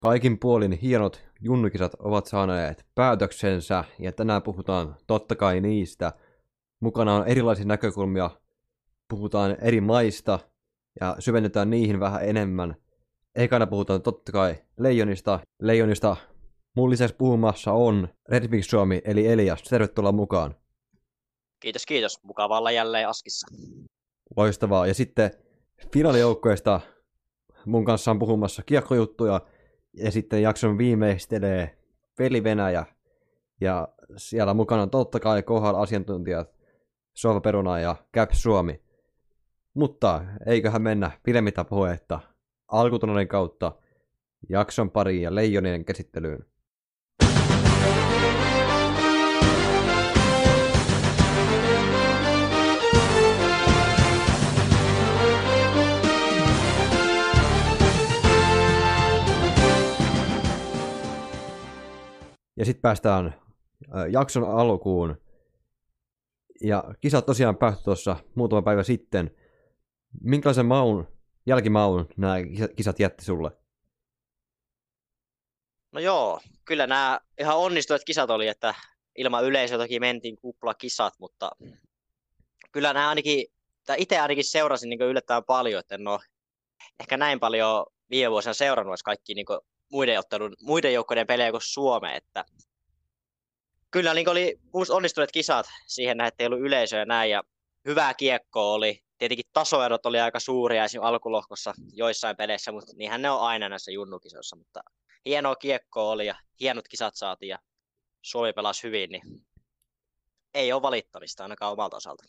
Kaikin puolin hienot junnukisat ovat saaneet päätöksensä, ja tänään puhutaan totta kai niistä. Mukana on erilaisia näkökulmia, puhutaan eri maista, ja syvennetään niihin vähän enemmän. Ekana puhutaan totta kai Leijonista. Leijonista mun lisäksi puhumassa on Redmix Suomi, eli Elias. Tervetuloa mukaan. Kiitos, kiitos. Mukava olla jälleen Askissa. Loistavaa. Ja sitten finaalijoukkueesta mun kanssa on puhumassa kiekkojuttuja, ja sitten jakson viimeistelee Veli Venäjä, ja siellä mukana on totta kai KHL-asiantuntijat Sofa Peruna ja Caps Suomi. Mutta eiköhän mennä pidemmittä puhetta alkutunnelin kautta jakson pariin ja Leijonien käsittelyyn. Ja sitten päästään jakson alkuun. Ja kisat tosiaan päättyi tuossa muutama päivä sitten. Minkälaisen jälkimaun nämä kisat jätti sulle? No joo, kyllä nämä ihan onnistuneet kisat oli, että ilman yleisöä toki mentiin kuplakisat, mutta kyllä nämä ainakin, tai itse ainakin seurasin niin yllättävän paljon, että en ole ehkä näin paljon viime vuosina seurannut kaikki niin muiden joukkojen pelejä kuin Suomeen, että kyllä niin oli onnistuneet kisat siihen näin, että ei ollut yleisöä ja näin, ja hyvää kiekkoa oli. Tietenkin tasoerot oli aika suuria esimerkiksi alkulohkossa joissain peleissä, mutta niinhän ne on aina näissä junnukisoissa, mutta hienoa kiekkoa oli ja hienot kisat saatiin ja Suomi pelasi hyvin, niin ei ole valittamista ainakaan omalta osalta.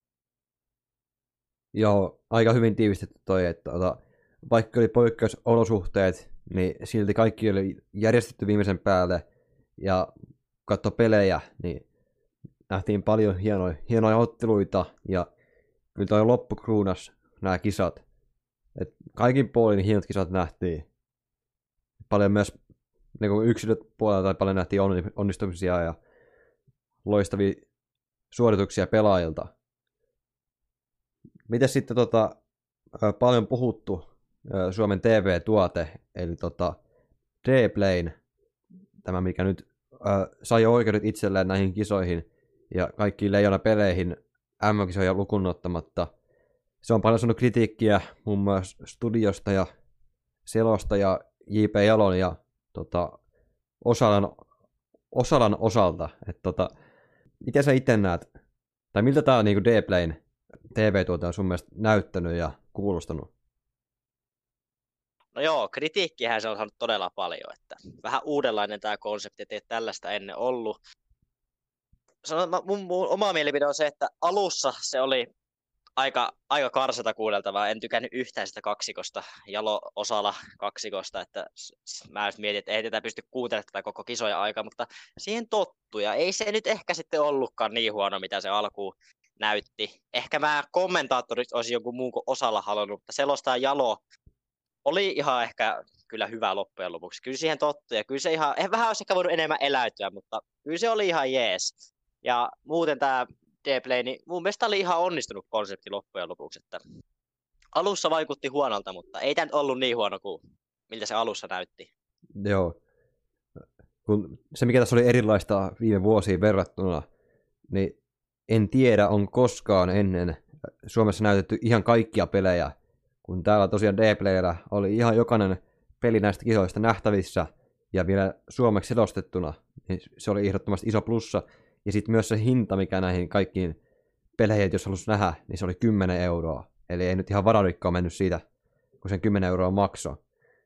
Joo, aika hyvin tiivistetty toi, että vaikka oli poikkeusolosuhteet, niin silti kaikki oli järjestetty viimeisen päälle ja katso pelejä, niin nähtiin paljon hienoja otteluita ja kyllä toi loppukruunas nämä kisat. Et kaikin puolin hienot kisat nähtiin. Paljon myös niin yksilöt puolella tai paljon nähtiin onnistumisia ja loistavia suorituksia pelaajilta. Miten sitten paljon puhuttu Suomen TV-tuote, eli Dplay, tämä mikä nyt sai oikeudet itselleen näihin kisoihin ja kaikkiin Leijona-peleihin MM-kisoja lukuun ottamatta. Se on paljon saanut kritiikkiä muun muassa studiosta ja selosta ja J.P. Jalon ja Osalan osalta. Miten sä itse näet, tai miltä tämä on niin Dplayn TV-tuote on sun mielestä näyttänyt ja kuulostanut? No joo, kritiikkiähän se on saanut todella paljon, että vähän uudenlainen tämä konsepti, ettei tällaista ennen ollut. Mun oma mielipide on se, että alussa se oli aika karseta kuunneltavaa. En tykännyt yhtään sitä kaksikosta, Jalo-Osala kaksikosta, että mä mietin, että ei tätä pysty kuuntelemaan tätä koko kisoja aikaa, mutta siihen tottui. Ja ei se nyt ehkä sitten ollutkaan niin huono, mitä se alkuun näytti. Ehkä mä kommentaattorit olisi jonkun muun kuin Osala halunnut, mutta selostaa Jalo oli ihan ehkä kyllä hyvä loppujen lopuksi. Kyllä siihen tottui ja kyllä se ihan, vähän olisi ehkä voinut enemmän eläytyä, mutta kyllä se oli ihan jees. Ja muuten tämä Dplay, niin mun mielestä oli ihan onnistunut konsepti loppujen lopuksi. Että alussa vaikutti huonolta, mutta ei tämä nyt ollut niin huono kuin miltä se alussa näytti. Joo. Kun se, mikä tässä oli erilaista viime vuosiin verrattuna, niin en tiedä, on koskaan ennen Suomessa näytetty ihan kaikkia pelejä, kun täällä tosiaan Dplayllä oli ihan jokainen peli näistä kisoista nähtävissä ja vielä suomeksi selostettuna, niin se oli ehdottomasti iso plussa. Ja sitten myös se hinta, mikä näihin kaikkiin peleihin, jos halusi nähdä, niin se oli 10 euroa. Eli ei nyt ihan vararikkoa mennyt siitä, kun sen 10 euroa maksoi.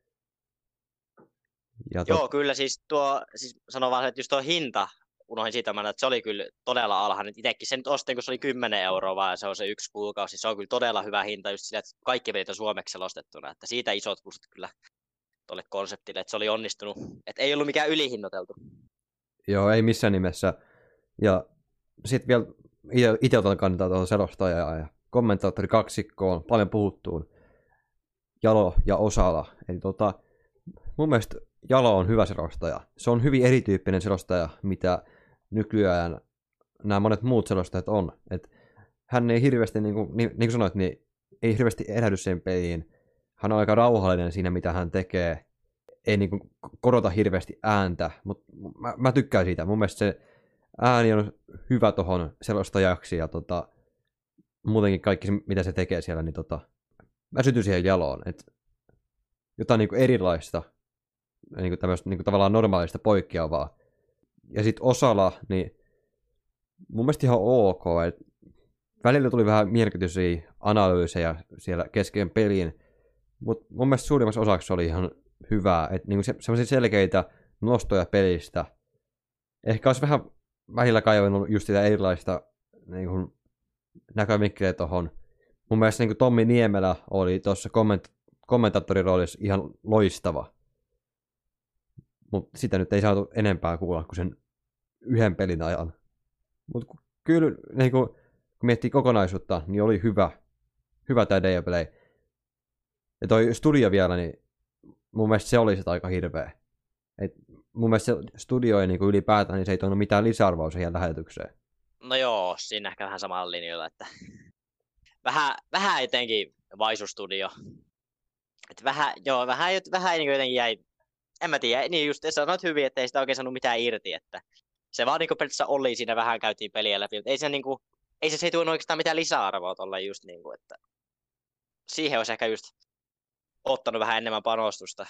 Joo, kyllä siis sanon vaan, että just tuo hinta, unohdin siitä, että se oli kyllä todella alhainen. Itsekin sen ostin, kun se oli 10 euroa, vaan se on se 1 kuukausi. Se on kyllä todella hyvä hinta just sillä, että kaikki pelit on suomeksi selostettuna. Että siitä isot plusat kyllä tuolle konseptille, että se oli onnistunut. Että ei ollut mikään ylihinnoiteltu. Joo, ei missään nimessä. Ja sitten vielä itse otan kantaa tuohon selostajaa ja kommentaattori kaksikkoon, paljon puhuttuun, Jalo ja Osala. Eli mun mielestä Jalo on hyvä selostaja. Se on hyvin erityyppinen selostaja, mitä nykyään nämä monet muut selostajat on. Et hän ei hirveästi, niin kuin sanoit, niin ei hirveästi elähdy sen peliin. Hän on aika rauhallinen siinä, mitä hän tekee. ei niin kuin korota hirveästi ääntä, mutta mä tykkään siitä. Mun mielestä se ääni on hyvä tuohon selostajaksi ja muutenkin kaikki se, mitä se tekee siellä, niin mä sytyn siihen jaloon. Et jotain niin kuin erilaista, niin kuin tämmöistä niin kuin tavallaan normaalista poikkeavaa. Ja sitten osalla, niin mun mielestä ihan ok. Et välillä tuli vähän mielenkiintoisia analyysejä siellä kesken peliin, mutta mun mielestä suurimmassa osaksi oli ihan hyvää. Että niin semmoisia selkeitä nostoja pelistä. Ehkä olisi vähän välillä kaivannut just sitä erilaista niin kuin näkövinkkejä tuohon. Mun mielestä niin kuin Tommi Niemelä oli tuossa kommentaattorin roolissa ihan loistava. Mutta sitä nyt ei saatu enempää kuulla kuin sen yhden pelin ajan. Mutta kyllä, niin kun miettii kokonaisuutta, niin oli hyvä tämä Day of Play. Ja toi studio vielä, niin mun mielestä se oli sitä aika hirveä. Et mun mielestä se studio ei niin ylipäätään, niin se ei tuonut mitään lisäarvoa siihen lähetykseen. No joo, siinä ehkä vähän samalla linjalla, että vähän jotenkin Vaisu-studio. Että vähän niin jotenkin jäi, en mä tiedä, niin just sanoit hyvin, että ei sitä oikein saanut mitään irti, että se vaan niinku periaatteessa oli siinä, vähän käytiin peliä läpi, mutta ei se tuonut oikeastaan mitään lisäarvoa tolle just niinku, että siihen olisi ehkä just ottanut vähän enemmän panostusta.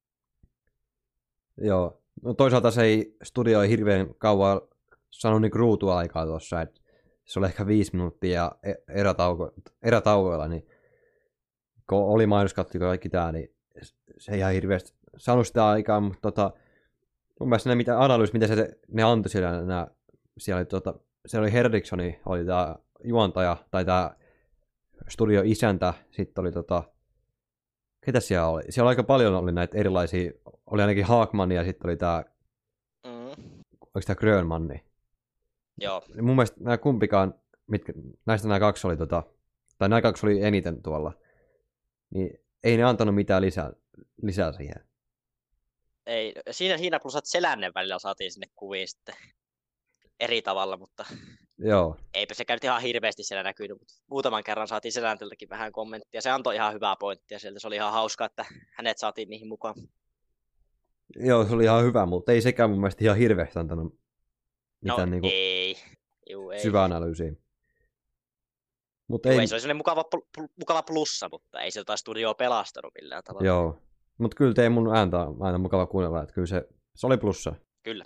Joo, no toisaalta studio ei hirveän kauan saanut niinku ruutuaikaa tuossa, että se oli ehkä 5 minuuttia ja erätaukoilla, niin kun oli mainoskatto ja kaikki tää, niin se ei ihan hirveästi saanut sitä aikaa, mutta mun mielestä mitä ne antoi siellä oli Henrikssoni, oli tää juontaja, tai tää studio isäntä, sitten oli ketä siellä oli? Siellä aika paljon oli näitä erilaisia, oli ainakin Haakman ja sitten oli tää, oliko tää Grönmanni? Joo. Mun mielestä nämä kumpikaan, näistä nämä kaksi oli tai nämä kaksi oli eniten tuolla, niin ei ne antanut mitään lisää siihen. Ei, siinä plusat Selännen välillä saatiin sinne kuviin sitten eri tavalla, mutta joo. Eipä se käynyt ihan hirveästi siellä näkynyt, mutta muutaman kerran saatiin Seläntiltäkin vähän kommenttia. Se antoi ihan hyvää pointtia sieltä, se oli ihan hauskaa, että hänet saatiin niihin mukaan. Joo, se oli ihan hyvä, mutta ei sekään mun mielestä ihan hirveästi antanut mitään niinku syvää analyysiä. Ei se oli sellainen mukava plussa, mutta ei se jotain studioa pelastanut millään tavalla. Joo, mutta kyllä teidän mun ääntä on aina mukava kuunnella, että kyllä se oli plussa. Kyllä.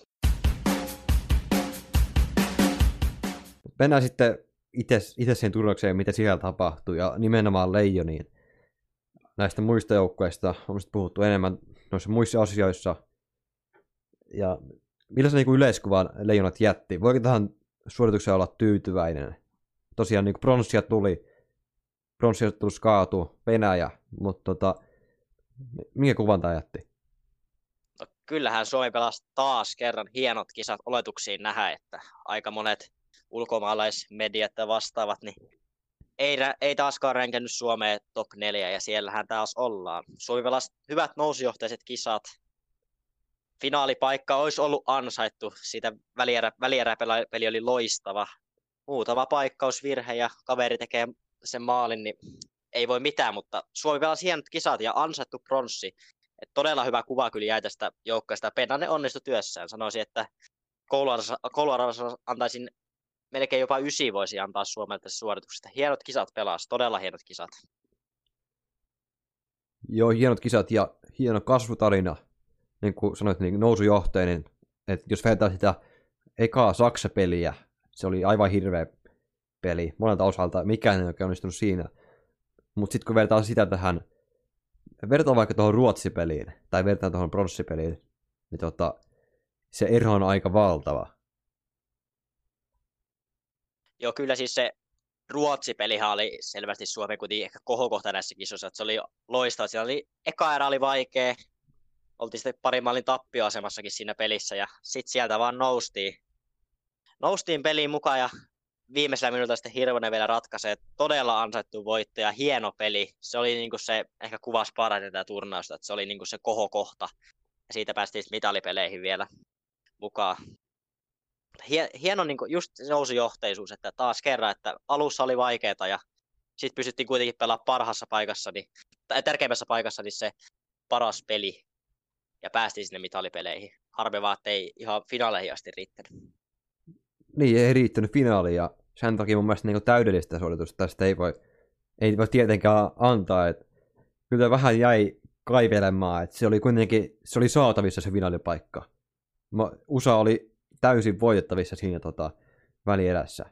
Mennään sitten itse siihen turnaukseen, mitä siellä tapahtui, ja nimenomaan Leijoniin. Näistä muista joukkueista on puhuttu enemmän noissa muissa asioissa. Ja millaisen niin yleiskuvan Leijonat jätti? Voiko tähän suoritukseen olla tyytyväinen? Tosiaan niin pronssiottelussa kaatui Venäjä, mutta minkä kuvan tämä jätti? No, kyllähän Suomi pelasi taas kerran hienot kisat oletuksiin nähdä, että aika monet ulkomaalaismediat ja vastaavat, niin ei taaskaan ränkännyt Suomeen top 4, ja siellähän taas ollaan. Suomi pelasi hyvät nousujohteiset kisat. Finaalipaikka olisi ollut ansaittu, siitä välieräpeli oli loistava. Muutama paikkausvirhe ja kaveri tekee sen maalin, niin ei voi mitään, mutta Suomi pelasi hienot kisat ja ansaittu pronssi. Et todella hyvä kuva kyllä jäi tästä joukkueesta. Pennanen onnistui työssään. Sanoisin, että kouluarvossa antaisin melkein jopa 9 voisi antaa Suomelle tässä suorituksesta. Hienot kisat pelasi, todella hienot kisat. Joo, hienot kisat ja hieno kasvutarina. Niin kuin sanoit, niin nousujohteinen. Että jos vertaa sitä ekaa Saksa-peliä, se oli aivan hirveä peli. Monelta osalta mikään ei oikein onnistunut siinä. Mutta sitten kun vertaa sitä vertaan vaikka tuohon Ruotsi-peliin, tai vertaan tuohon pronssipeliin, niin se ero on aika valtava. Joo, kyllä siis se Ruotsi-pelihan oli selvästi Suomen kuitenkin ehkä kohokohta näissä kisoissa, että se oli loistava. Siellä oli, eka erä oli vaikea, oltiin sitten parin maalin tappioasemassakin siinä pelissä, ja sitten sieltä vaan noustiin peliin mukaan, ja viimeisellä minuutilla sitten Hirvonen vielä ratkaisee. Todella ansaittu voitto ja hieno peli. Se oli niinku se, ehkä kuvasi parhaiten tätä turnausta, että se oli niinku se kohokohta, ja siitä päästiin mitalipeleihin vielä mukaan. Hieno niin just nousujohteisuus, että taas kerran, että alussa oli vaikeaa ja sitten pystyttiin kuitenkin pelaamaan parhaassa paikassa, tai tärkeimmässä paikassa, niin se paras peli. ja päästiin sinne mitalipeleihin. Harmi vaan, että ei ihan finaaleihin asti riittänyt. Niin, ei riittänyt finaaliin, ja sen takia mun mielestä niin täydellistä suoritusta tästä ei voi tietenkään antaa. Että kyllä vähän jäi kaivelemaan, että se oli saatavissa se finaalipaikka. USA oli täysin voitettavissa siinä välierässä.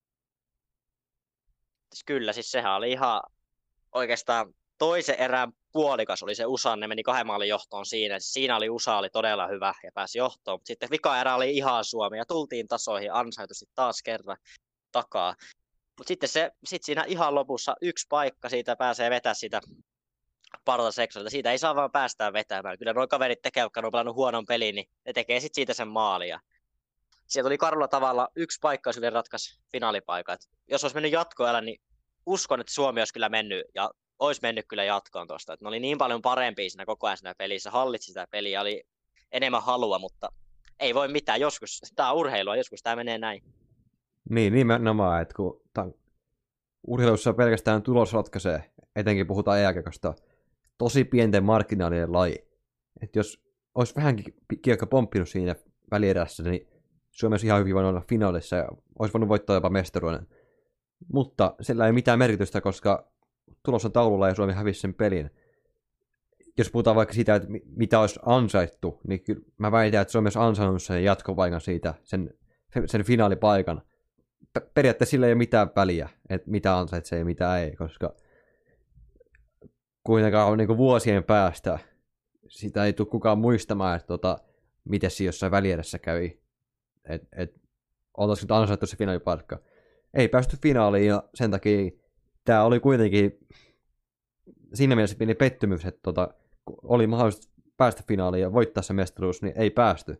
Kyllä, siis sehän oli ihan oikeastaan toisen erään puolikas oli se USA, ne meni 2 maalin johtoon siinä. Siinä oli USA oli todella hyvä ja pääsi johtoon, mutta sitten vika erä oli ihan Suomi ja tultiin tasoihin ansaitusti taas kerran takaa. Mutta sitten siinä ihan lopussa yksi paikka siitä pääsee vetää sitä partaseksolta. Siitä ei saa vaan päästään vetämään. Kyllä nuo kaverit tekee, jotka on pelannut huonon pelin, niin ne tekee sitten siitä sen maalia. Sieltä oli karulla tavalla yksi paikka, jos ratkaisi finaalipaikat. Jos olisi mennyt jatkoajalla, niin uskon, että Suomi olisi kyllä mennyt ja olisi mennyt kyllä jatkoon tuosta. Ne oli niin paljon parempia siinä koko ajan siinä pelissä, hallitsi sitä peliä, oli enemmän halua, mutta ei voi mitään. Joskus tämä on urheilua, joskus tämä menee näin. Niin, nimenomaan, että kun urheilussa pelkästään tulos ratkaisee, etenkin puhutaan jääkiekosta, tosi pienten marginaalien laji. Että jos olisi vähänkin kiekko pomppinut siinä välierässä, niin Suomi olisi ihan hyvin voinut olla finaalissa ja olisi voinut voittaa jopa mestaruuden. Mutta sillä ei mitään merkitystä, koska tulos on taululla ja Suomi hävisi sen pelin. Jos puhutaan vaikka siitä, että mitä olisi ansaittu, niin kyllä mä väitän, että Suomi olisi ansainnut sen jatkopaikan siitä, sen finaalipaikan. Periaatteessa sillä ei ole mitään väliä, että mitä ansaitsee ja mitä ei, koska kuitenkaan on niin vuosien päästä sitä ei tule kukaan muistamaan, että miten siinä jossain välierässä kävi. Oltaisiko nyt ansaittu se finaalipaikka. Ei päästy finaaliin ja sen takia tämä oli kuitenkin siinä mielessä pieni pettymys, että oli mahdollisuus päästä finaaliin ja voittaa se mestaruus, niin ei päästy.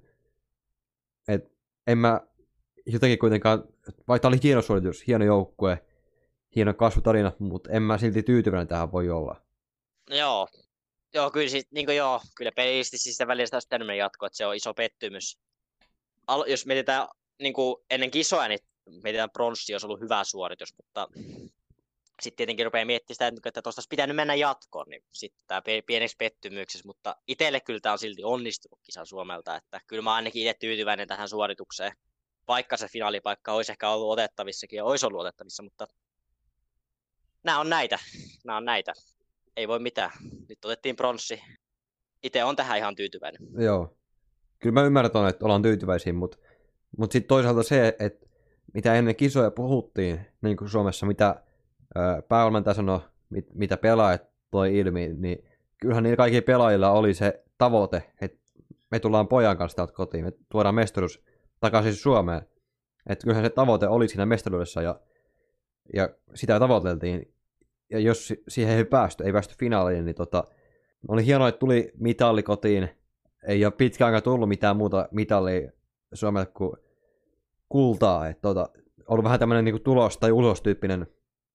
En mä jotenkin kuitenkaan, vaikka oli hieno suoritus, hieno joukkue, hieno kasvutarina, mutta en mä silti tyytyväinen tähän voi olla. Joo, kyllä, kyllä pelillisesti sitä välistä olisi pitänyt jatkoa, että se on iso pettymys. Jos mietitään niin kuin ennen kisoja, niin mietitään pronssi, olisi ollut hyvä suoritus, mutta sitten tietenkin rupeaa miettimään sitä, että tuosta olisi pitänyt mennä jatkoon, niin sitten tämä pieneksi pettymyksessä, mutta itselle kyllä tämä on silti onnistunut kisa Suomelta, että kyllä mä ainakin itse tyytyväinen tähän suoritukseen, vaikka se finaalipaikka olisi ehkä ollut otettavissakin ja olisi ollut otettavissa, mutta nämä on näitä. Ei voi mitään. Nyt otettiin pronssi. Itse on tähän ihan tyytyväinen. Joo. Kyllä mä ymmärrän, että ollaan tyytyväisiä, mutta sitten toisaalta se, että mitä ennen kisoja puhuttiin, niin kuin Suomessa, mitä päävalmentaja sanoi, mitä pelaajat toi ilmi, niin kyllähän niillä kaikilla pelaajilla oli se tavoite, että me tullaan pojan kanssa täältä kotiin, me tuodaan mestaruus takaisin Suomeen. Että kyllähän se tavoite oli siinä mestaruudessa ja sitä tavoiteltiin. Ja jos siihen ei päästy finaaliin, niin oli hienoa, että tuli mitalli kotiin. Ei ole pitkään aikaa tullut mitään muuta mitallia Suomelle kuin kultaa. Että ollut vähän tämmöinen niin tulos- tai ulostyyppinen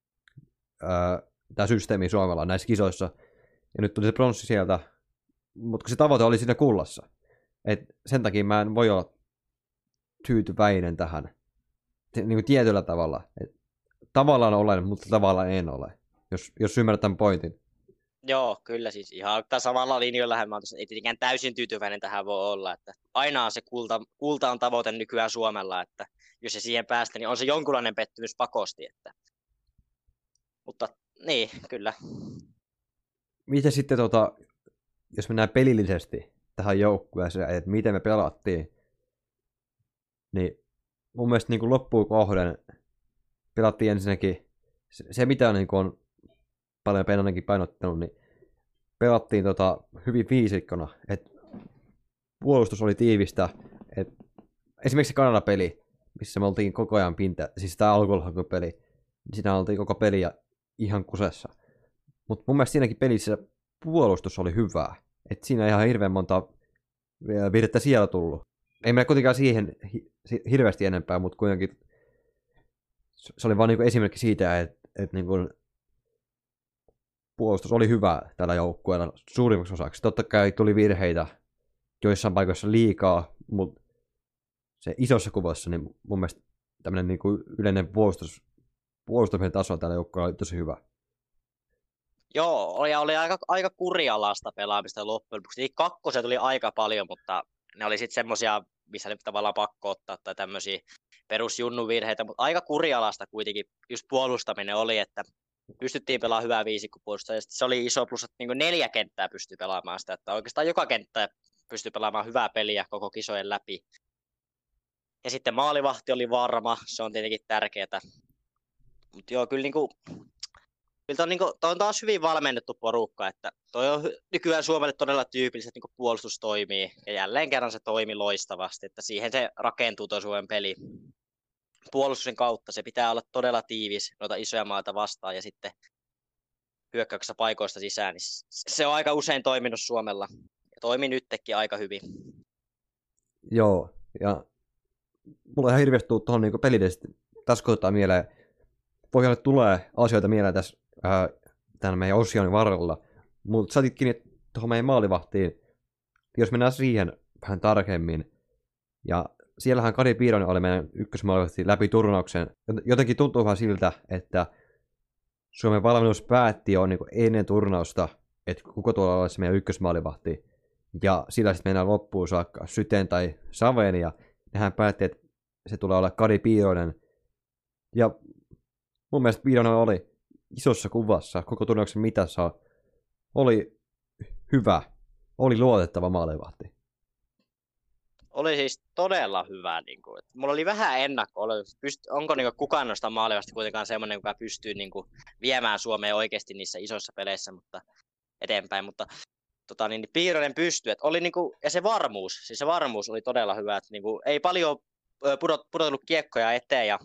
tämä systeemi Suomella näissä kisoissa. Ja nyt tuli se pronssi sieltä, mutta se tavoite oli siinä kullassa. Et sen takia mä en voi olla tyytyväinen tähän niin kuin tietyllä tavalla. Et tavallaan olen, mutta tavallaan en ole, jos ymmärrät tämän pointin. Joo, kyllä siis ihan samalla linjoilla mä ei tietenkään täysin tyytyväinen tähän voi olla, että aina on se kulta on tavoite nykyään Suomella, että jos se siihen päästä, niin on se jonkunlainen pettymys pakosti, että mutta niin, kyllä. Miten sitten, jos mennään pelillisesti tähän joukkueeseen, että miten me pelattiin, niin mun mielestä niin kuin loppuun kohden pelattiin ensinnäkin, se mitä niin kuin on paljon Penonenkin painottanut, niin pelattiin hyvin viisikkona, että puolustus oli tiivistä, että esimerkiksi Kanada-peli, missä me oltiin koko ajan siis tämä alkulohkopeli, niin siinä oltiin koko peliä ihan kusessa. Mutta mun mielestä siinäkin pelissä puolustus oli hyvää. Että siinä ei ihan hirveän monta virhettä siellä tullut. Ei mene kuitenkaan siihen hirveästi enempää, mutta kuitenkin se oli vain niinku esimerkki siitä, että niinku puolustus oli hyvää tällä joukkueella suurimmaksi osaksi. Totta kai tuli virheitä joissain paikoissa liikaa, mutta se isossa kuvassa niin mun mielestä tämmöinen niinku yleinen puolustamisen taso tällä joukkueella oli tosi hyvä. Joo, ja oli aika kurialaista pelaamista loppujen lopuksi. Kakkoset tuli aika paljon, mutta ne oli sitten semmosia, missä oli tavallaan pakko ottaa tai tämmöisiä perusjunnuvirheitä, mutta aika kurialaista kuitenkin just puolustaminen oli, että pystyttiin pelaamaan hyvää viisikkopuolustusta, ja se oli iso plus, että niin 4 kenttää pystyi pelaamaan sitä, että oikeastaan joka kenttä pystyi pelaamaan hyvää peliä koko kisojen läpi. Ja sitten maalivahti oli varma, se on tietenkin tärkeää. Mutta joo, kyllä toi on taas hyvin valmennettu porukka, että toi on nykyään Suomelle todella tyypillistä, että niin puolustus toimii, ja jälleen kerran se toimi loistavasti, että siihen se rakentuu tuo Suomen peli. Puolustuksen kautta se pitää olla todella tiivis noita isoja maita vastaan, ja sitten hyökkäyksessä paikoista sisään, niin se on aika usein toiminut Suomella, ja toimi nytkin aika hyvin. Joo, ja mulla ihan hirveästi tuu tuohon niin pelillisesti tässä kohtaa mieleen, pohjalle tulee asioita mieleen tässä tämän meidän osionin varrella, mutta sä otit kiinni tuohon meidän maalivahtiin, jos mennään siihen vähän tarkemmin, ja siellähän Kari Piironen oli meidän ykkösmaalivahti läpi turnauksen. Jotenkin tuntuu vähän siltä, että Suomen valmennus päätti jo niin ennen turnausta, että kuka tuolla olisi meidän ykkösmaalivahti, ja sillä sitten mennään loppuun saakka Syteen tai Saveen, ja nehän päätti, että se tulee olla Kari Piironen. Ja mun mielestä Piironen oli isossa kuvassa, koko turnauksen mitassa, oli hyvä, oli luotettava maalivahti. Oli siis todella hyvä. Niin kuin, että mulla oli vähän ennakko, onko niin kuin, kukaan noista maalivahti kuitenkaan semmoinen, joka pystyy niin kuin, viemään Suomea oikeasti niissä isoissa peleissä mutta eteenpäin, mutta niin Piironen pystyi, että oli niinku, ja se varmuus oli todella hyvä, että niinku, ei paljon pudotellut kiekkoja eteen ja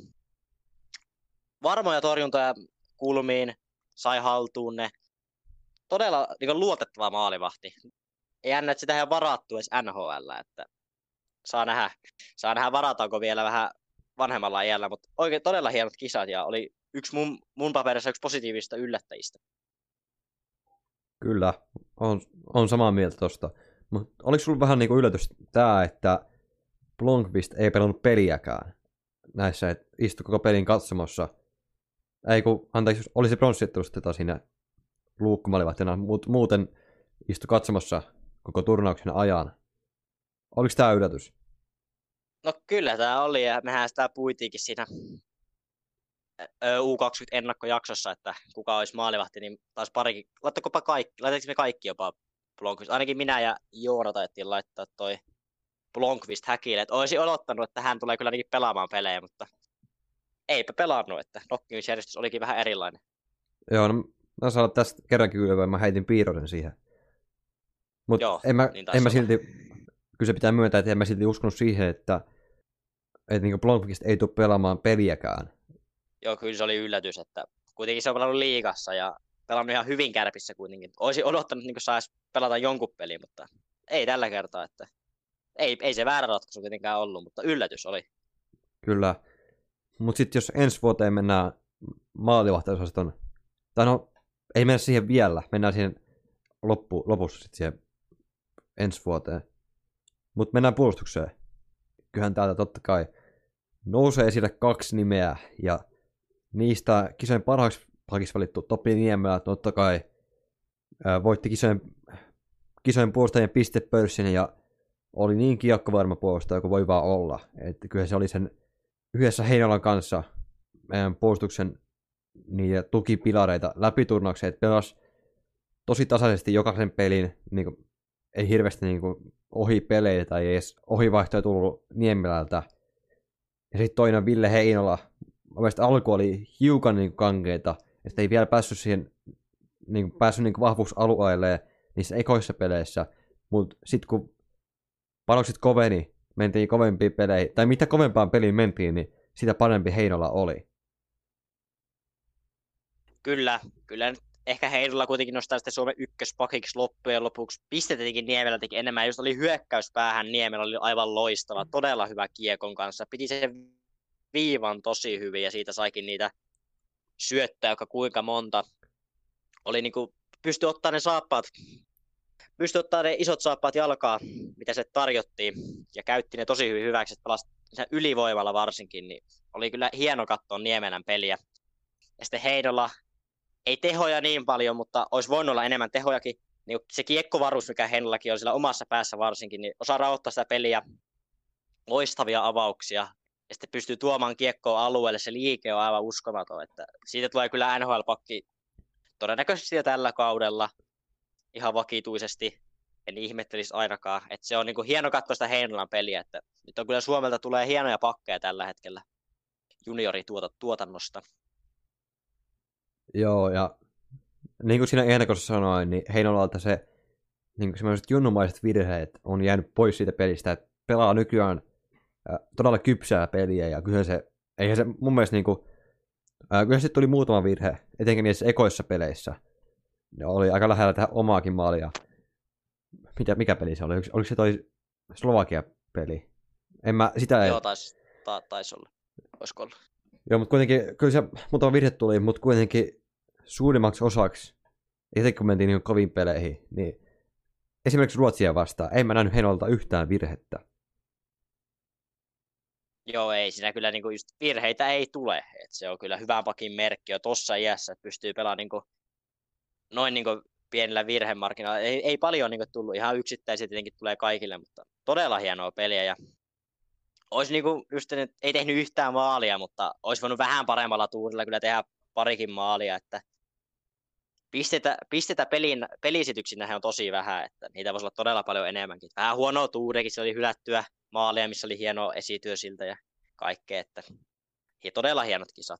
varmoja torjuntoja kulmiin, sai haltuun ne. Todella niinku, luotettava maalivahti. Ei jännä, että sitä ei ole varattu edes NHL, että saa nähdä varataanko vielä vähän vanhemmalla iällä, mutta oikein todella hienot kisat ja oli yksi mun paperissa yksi positiivista yllättäjistä. Kyllä, on samaa mieltä tosta. Mutta oliko sulla vähän niinku yllätys tää, että Blomqvist ei pelannut peliäkään näissä, että istui koko pelin katsomossa? Anteeksi, oli se pronssittelusta siinä luukkumalivahtina, mutta muuten istui katsomassa koko turnauksen ajan. Oliko tää yllätys? No kyllä tämä oli, ja mehän sitä puitiinkin siinä U20-ennakkojaksossa, että kuka olisi maalivahti, niin taas parikin. Laitatko me kaikki jopa Blomqvist? Ainakin minä ja Joona taidettiin laittaa toi Blomqvist häkille. Että olisin odottanut, että hän tulee kyllä ainakin pelaamaan pelejä, mutta eipä pelannut, että nokkimisjärjestys olikin vähän erilainen. Joo, no mä saan tästä kerrankin ylvää, mä heitin Piirosen siihen. Mutta en mä silti, kyllä se pitää myöntää, että en mä silti uskonut siihen, että niin Blomqvist ei tule pelaamaan peliäkään. Joo, kyllä se oli yllätys, että kuitenkin se on pelannut liigassa ja pelannut ihan hyvin Kärpissä kuitenkin. Olisin odottanut, että saisi pelata jonkun pelin, mutta ei tällä kertaa, että ei se väärä ratkaisu kuitenkaan ollut, mutta yllätys oli. Kyllä, mutta sitten jos ensi vuoteen mennään maalivahtiosaston, tai no, ei mennä siihen vielä, mennään siihen lopussa sitten siihen ensi vuoteen. Mutta mennään puolustukseen. Kyllähän täältä totta kai nousee esille 2 nimeä, ja niistä kisojen parhaaksi pakiksi valittu Topi Niemelä totta kai voitti kisojen puolustajien pistepörssin ja oli niin kiekkovarma puolustaja kuin voi vaan olla. Että kyllä se oli sen yhdessä Heinolan kanssa meidän puolustuksen niitä tukipilareita läpi turnauksia, että pelasi tosi tasaisesti jokaisen pelin, niin kuin, ei hirveästi niin kuin, ohi peleitä tai edes ohivaihtoja tullut Niemelältä. Ja sitten toinen Ville Heinola. Mielestäni alku oli hiukan niin kankeita, että ei vielä päässyt siihen päässyt vahvuusalueelle niissä ekoissa peleissä. Mutta sitten kun panokset koveni, mentiin kovempiin peleihin, tai mitä kovempaan peliin mentiin, niin sitä parempi Heinola oli. Kyllä nyt ehkä Heinola kuitenkin nostaa sitten Suomen ykköspakiksi loppujen lopuksi. Piste tietenkin Niemelä teki enemmän, just oli hyökkäyspäähän Niemelä oli aivan loistava, todella hyvä kiekon kanssa. Piti sen viivan tosi hyvin ja siitä saikin niitä syöttöjä, joka kuinka monta. Oli niinku, pystyi ottaa ne isot saappaat jalkaa, mitä se tarjottiin ja käytti ne tosi hyvin hyväksi, että pelasi sen ylivoimalla varsinkin, niin oli kyllä hieno katsoa Niemelän peliä. Ja sitten Heinola ei tehoja niin paljon, mutta olisi voinut olla enemmän tehojakin. Niin se kiekkovaruus, mikä Heinollakin on sillä omassa päässä varsinkin, niin osaa rauhoittaa sitä peliä, loistavia avauksia, ja sitten pystyy tuomaan kiekkoa alueelle, se liike on aivan uskomaton, että siitä tulee kyllä NHL-pakki todennäköisesti jo tällä kaudella ihan vakituisesti, en ihmettelisi ainakaan, että se on niin kuin hieno katsoa sitä Heinolan peliä, että nyt on kyllä Suomelta tulee hienoja pakkeja tällä hetkellä juniorituotannosta. Joo, ja niin kuin siinä ennakossa sanoin, niin Heinolalta se niin semmoiset junnumaiset virheet on jäänyt pois siitä pelistä, että pelaa nykyään todella kypsää peliä, ja kyllä se, eihän se mun mielestä niinku, kyllä se tuli muutama virhe, etenkin niissä ekoissa peleissä. Ne oli aika lähellä tähän omaakin maalia. Mikä peli se oli? Oliko se toi Slovakia-peli? Joo, taisi olla. Olisiko ollut? Joo, mutta kuitenkin, kyllä se muutama virhe tuli, mutta kuitenkin suurimmaksi osaksi, etenkin kun mentiin niin kovin peleihin, niin esimerkiksi Ruotsia vastaan, en mä nähnyt Heinolta yhtään virhettä. Joo, ei siinä kyllä niinku just virheitä ei tule. Et se on kyllä hyvän pakin merkki jo tuossa iässä, että pystyy pelaamaan niinku noin niinku pienellä virhemarginalla. Ei paljon niinku tullut, ihan yksittäisiä tietenkin tulee kaikille, mutta todella hienoa peliä. Ja olisi niinku just, ei tehnyt yhtään maalia, mutta olisi voinut vähän paremmalla tuurilla kyllä tehdä parikin maalia. Että pistetä peliesityksinä on tosi vähän, että niitä voisi olla todella paljon enemmänkin. Vähän huonoa tuuriakin, se oli hylättyä maalia, missä oli hieno esityö siltä ja kaikkea, että todella hienot kisat.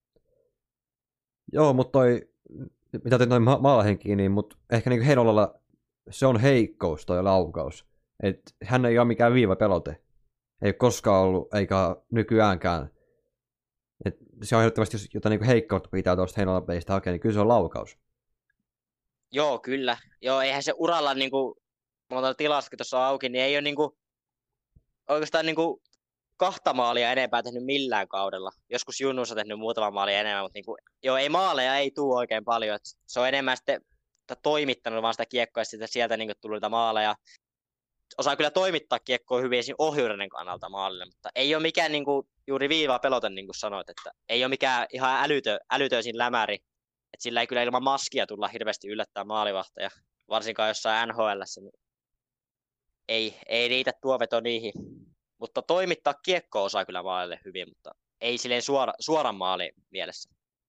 Joo, mutta mitä teet noin maalahenkiin, niin mutta ehkä niin Heinolalla se on heikkous toi laukaus. Et hän ei ole mikään viivapelote. Ei ole koskaan ollut, eikä nykyäänkään. Et se on ehdottomasti, jos jotain niin heikkoutta pitää tuosta Heinolan pelistä hakea, niin kyllä se on laukaus. Joo, kyllä. Joo, eihän se uralla, niin kuin monta tilastakin tuossa auki, niin ei ole niin kuin, oikeastaan niin kuin 2 maalia enempää tehnyt millään kaudella. Joskus junnussa tehnyt muutama maalia enemmän, mutta niin kuin, joo, ei maaleja ei tule oikein paljon. Se on enemmän sitten toimittanut vaan sitä kiekkoa ja sieltä niin kuin tullut niitä maaleja. Osaa kyllä toimittaa kiekkoa hyvin esim. Ohjuuden kannalta maalille, mutta ei ole mikään niin kuin, juuri viivaa pelote, niin kuin sanoit, että ei ole mikään ihan älytöisin lämäri. Että sillä ei kyllä ilman maskia tulla hirveästi yllättää maalivahtaja, varsinkaan jossain NHL:ssä, niin ei riitä tuo veto niihin. Mutta toimittaa kiekkoa osaa kyllä maalille hyvin, mutta ei silleen suoran maali mielessä.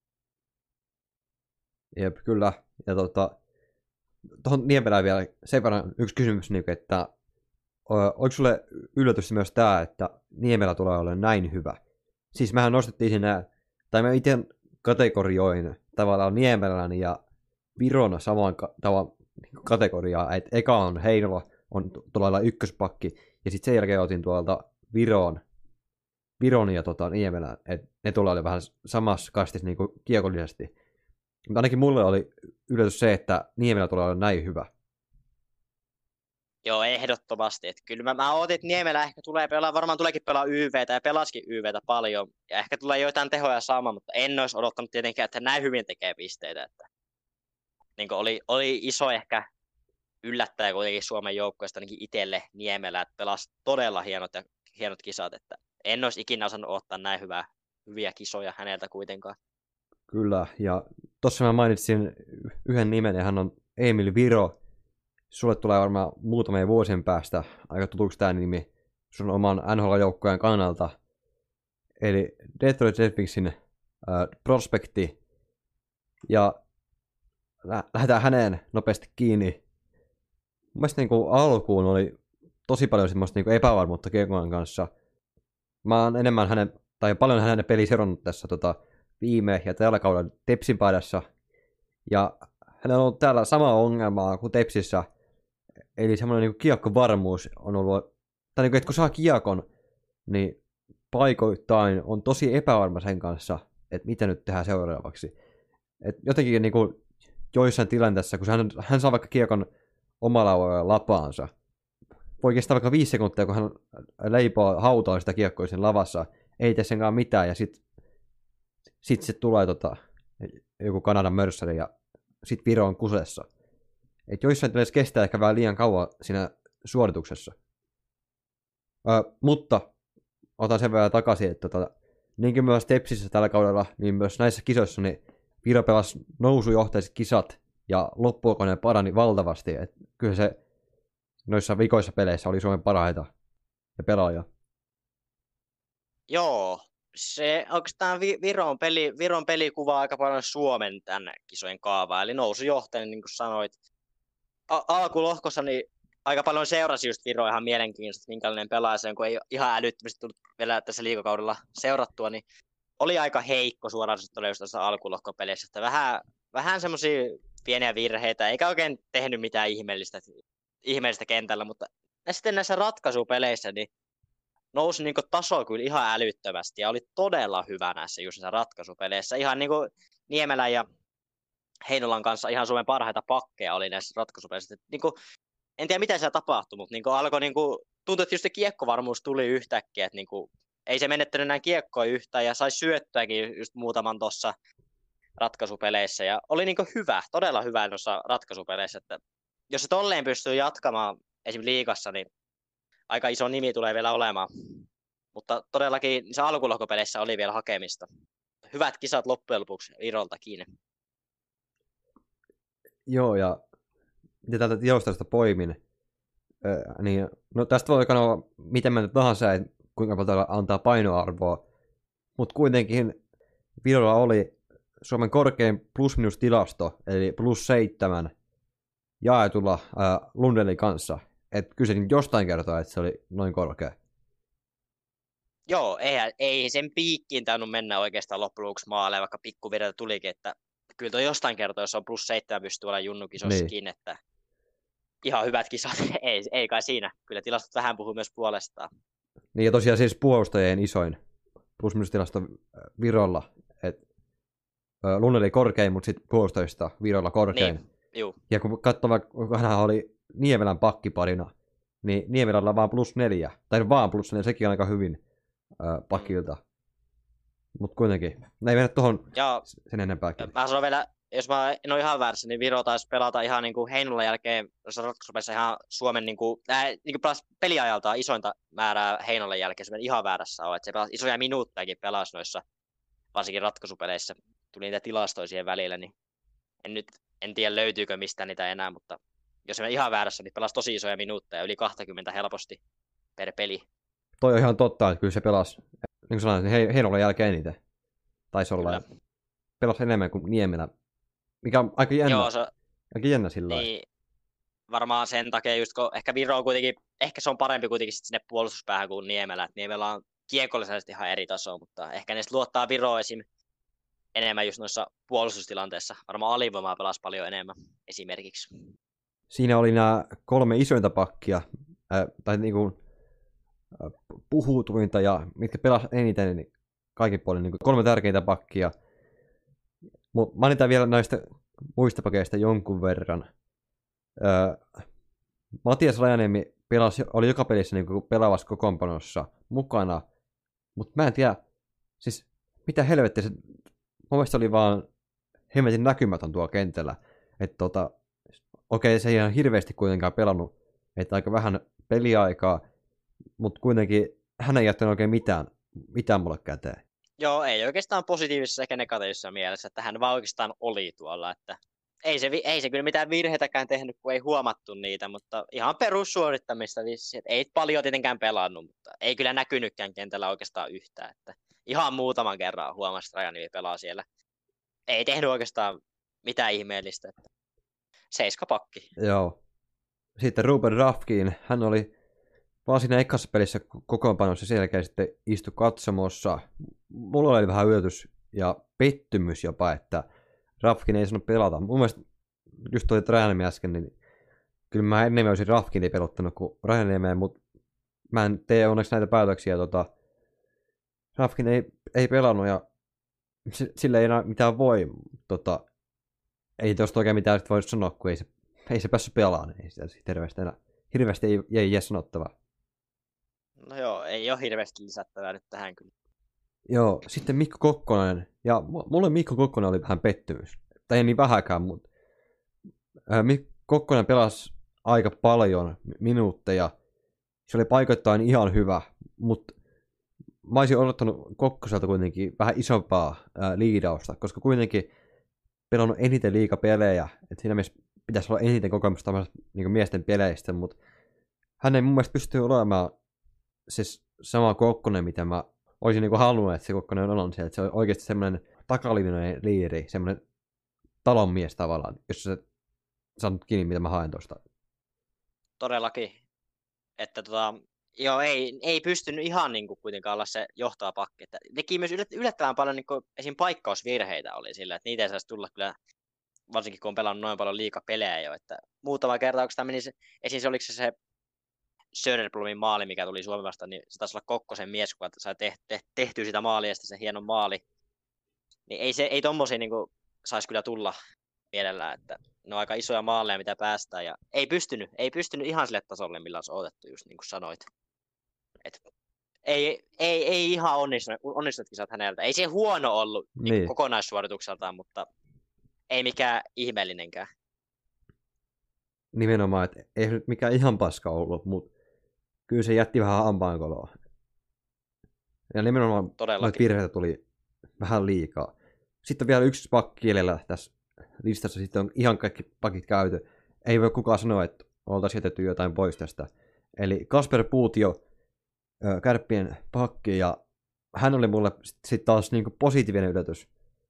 Jep, kyllä. Ja tuohon Niemelään vielä sen verran yksi kysymys, että oliko sulle yllätys myös tämä, että Niemelä tulee olemaan näin hyvä? Siis mehän nostettiin siinä, tai mä itse kategorioin tavallaan Niemelän ja Viron samaan kategoriaan, että eka on Heinola, on tuolla ykköspakki, ja sitten sen jälkeen otin tuolta Viron ja Niemelän, että ne tulee olla vähän samassa kastissa niin kiekollisesti. Mutta ainakin mulle oli yllätys se, että Niemelä tulee olla näin hyvä. Joo, ehdottomasti. Että kyllä mä ootin, että Niemelä ehkä varmaan tuleekin pelaa YVtä ja pelaskin YVtä paljon. Ja ehkä tulee joitain tehoja saamaan, mutta en olisi odottanut tietenkään, että näin hyvin tekee pisteitä. Että, niin oli iso ehkä yllättäjä kuitenkin Suomen joukkueesta ainakin itselle Niemelä, että pelasi todella hienot kisat. Että en olisi ikinä osannut ottaa näin hyviä kisoja häneltä kuitenkaan. Kyllä, ja tuossa mä mainitsin yhden nimen, ja hän on Emil Viro. Sulle tulee varmaan muutamien vuosien päästä aika tutuksi tämä nimi sun oman NHL-joukkojen kannalta. Eli Detroit Red Wingsin prospekti. Ja lähdetään häneen nopeasti kiinni. Mun mielestä niin alkuun oli tosi paljon semmoista niin epävarmuutta Kiekolan kanssa. Mä oon paljon hänen peliä seurannut tässä viime ja tällä kaudella Tepsin paidassa. Ja hänellä on ollut täällä sama ongelma kuin Tepsissä. Eli semmoinen niin kiekkovarmuus on ollut, tai niin kuin, että kun saa kiekon, niin paikoittain on tosi epävarma sen kanssa, että mitä nyt tehdään seuraavaksi. Et jotenkin niin kuin joissain tilanteessa, kun hän saa vaikka kiekon omalla lapaansa, voi kestää vaikka 5 sekuntia, kun hän leipoo hautaa sitä kiekkoa sen lavassa, ei tee senkaan mitään, ja sit se tulee joku Kanadan mörssäri, ja sit Viro on kusessa. Et joissain tilanteissa kestää ehkä vähän liian kauan siinä suorituksessa. Mutta otan sen vielä takaisin, että niinkin myös Tepsissä tällä kaudella, niin myös näissä kisoissa, niin Viro pelasi nousujohteiset kisat, ja loppuaikoinen parani valtavasti. Et kyllä se noissa vikoissa peleissä oli Suomen parhaita ja pelaajia. Joo, se oikeastaan Viron peli kuvaa aika paljon Suomen tänne kisojen kaavaa, eli nousujohtainen, niin kuin sanoit. Alkulohkossa niin aika paljon seurasi just Viroa ihan mielenkiintoista, minkälainen pelaaja se on, kun ei ihan älyttömästi tullut vielä tässä liigakaudella seurattua, niin oli aika heikko suoraan just tässä alkulohkopeleissä, että vähän semmoisia pieniä virheitä, eikä oikein tehnyt mitään ihmeellistä kentällä, mutta sitten näissä ratkaisupeleissä niin nousi niin taso kyllä ihan älyttömästi ja oli todella hyvä näissä just näissä ratkaisupeleissä. Ihan niin kuin Niemelän ja Heinolan kanssa ihan Suomen parhaita pakkeja oli näissä ratkaisupeleissä. Niin kuin, en tiedä mitä siellä tapahtui, mutta niin alkoi niin tuntua, että just se kiekkovarmuus tuli yhtäkkiä, että niin kuin, ei se menettänyt enää kiekkoa yhtään ja sai syöttöäkin just muutaman tuossa ratkaisupeleissä ja oli niin hyvä, todella hyvä noissa ratkaisupeleissä, että jos se tolleen pystyy jatkamaan esimerkiksi liigassa, niin aika iso nimi tulee vielä olemaan. Mutta todellakin niissä alkulohkopeleissä oli vielä hakemista. Hyvät kisat loppujen lopuksi Viroltakin. Joo, ja mitä täältä tilastosta poimin, niin no tästä voi sanoa miten mä nyt tahansa, että kuinka paljon antaa painoarvoa, mutta kuitenkin Virolla oli Suomen korkein plus-minus-tilasto, eli +7 jaetulla Lundelin kanssa. Että kyllä se jostain kertoo, että se oli noin korkea. Joo, ei sen piikkiin tainnut mennä oikeastaan loppujen lopuksi maalle, vaikka pikkuvirta tulikin, että kyllä toi jostain kertoo, jos on +7 pystyy olemaan junnukisossakin, niin. Että ihan hyvät kisat, ei kai siinä. Kyllä tilastot vähän puhuu myös puolestaan. Niin ja tosiaan siis puolustajien isoin plus-minus-tilasto Virolla. Lundeli korkein, mutta sitten puolustajista Virolla korkein. Niin, juu. Ja kun katsoo, kun hän oli Niemelän pakkiparina, niin Niemelällä on vaan +4. Tai vaan +4, sekin on aika hyvin pakilta. Mutta kuitenkin, ne ei mennä tuohon sen enempääkin. Mä sanon vielä, jos mä en ole ihan väärässä, niin Viro taisi pelata ihan niin kuin Heinolan jälkeen, jos ratkaisupeleissä ihan Suomen niin kuin peliajalta isointa määrää Heinolan jälkeen, jos ihan väärässä on. Että se pelasi isoja minuuttejakin pelasi noissa, varsinkin ratkaisupeleissä. Tuli niitä tilastoja siihen välillä, niin en tiedä löytyykö mistään niitä enää, mutta jos en ihan väärässä, niin pelasi tosi isoja minuutteja, yli 20 helposti per peli. Toi on ihan totta, että kyllä se pelasi, niin kuin sanoin, Heinolan jälkeen eniten. Taisi olla. Pelasi enemmän kuin Niemelä, mikä on aika jännä. Joo, aika jännä sillä niin, varmaan sen takia, just kun ehkä Viro on kuitenkin, ehkä se on parempi kuitenkin sinne puolustuspäähän kuin Niemelä. Niemelä on kiekollisesti ihan eri tasoa, mutta ehkä ne luottaa Viroa esim. Enemmän just noissa puolustustilanteissa. Varmaan alivoimaa pelasi paljon enemmän esimerkiksi. Siinä oli nämä 3 isointa pakkia, tai niinku puhutuinta ja mitkä pelasi eniten, niin kaikin puolin niin 3 tärkeintä pakkia. Mainitaan vielä näistä muista pakeista jonkun verran. Matias Rajaniemi oli joka pelissä niin pelaavassa kokoonpanossa mukana, mutta mä en tiedä, siis mitä helvettiä se, mun mielestä oli vaan hemmetin näkymätön tuo kentällä. Että okei, se ei ihan hirveästi kuitenkaan pelannut, että aika vähän peliaikaa, mutta kuitenkin hän ei jättänyt oikein mitään mulle käteen. Joo, ei oikeastaan positiivisessa eikä negatiivisessa mielessä, että hän vaan oikeastaan oli tuolla, että ei se kyllä mitään virheitäkään tehnyt, kun ei huomattu niitä, mutta ihan perussuorittamista vissiin, että ei paljon tietenkään pelannut, mutta ei kyllä näkynytkään kentällä oikeastaan yhtään, että ihan muutaman kerran huomasi, että Rajaniemi pelaa siellä. Ei tehnyt oikeastaan mitään ihmeellistä, että 7 pakki. Joo. Sitten Ruben Rafkin, hän oli vaan siinä ekassa pelissä kokoonpanossa, sen jälkeen sitten istui katsomossa. Mulla oli vähän yllätys ja pettymys jopa, että Rafkin ei saanut pelata. Mun mielestä, just toi Rajaniemi äsken, niin kyllä mä enemmän olisin Rafkin pelottanut kuin Rajaniemeen, mutta mä en tee onneksi näitä päätöksiä. Rafkin ei pelannut ja sillä ei enää mitään voi. Ei tosta oikein mitään voi sanoa, kun ei se päässyt pelaamaan. Ei sitä hirveästi ei jää sanottavaa. No joo, ei ole hirveästi lisättävää nyt tähän kyllä. Joo, sitten Mikko Kokkonen. Ja mulle Mikko Kokkonen oli vähän pettymys. Tai ei niin vähäkään, mutta Mikko Kokkonen pelasi aika paljon minuutteja. Se oli paikoittain ihan hyvä, mutta mä olisin odottanut Kokkoselta kuitenkin vähän isompaa liidausta, koska kuitenkin pelannut eniten liigapelejä, että siinä mielessä pitäisi olla eniten kokemusta niin miesten peleistä, mutta hän ei mun mielestä pysty olemaan se sama Kokkonen, mitä mä olisin niin halunnut, että se Kokkonen on siellä, että se on oikeasti semmoinen takalinjainen liiri, semmoinen talonmies tavallaan, jos sä saanut kiinni, mitä mä haen tuosta. Todellakin. Että joo, ei pystynyt ihan niin kuin kuitenkaan olla se johtava pakki. Että teki myös yllättävän paljon niin kuin, esim. Paikkausvirheitä oli sillä, että niitä ei saisi tulla kyllä, varsinkin kun on pelannut noin paljon liigapelejä jo. Että muutama kerta, kun tämä meni esim. Se oliko se Söderblommin maali, mikä tuli Suomen vastaan, niin se taisi olla Kokkosen mies, kun sai tehtyä sitä maalia ja sitten se hieno maali. Niin ei tommosia niin kuin, saisi kyllä tulla mielellään, että ne on aika isoja maaleja, mitä päästään, ja ei pystynyt ihan sille tasolle, millä olisi odotettu, just niin kuin sanoit. Et ei ihan onnistunut kisat häneltä. Ei se huono ollut niin kokonaissuoritukseltaan, mutta ei mikään ihmeellinenkään. Nimenomaan, että ei nyt mikään ihan paska ollut, mutta kyllä se jätti vähän hampaankoloa. Ja nimenomaan noita virheitä tuli vähän liikaa. Sitten on vielä yksi pakki jäljellä tässä listassa, sitten on ihan kaikki pakit käyty. Ei voi kukaan sanoa, että oltaisiin jätetty jotain pois tästä. Eli Kasper Puutio, Kärppien pakki, ja hän oli mulle sitten taas niinku positiivinen yllätys.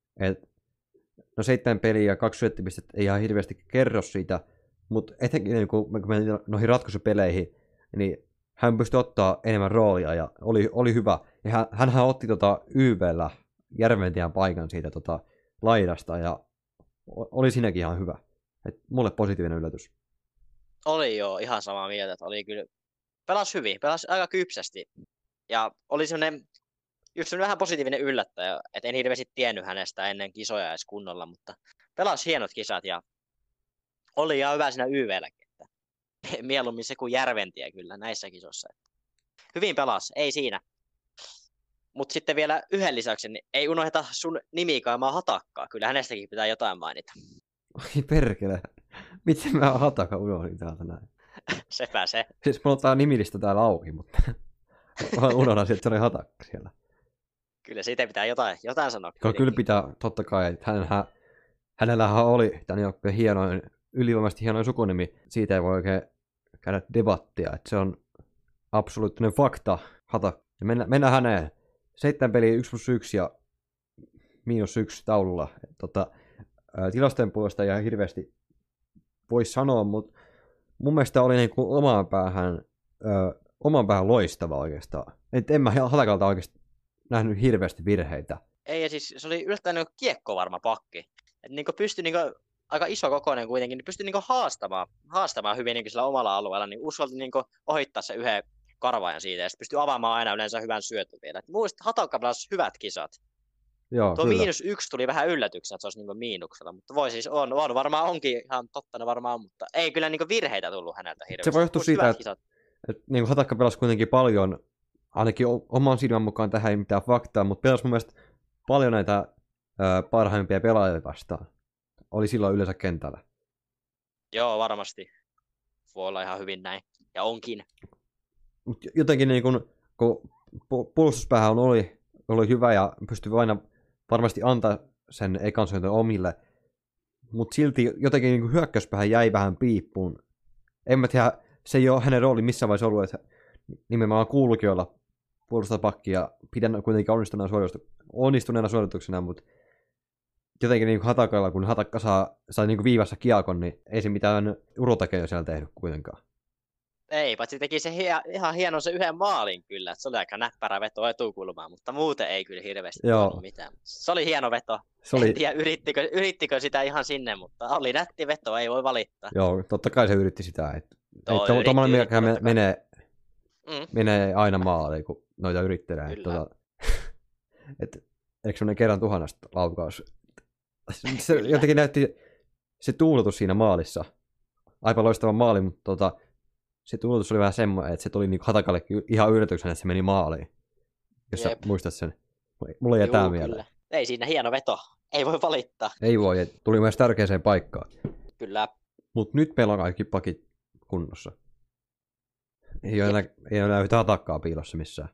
No 7 peliä ja 2 syöttöpistettä ei ihan hirveästi kerro siitä, mutta etenkin kun meni noihin ratkaisupeleihin, niin hän pystyi ottaa enemmän roolia ja oli hyvä. Ja hänhän otti YV:llä Järventien paikan siitä laidasta ja oli siinäkin ihan hyvä. Et mulle positiivinen yllätys. Oli joo, ihan samaa mieltä, että oli kyllä. Pelasi hyvin, pelasi aika kypsästi. Ja oli semmoinen vähän positiivinen yllättäjä, että en hirveästi tiennyt hänestä ennen kisoja edes kunnolla, mutta pelasi hienot kisat ja oli ihan hyvä siinä YV:lläkin. Mieluummin se kuin Järventiä kyllä näissä kisoissa. Hyvin pelasi, ei siinä. Mutta sitten vielä yhden lisäksi, niin ei unohda sun nimikaimaa Hatakkaa. Kyllä hänestäkin pitää jotain mainita. Oi perkele. Miten mä Hataka unohdin täältä näin? Sepä se. Siis mulla on tää nimilista täällä auki, mutta unohdan, että se oli Hatakka siellä. Kyllä siitä pitää jotain sanoa. Kyllä pitää, totta kai. Hänellähän oli tämän joukkueen ylivoimaisesti hienoin sukunimi. Siitä ei voi oikein käydä debattia, että se on absoluuttinen fakta. Ja mennään häneen. 7 peliä 1+1 ja -1 taululla. Tilastojen puolesta ei hirveästi voi sanoa, mutta mun mielestä oli niinku oman päähän loistava oikeastaan. Et en mä Hatakalta oikeasti nähnyt hirveästi virheitä. Ei, ja siis se oli yllättäen niinku kiekkovarma pakki. Et niinku pystyi niinku aika iso kokoinen kuitenkin, niin pystyi niinku haastamaan hyvin niinku sillä omalla alueella, niin uskalti niinku ohittaa se yhden karvaajan siitä, ja sitten pystyi avaamaan aina yleensä hyvän syötön vielä. Muistin, Hatakka pelasi hyvät kisat. Joo, tuo kyllä. -1 tuli vähän yllätyksenä, että se olisi niinku miinuksella, mutta voi siis on varmaan onkin ihan totta, ne varmaan, mutta ei kyllä niinku virheitä tullut häneltä hirveästi. Se voi johtua siitä, että niin Hatakka pelasi kuitenkin paljon, ainakin oman silmän mukaan tähän ei mitään faktaa, mutta pelasi mun mielestä paljon näitä parhaimpia pelaajia vastaan. Oli silloin yleensä kentällä. Joo, varmasti. Voi olla ihan hyvin näin. Ja onkin. Mut jotenkin niin kun puolustuspäähän oli hyvä ja pystyi aina varmasti antaa sen ekan syötön omille, mutta silti jotenkin niin hyökkäyspäähän jäi vähän piippuun. En mä tiedä, se ei ole hänen rooli missään vaiheessa ollut, että nimenomaan kuuluukin olla puolustuspakki ja pidän kuitenkin onnistuneena suorituksena, mutta jotenkin niin Hatakalla, kun Hatakka saa niin viivassa kiekon, niin ei se mitään urotakeja siellä tehnyt kuitenkaan. Ei, paitsi teki se ihan hieno se yhden maalin kyllä, että se oli aika näppärä veto etukulmaan, mutta muuten ei kyllä hirveästi ollut mitään. Se oli hieno veto. En tiedä, yrittikö sitä ihan sinne, mutta oli nätti veto, ei voi valittaa. Joo, totta kai se yritti sitä. Tuommoinen mikä menee aina maaliin, kun noita yrittelee. Eikö semmoinen kerran 1000 laukaus? Se jotenkin näytti se tuuletus siinä maalissa. Aivan loistava maali, mutta se tuuletus oli vähän semmoinen, että se tuli niinku Hatakallekin ihan yllätyksenä, että se meni maaliin. Jos sä muistat sen. Mulla jäi tää mieleen. Ei siinä hieno veto. Ei voi valittaa. Ei voi, tuli myös tärkeäseen paikkaan. Kyllä. Mut nyt meillä on kaikki pakit kunnossa. Ei ole enää yhtä Hatakkaa piilossa missään.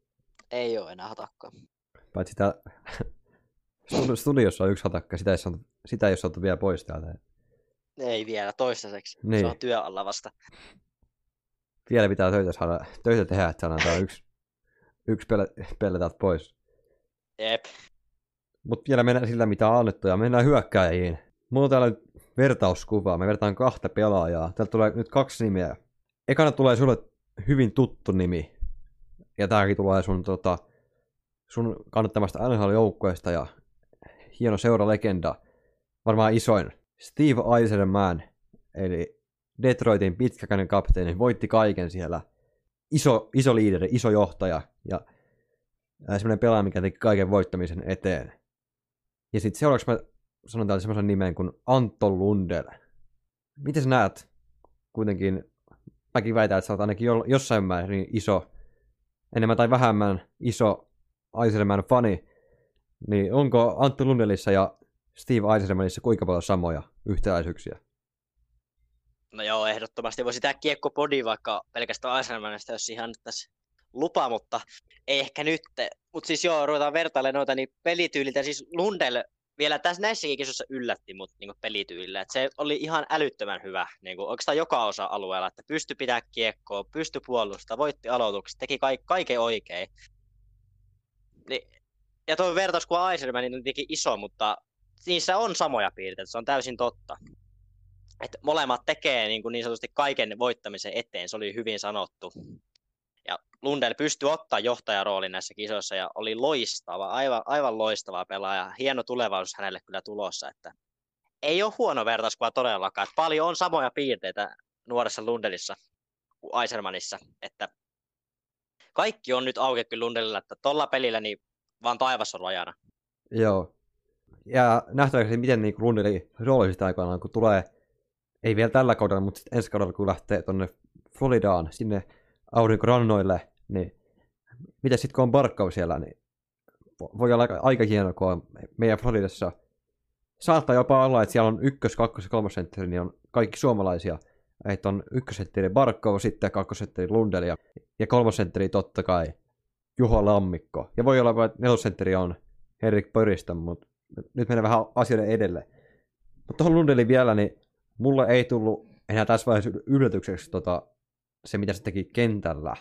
Ei ole enää Hatakkaa. Paitsi tää studiossa on yksi Hatakka, sitä ei saanut sitä ei ole saatu vielä pois täältä. Ei vielä toistaiseksi. Niin. Se on työ alla vasta. Vielä pitää töitä tehdä, että saadaan tämä yksi pelle täältä pois. Jep. Mutta vielä mennään sillä, mitä on annettu, ja mennään hyökkääjiin. Mulla on täällä nyt vertauskuva. Me vertaan 2 pelaajaa. Täältä tulee nyt 2 nimeä. Ekana tulee sulle hyvin tuttu nimi. Ja tääkin tulee sun kannattamasta NHL-joukkueesta ja hieno seuralegenda. Varmaan isoin. Steve Yzerman, eli Detroitin pitkäkäinen kapteeni, voitti kaiken siellä. Iso liideri, iso johtaja ja semmoinen pelaaja, mikä teki kaiken voittamisen eteen. Ja sitten seuraavaksi mä sanon täältä semmoisen nimen kuin Anton Lundell. Miten sä näet? Kuitenkin mäkin väitän, että sä oot ainakin jossain määrin iso, enemmän tai vähemmän iso Yzerman fani. Niin onko Anton Lundellissa ja Steve Yzermanissa kuinka paljon samoja yhtäläisyyksiä? No joo, ehdottomasti voisi tehdä kiekkopodi vaikka pelkästään Yzermanista, jos ihan annettaisiin lupa, mutta ei ehkä nyt. Mutta siis joo, ruvetaan vertailemaan noita niin pelityyliltä. Siis Lundell vielä näissäkin kisoissa yllätti mut niin pelityylillä. Et se oli ihan älyttömän hyvä niin oikeastaan joka osa-alueella, että pystyi pitää kiekkoa, pystyi puolustamaan, voitti aloitukset, teki kaiken oikein. Ja tuo vertauskuva Yzerman niin on tietenkin iso, mutta niissä on samoja piirteitä, se on täysin totta. Että molemmat tekee niin sanotusti kaiken voittamisen eteen, se oli hyvin sanottu. Ja Lundell pystyi ottaa johtajaroolin näissä kisoissa ja oli loistava, aivan loistava pelaaja. Hieno tulevaisuus hänelle kyllä tulossa, että ei ole huono vertauskuva todellakaan. Että paljon on samoja piirteitä nuoressa Lundellissa kuin Yzermanissa, että kaikki on nyt auki kyllä Lundellilla, että tuolla pelillä niin vaan taivas on rajana. Joo. Ja nähtäväksi, miten niin Lundellin rooli sitä aikanaan, kun tulee, ei vielä tällä kaudella, mutta sitten ensi kaudella, kun lähtee tuonne Floridaan, sinne aurinkorannoille, niin miten sitten kun on Barkov siellä, niin voi olla aika hienoa, kun on meidän Floridassa. Saattaa jopa olla, että siellä on 1-, 2- ja 3. sentteri, niin on kaikki suomalaisia. Että on 1. sentteri Barkov, sitten 2. sentteri Lundell ja 3. sentteri totta kai Juho Lammikko. Ja voi olla, että 4. sentteri on Henrik Pöristö, mutta nyt mennään vähän asioiden edelle. Mutta tuohon Lundellin vielä, niin mulle ei tullut enää tässä vaiheessa yllätykseksi se, mitä se teki kentällä.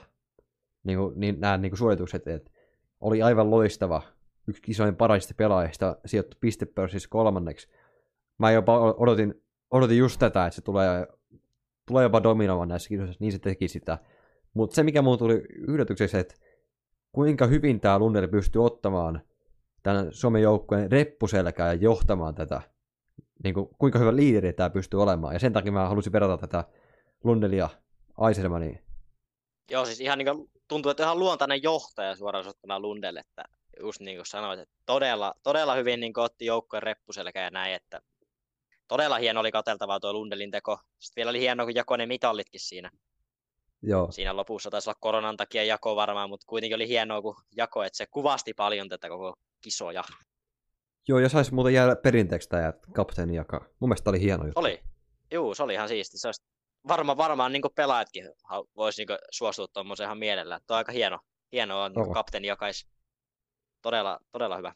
Nämä suoritukset, että oli aivan loistava. Yksi isoin parhaista pelaajista sijoittui pistepörssissä 3. Mä jopa odotin just tätä, että se tulee jopa dominoimaan näissä kisoissa, niin se teki sitä. Mutta se, mikä mulle tuli yllätykseksi, että kuinka hyvin tämä Lundell pystyy ottamaan tämän Suomen joukkueen reppuselkää ja johtamaan tätä. Kuinka hyvä liideri tämä pystyy olemaan. Ja sen takia mä halusin verrata tätä Lundellia Yzermaniin. Joo, siis ihan tuntuu, että ihan luontainen johtaja suoraan sanottuna Lundell, että just niin kuin sanoit, että todella hyvin otti joukkueen reppuselkää ja näin, että todella hieno oli katseltavaa tuo Lundellin teko. Sitten vielä oli hienoa, kun jakoi ne mitallitkin siinä. Joo. Siinä lopussa taisi olla koronan takia jako varmaan, mutta kuitenkin oli hienoa, kun jakoi, että se kuvasti paljon tätä koko kisoja. Joo, ja saisi muuten jäädä perinteeksi tämä kapteeni jakaa. Mun mielestä oli hieno juttu. Oli. Joo, se oli ihan siisti. Se olisi varmaan pelaajatkin voisi suostua tuommoisen ihan mielellään. Tuo on aika hienoa on, niin kapteeni jakaisi. Todella hyvä.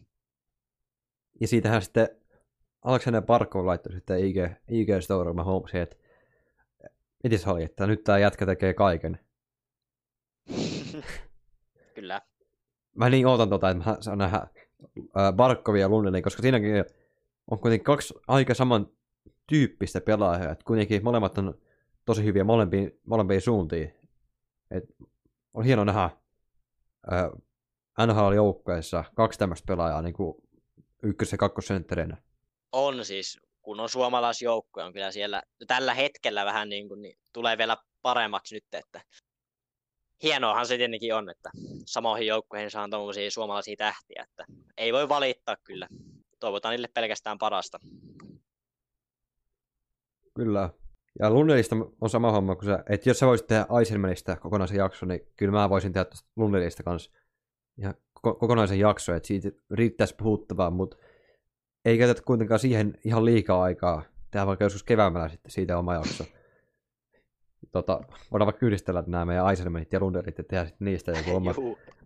Ja siitähän sitten Aleksander Barkov laittoi sitten IG-story, mä huomasin, että miten se oli, että nyt tää jätkä tekee kaiken. Kyllä. Mä niin ootan että mä saan nähdä Barkovia ja Lundellin, koska siinäkin on kuitenkin 2 aika saman tyyppistä pelaajaa, että kuitenkin molemmat on tosi hyviä molempiin suuntiin. Et on hieno nähdä NHL-joukkueessa 2 tämmöistä pelaajaa niin kuin 1- ja 2-senttereinä. On siis, kun on suomalaisjoukkoja, on kyllä siellä tällä hetkellä vähän niin tulee vielä paremmaksi nyt, että hienoahan se tietenkin on, että samoihin joukkoihin saa tommosia suomalaisia tähtiä, että ei voi valittaa kyllä. Toivotaan niille pelkästään parasta. Kyllä. Ja Lundellista on sama homma kuin se, että jos sä voisit tehdä Yzermanista kokonaisen jakson, niin kyllä mä voisin tehdä tuosta Lundellista kanssa ihan kokonaisen jakson, että siitä riittäisi puhuttavaa, mutta ei käytetä kuitenkaan siihen ihan liikaa aikaa. Tehdään vaikka joskus keväämällä sitten siitä oma jakso. Voidaan vaikka yhdistellä nämä meidän Yzermanit ja Lundellit ja tehdä sitten niistä joku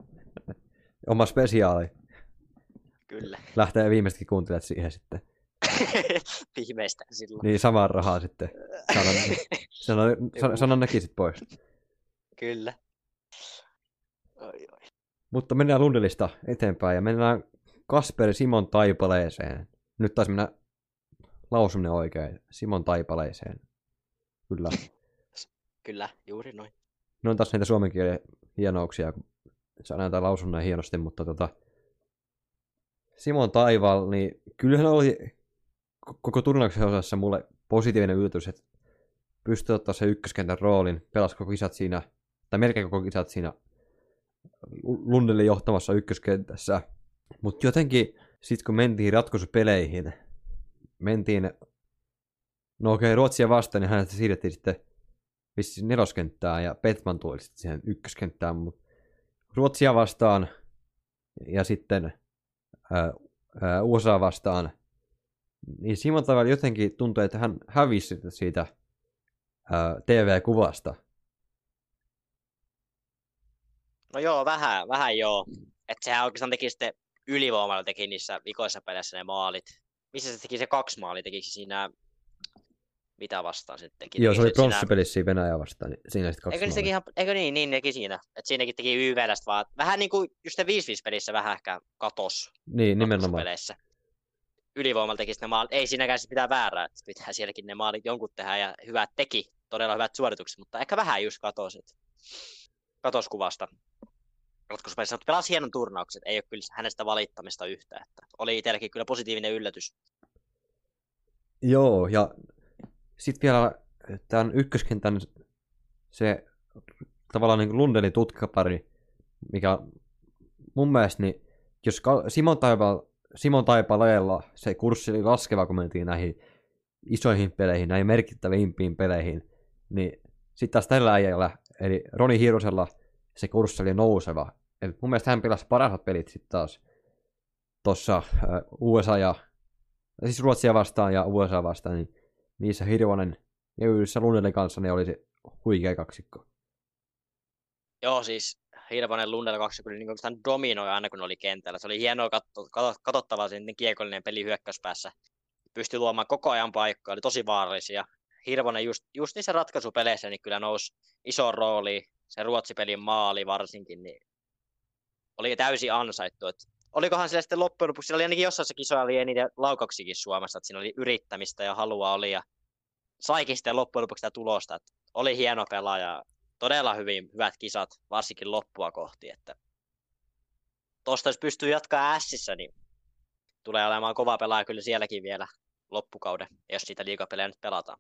oma spesiaali. Kyllä. Lähtee viimeisetkin kuuntelijat siihen sitten. Viimeistään silloin. Niin samaa rahaa sitten. Sanan nekin sitten pois. Kyllä. Oi. Mutta mennään Lundelista eteenpäin ja mennään Kasperi Simon Taipaleeseen. Nyt taisi mennä lausuminen oikein. Simon Taipaleeseen. Kyllä. Kyllä, juuri noin. Ne on taas näitä suomen kielen hienouksia, kun saa näitä lausunnoja hienosti, mutta Simon Taival, niin kyllähän oli koko turnauksen osassa mulle positiivinen yllätys, että pystyi ottaa se ykköskentän roolin, pelasi koko kisat siinä, tai melkein koko kisat siinä Lundelle johtamassa ykköskentässä. Mutta jotenkin, sitten kun mentiin ratkaisupeleihin, no okei, Ruotsia vastaan, niin hänet siirrettiin sitten vissiin neloskenttään, ja Petman tuli sitten siihen ykköskenttään, mutta Ruotsia vastaan, ja sitten USA vastaan, niin Simon Taival jotenkin tuntui, että hän hävisi siitä TV-kuvasta. No joo, vähän joo. Että sehän oikeastaan teki sitten ylivoimalla teki niissä vikoissa peleissä ne maalit. Missä se teki se 2 maalia? Tekikö se siinä, mitä vastaan sitten teki? Joo, se oli pronssipelissä siinä Venäjää vastaan, niin siinä sitten 2 maalia. Eikö niin nekin siinä. Että siinäkin teki YV:stä vaan. Vähän niin kuin just se 5-5 pelissä vähän ehkä katos. Niin, nimenomaan. Peleissä. Ylivoimalla teki ne maalit. Ei siinäkään sitten mitään väärää. Että pitää sielläkin ne maalit jonkun tehdä ja hyvät teki. Todella hyvät suoritukset, mutta ehkä vähän just katos kuvasta. Ratkaisupelissä, mutta pelasi hienon turnaukset. Ei ole kyllä hänestä valittamista yhtään. Että oli itselläkin kyllä positiivinen yllätys. Joo, ja sitten vielä tämän ykköskentän se tavallaan niin kuin Lundelin tutkapari, mikä mun mielestä, niin jos Simon Taipaleella se kurssi oli laskeva, kun mentiin näihin isoihin peleihin, näihin merkittävimpiin peleihin, niin sitten taas tällä äijällä, eli Roni Hirvosella, se kurssi oli nouseva. Eli mun mielestä hän pelasi parhaat pelit sitten taas tuossa siis Ruotsia vastaan ja USA vastaan, niin niissä Hirvonen ja yhdessä Lundelin kanssa ne oli se huikea kaksikko. Joo, siis Hirvonen Lundella kaksikko oli niin dominoi aina, kun ne oli kentällä. Se oli hienoa katsottavaa se kiekollinen peli hyökkäyspäässä. Pystyi luomaan koko ajan paikkaa, oli tosi vaarallisia. Hirvonen just niissä ratkaisupeleissä niin kyllä nousi iso rooli. Se Ruotsi-pelin maali varsinkin, niin oli täysin ansaittu. Et olikohan siellä sitten loppujen lopuksi, siellä oli ainakin jossain kisoja oli eniten laukauksikin Suomessa, että siinä oli yrittämistä ja halua oli, ja saikin sitten loppujen lopuksi sitä tulosta. Et oli hieno pelaaja, todella hyvät kisat, varsinkin loppua kohti. Että tuosta jos pystyy jatkaa Ässissä, niin tulee olemaan kova pelaaja kyllä sielläkin vielä loppukauden, jos siitä liigapelejä nyt pelataan.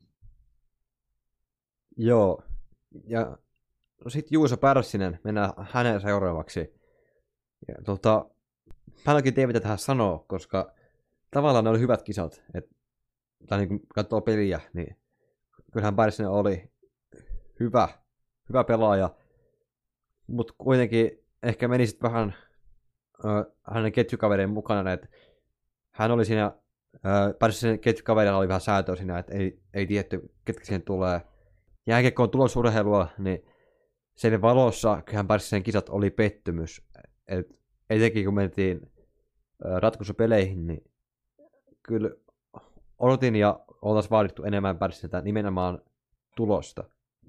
Joo, ja no sitten Juuso Pärssinen, mennään hänen seuraavaksi. Ja mä en oikein tiedä, mitä tähän sanoo, koska tavallaan ne oli hyvät kisat. Tai niin kun katsoo peliä, niin kyllähän Pärssinen oli hyvä pelaaja, mutta kuitenkin ehkä meni sitten vähän hänen ketjukaverien mukana, että hän oli siinä, Pärssinen ketjukaverilla oli vähän säätöä siinä, että ei tiedetty, ketkä siihen tulee. Jääkiekko on tulosurheilua, niin sen valossa kyllähän Pärssisen kisat oli pettymys. Etenkin kun mentiin ratkaisupeleihin, niin kyllä odotin ja oltaisiin vaadittu enemmän Pärssintä nimenomaan tulosta.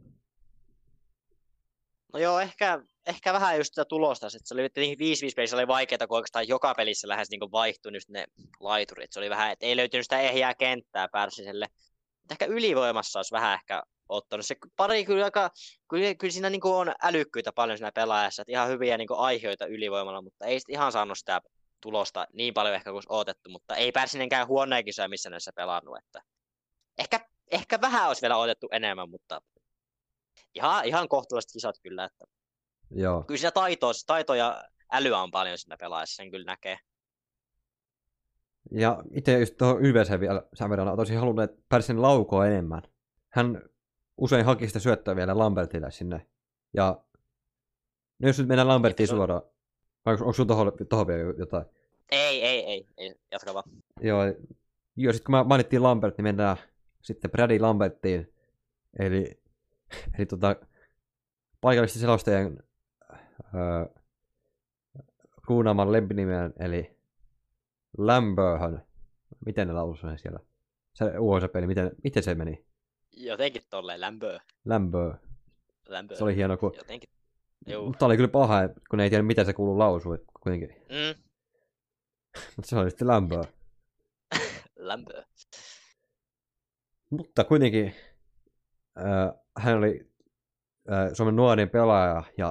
No joo, ehkä vähän just sitä tulosta. Että se oli tietenkin 5-5 pelissä oli vaikeaa, kun oikeastaan joka pelissä lähes niin vaihtui just ne laiturit. Se oli vähän, että ei löytynyt sitä ehjää kenttää Pärssiselle. Ehkä ylivoimassa olisi vähän ehkä ottanut. Se pari kyllä siinä niin on älykkyitä paljon siinä pelaajassa, että ihan hyviä niin aiheita ylivoimalla, mutta ei ihan saanut sitä tulosta niin paljon ehkä kuin olisi odotettu, mutta ei Pärssinenkään huoneen kisoja missä näissä pelannut. Että ehkä vähän olisi vielä odotettu enemmän, mutta ihan kohtuulliset kisat kyllä. Että joo. Kyllä siinä taitoa ja älyä on paljon siinä pelaajassa, sen kyllä näkee. Ja itse just tuohon YVC vielä sen verran olisin halunnut, että Pärssinen laukoo enemmän. Hän usein haki sitä syöttöä vielä Lambertille sinne. Ja no jos nyt mennään Lamberttiin suoraan, vai onko sun tohon vielä jotain? Ei, jatka vaan. Joo, sitten kun mainittiin Lambert, niin mennään sitten Brady Lamberttiin. Eli paikallisten selostajien kuunaaman lempinimeen, eli Lamberhön. Miten ne lausuu ne siellä? Se USA-peli, miten se meni? Jotenkin tolleen Lämpöä. Se oli hieno, kun... Jotenkin, juu. Mutta oli kyllä paha, kun ei tiedä, mitä se kuuluu lausua kuitenkin. Mutta se oli sitten lämpöä. Lämpöä. Mutta kuitenkin hän oli Suomen nuorin pelaaja ja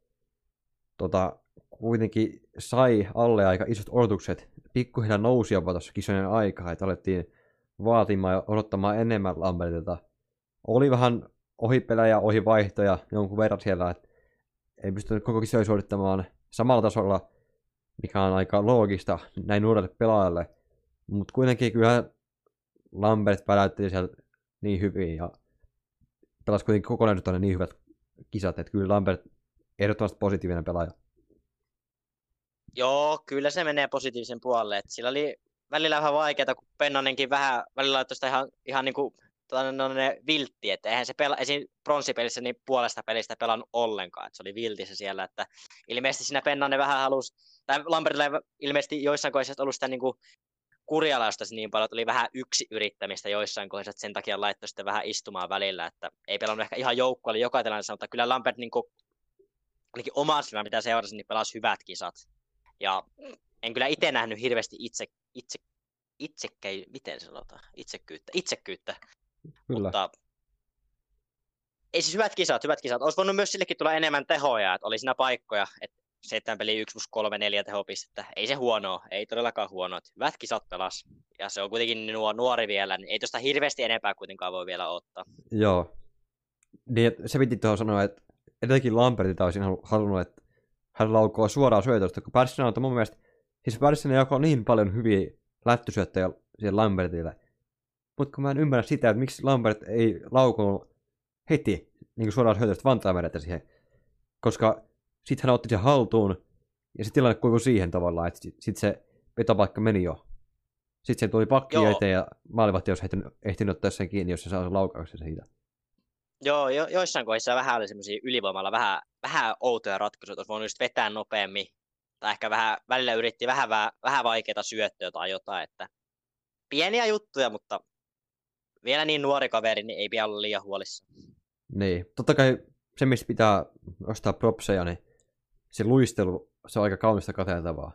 kuitenkin sai alle aika isot odotukset. Pikkuhiljaa nousi jopa tuossa kisojen aikaa, että alettiin vaatimaan ja odottamaan enemmän Lambertilta. Oli vähän ohipelejä, ohivaihtoja jonkun verran siellä, että ei pystynyt koko kisoja suorittamaan samalla tasolla, mikä on aika loogista näin nuorelle pelaajalle. Mutta kuitenkin kyllä Lambert väläytteli siellä niin hyvin ja pelasi kuitenkin kokonaisuutena niin hyvät kisat, että kyllä Lambert ehdottomasti positiivinen pelaaja. Joo, kyllä se menee positiivisen puolelle. Et sillä oli välillä vähän vaikeaa, kun Pennanenkin vähän välillä laittoi sitä ihan niin kuin viltti, että eihän se esim. Pronssipelissä niin puolesta pelistä pelannut ollenkaan, että se oli viltissä siellä, että ilmeisesti siinä Pennanen vähän halusi, tai Lambertilla ilmeisesti joissain kohdissa ollut sitä niin kuin kurjalausta niin paljon, että oli vähän yksi yrittämistä joissain kohdissa, että sen takia laittoi sitten vähän istumaan välillä, että ei pelannut ehkä ihan joukkoa, oli joka tilanteessa, mutta kyllä Lambert niin kuin, ainakin oman silmään, mitä seurasi, niin pelasi hyvät kisat. Ja en kyllä itse nähnyt hirveästi itsekkyyttä. Kyllä. Mutta ei siis hyvät kisat. Olisi voinut myös sillekin tulla enemmän tehoja, että oli siinä paikkoja, että 7 peliä 1+3-4 tehopistettä. Ei se huonoa, ei todellakaan huonoa. Hyvät kisat pelas. Ja se on kuitenkin nuori vielä, niin ei tuosta hirveästi enempää kuitenkaan voi vielä ottaa. Joo. Niin, se piti tuohon sanoa, että etenkin Lambertilta olisin halunnut, että hän laukoo suoraan syötöstä, kun Pärssinen on mun mielestä, siis Pärssinen jakoi niin paljon hyviä lättysyöttöjä siihen Lambertille. Mutta kun mä en ymmärrä sitä, että miksi Lambert ei laukonut heti niin suoraan syötöstä Vantaameretä siihen, koska sitten hän otti sen haltuun, ja se tilanne kuivui siihen tavallaan, että sitten se vetopaikka meni jo. Sitten se tuli pakki eteen, ja maalivahti olisi ehtinyt ottaa sen kiinni, jos se saa sen laukauksen siitä. Joo, joissain kohdissa vähän oli semmoisia ylivoimalla vähän outoja ratkaisuja, että olisi voinut just vetää nopeammin, tai ehkä välillä yritti vähän vaikeita syöttöä tai jotain, että pieniä juttuja, mutta vielä niin nuori kaveri, niin ei pidä olla liian huolissaan. Niin, totta kai se, mistä pitää ostaa propseja, niin se luistelu, se on aika kaunista katseltavaa.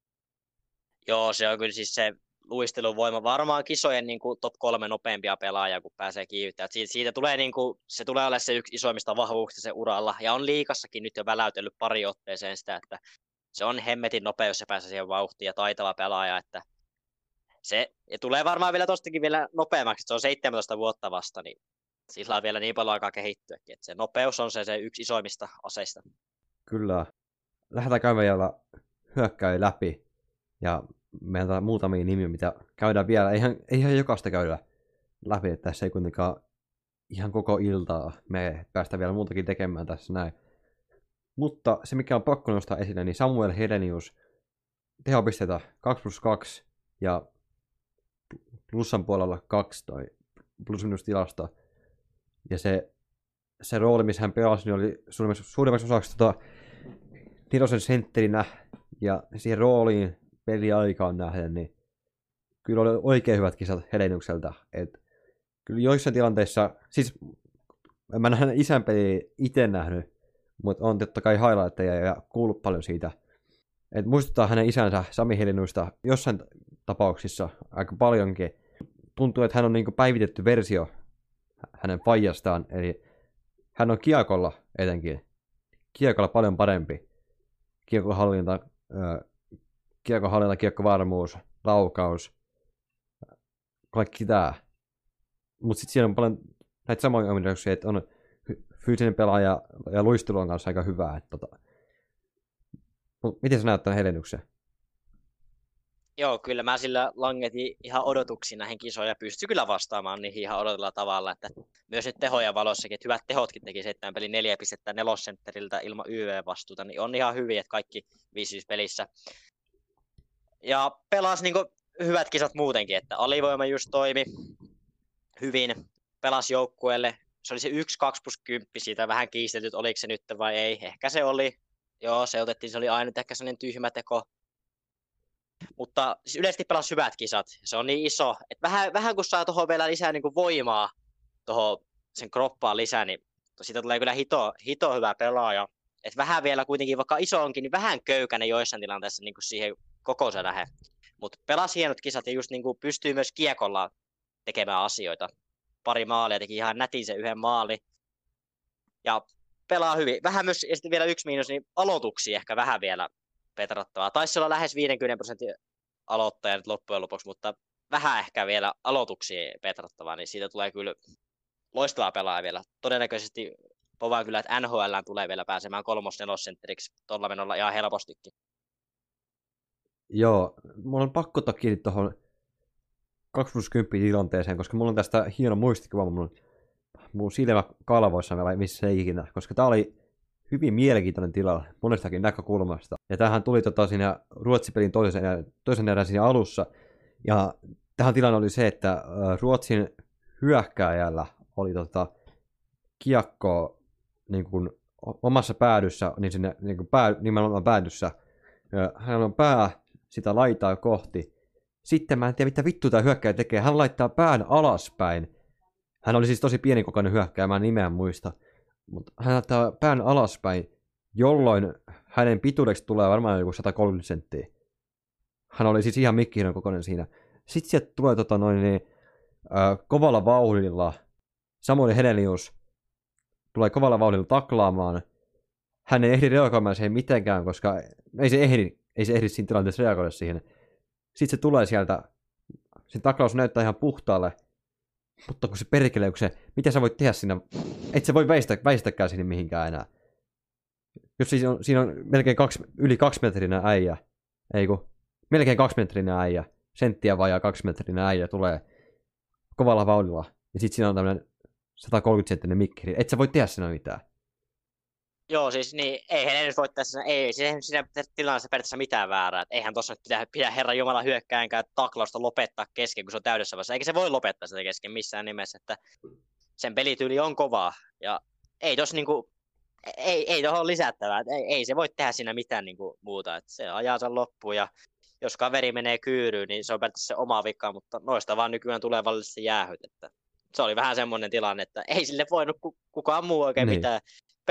Joo, se on kyllä siis se luisteluvoima. Varmaan kisojen niin kuin top 3 nopeampia pelaajia, kun pääsee kiivyttämään. Siitä tulee, niin kuin, se tulee olemaan se yksi isoimmista vahvuuksista se uralla. Ja on liikassakin nyt jo väläytellyt pari otteeseen sitä, että se on hemmetin nopea, jos se pääsee siihen vauhtiin ja taitava pelaaja. Että se ja tulee varmaan vielä tostakin vielä nopeammaksi. Se on 17 vuotta vasta, niin sillä on vielä niin paljon aikaa kehittyäkin. Että se nopeus on se yksi isoimmista aseista. Kyllä. Lähdetään käymään vielä hyökkäin läpi. Ja meiltä on muutamia nimiä, mitä käydään vielä. Eihän jokaista käydä läpi, että tässä ei kuitenkaan ihan koko iltaa me päästä vielä muutakin tekemään tässä näin. Mutta se, mikä on pakko nostaa esille, niin Samuel Helenius, tehopisteitä 2+2 ja plussan puolella 2 tai plus-minus tilasta. Ja se rooli, missä hän pelasi, niin oli suurimmaksi osaksi nelosen sentterinä ja siihen rooliin peliaikaan nähden, niin kyllä oli oikein hyvät kisat Heleniukselta. Kyllä joissain tilanteissa, siis en mä hänen isän peliä itse nähnyt, mutta on totta kai highlightteja ja kuullut paljon siitä. Et muistuttaa hänen isänsä Sami Heleniusta jossain tapauksissa aika paljonkin. Tuntuu, että hän on niinku päivitetty versio hänen faijastaan, eli hän on kiekolla etenkin. Kiekolla paljon parempi. Kiekkohallinta, kiekkovarmuus, laukaus, kaikki tää. Mutta sitten siellä on paljon näitä samoja ominaisuuksia, että on fyysinen pelaaja ja luistelu on kanssa aika hyvää. Miten sä näet tämän Heleniuksen? Joo, kyllä mä sillä langetin ihan odotuksiin näihin kisoihin ja pystyi kyllä vastaamaan niihin ihan odotulla tavalla, että myös nyt tehoja valossakin, että hyvät tehotkin teki 7 pelin 4 pistettä nelosentteriltä ilman YV-vastuuta, niin on ihan hyviä, että kaikki 5 pelissä. Ja pelasi niin hyvät kisat muutenkin, että alivoima just toimi hyvin, pelasi joukkueelle. Se oli se 1-2+10, siitä vähän kiistelty, että oliko se nyt vai ei. Ehkä se oli. Joo, se otettiin, se oli ainut ehkä sellainen tyhmä teko. Mutta siis yleisesti pelasi hyvät kisat. Se on niin iso, että vähän kun saa tuohon vielä lisää niin kuin voimaa tuohon sen kroppaan lisää, niin siitä tulee kyllä hito hyvä pelaaja. Et vähän vielä kuitenkin, vaikka iso onkin, niin vähän köykäinen joissain tilanteissa niin kuin siihen kokoonsa nähden. Mutta pelasi hienot kisat ja just niin kuin pystyy myös kiekolla tekemään asioita. Pari maalia, teki ihan nätin se yhden maali. Ja pelaa hyvin. Vähän myös, ja sitten vielä yksi miinus, niin aloituksia ehkä vähän vielä petrattavaa. Taisi olla lähes 50% aloittaja nyt loppujen lopuksi, mutta vähän ehkä vielä aloituksia petrattavaa, niin siitä tulee kyllä loistavaa pelaaja vielä. Todennäköisesti povaan kyllä, että NHL tulee vielä pääsemään 3-4-sentteriksi tuolla menolla ihan helpostikin. Joo, mulla on pakko ottaa kiinni tuohon 2+10 tilanteeseen, koska mulla on tästä hieno muistikuva mun silmä kalvoissa vai missä ei ikinä, koska tää oli hyvin mielenkiintoinen tila monestakin näkökulmasta. Ja tämähän tuli siinä Ruotsi-pelin toisen erän siinä alussa. Ja tähän tilanne oli se, että Ruotsin hyökkääjällä oli kiekko niin kuin omassa päädyssä, niin sinne niin kuin nimenomaan päädyssä. Hän on pää sitä laitaa kohti. Sitten mä en tiedä, mitä vittu tämä hyökkääjä tekee. Hän laittaa pään alaspäin. Hän oli siis tosi pienikokoinen hyökkääjä, mä en nimeä muista. Mutta hän laittaa pään alaspäin, jolloin hänen pituudeksi tulee varmaan joku 130 senttiä. Hän oli siis ihan mikkihinon kokoinen siinä. Sitten sieltä tulee kovalla vauhdilla, Samuel Helenius tulee kovalla vauhdilla taklaamaan. Hän ei ehdi reagoimaan siihen mitenkään, koska ei se ehdi siinä tilanteessa reagoida siihen. Sitten se tulee sieltä, se taklaus näyttää ihan puhtaalle, mutta kun se perkelee, mitä sä voit tehdä siinä, et sä voi väistäkään sinne mihinkään enää. Jos siinä on melkein yli 2-metrinen äijä, melkein 2-metrinen äijä, senttiä vajaa 2-metrinen äijä tulee kovalla vauhdilla, ja sitten siinä on tämmöinen 130-senttinen mikkeri, et sä voi tehdä siinä mitään. Joo, siis niin, ei hän edes voi tässä, ei siinä tilanteessa periaatteessa mitään väärää. Et eihän tuossa nyt pidä Herran Jumala hyökkäänkään taklausta lopettaa kesken, kun se on täydessä vaiheessa. Eikä se voi lopettaa sitä kesken missään nimessä, että sen pelityyli on kovaa. Ja ei tuossa niinku, ei tuohon lisättävää. Ei se voi tehdä siinä mitään niinku muuta. Et se ajaa sen loppuun ja jos kaveri menee kyyryyn, niin se on periaatteessa se oma vika, mutta noista vaan nykyään tulee valitettavasti jäähyt. Että se oli vähän semmoinen tilanne, että ei sille voinut kukaan muu oikein niin mitään.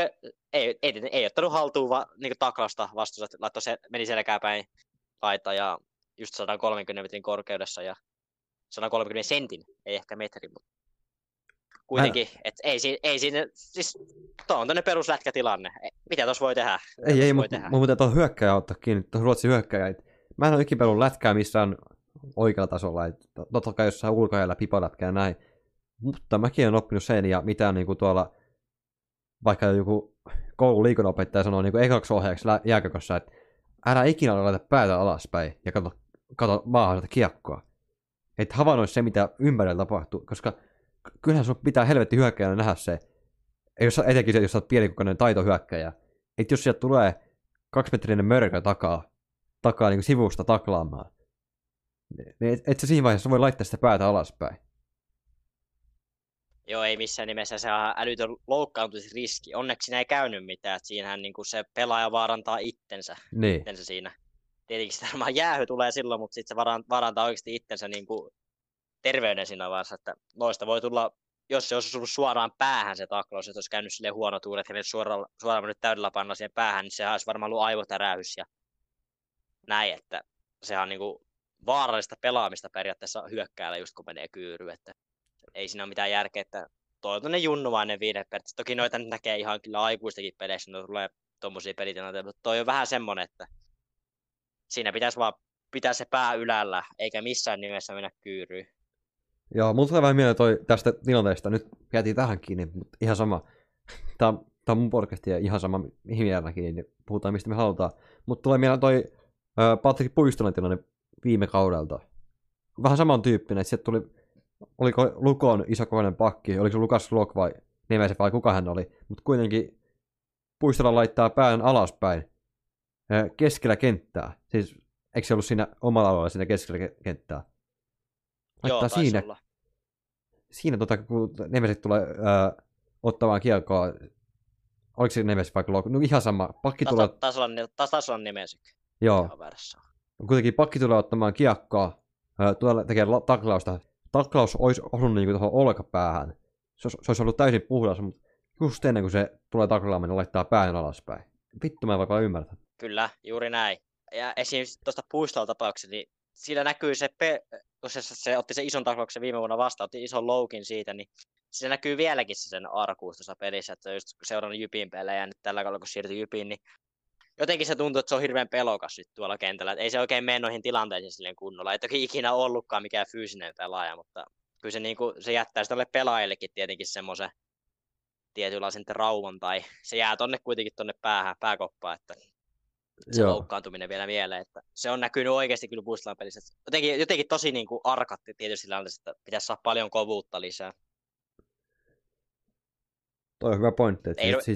Ei ottanut haltuun niin taklausta vastuussa, laittoi se meni selkääpäin laita ja just 130 metrin korkeudessa ja 130 sentin, ei ehkä metri, mutta kuitenkin, että ei siinä, siis tuo on tämmöinen peruslätkätilanne. Mitä tuossa voi tehdä? Mun pitää tuohon hyökkääjä ottaa kiinni, tuohon Ruotsin hyökkääjä. Mä en ole ikinä pelannut lätkää missään oikealla tasolla, totta kai jossain ulkoajalla pipalätkää näin, mutta mäkin olen oppinut sen ja mitään niin kuin tuolla vaikka joku koulun liikunnanopettaja sanoo niin ekaksi ohjaajaksi jääkökossa, että älä ikinä laita päätä alaspäin ja kato maahan sitä kiekkoa. Et havainnoi se, mitä ympärillä tapahtuu, koska kyllähän sun pitää helvetti hyökkäjänä nähdä se, etenkin se, jos sä oot pienikokoinen taitohyökkäjä, että jos sieltä tulee 2-metrinen mörkö takaa niin sivusta taklaamaan, niin et sä siinä vaiheessa voi laittaa sitä päätä alaspäin. Joo, ei missään nimessä, se on älytön loukkaantumisriski. Onneksi siinä ei käynyt mitään, että siinähän niin kuin se pelaaja vaarantaa itsensä siinä. Tietenkin sitä varmaan jäähy tulee silloin, mutta sitten se vaarantaa oikeasti itsensä niin kuin terveyden siinä vaiheessa, että noista voi tulla, jos se olisi ollut suoraan päähän se taklaus, että olisi käynyt silleen huono tuuli, että suoraan mennyt täydellä panna siihen päähän, niin sehän olisi varmaan ollut aivotärähys ja näin, että sehän on niin kuin vaarallista pelaamista periaatteessa hyökkäällä just kun menee kyyryyn, että ei siinä ole mitään järkeä, että toi on tuonne junnumainen viide periaatteessa. Toki noita nyt näkee ihan kyllä aikuistakin peleissä, ne tulee tommosia pelitilanteita, mutta toi on vähän semmonen, että siinä pitäisi vaan pitää se pää ylällä, eikä missään nimessä mennä kyyryyn. Joo, mulla tulee vähän mieleen tästä tilanteesta, nyt jäätiin tähän kiinni, mutta ihan sama. Tää on mun podcast ja ihan sama, mihin jäädään kiinni, puhutaan mistä me halutaan. Mutta tulee mieleen Patrik Puistonen tilanne viime kaudelta. Vähän samantyyppinen, että sieltä tuli, oliko Lukon isokokoinen pakki, oliko se Lukas Lok vai Nemese vai kuka hän oli, mutta kuitenkin Puistola laittaa pään alaspäin keskellä kenttää. Siis eikö se ollut siinä omalla alueella siinä keskellä kenttää? Joo, siinä, kun Nemeset tulee ottamaan kiekkoa, oliko se Nemeset vai Lok? No ihan sama, pakki tulee... Taas olla Nemesyk. Joo. kuitenkin pakki tulee ottamaan kiekkoa, tulee tekemään taklausta. Taklaus olisi osunut niin tuohon olkapäähän. Se olisi ollut täysin puhdas, mutta just ennen kuin se tulee taklaamaan, niin laittaa pään alaspäin. Vittu, mä en vaikka ymmärtää. Kyllä, juuri näin. Ja esimerkiksi tuosta Puistola-tapauksesta, niin siinä näkyy se, kun se otti sen ison taklauksen viime vuonna vastaan, otti ison loukin siitä, niin se näkyy vieläkin sen arkuus tuossa pelissä, että just seurannut Jypin pelejä, ja nyt tällä kaudella kun siirtyi Jypiin, niin jotenkin se tuntuu, että se on hirveän pelokas nyt tuolla kentällä. Että ei se oikein mene noihin tilanteisiin silleen kunnolla. Ei toki ikinä ollutkaan mikään fyysinen pelaaja, mutta kyllä se, se jättää sitä pelaajillekin tietenkin semmoisen tietynlaisen trauman, tai se jää kuitenkin tonne pääkoppaan, että se loukkaantuminen vielä mieleen. Että se on näkynyt oikeasti kyllä Puistolan pelissä. Jotenkin tosi arkatti tietysti tilanteessa, että pitäisi saada paljon kovuutta lisää. Toi on hyvä pointti.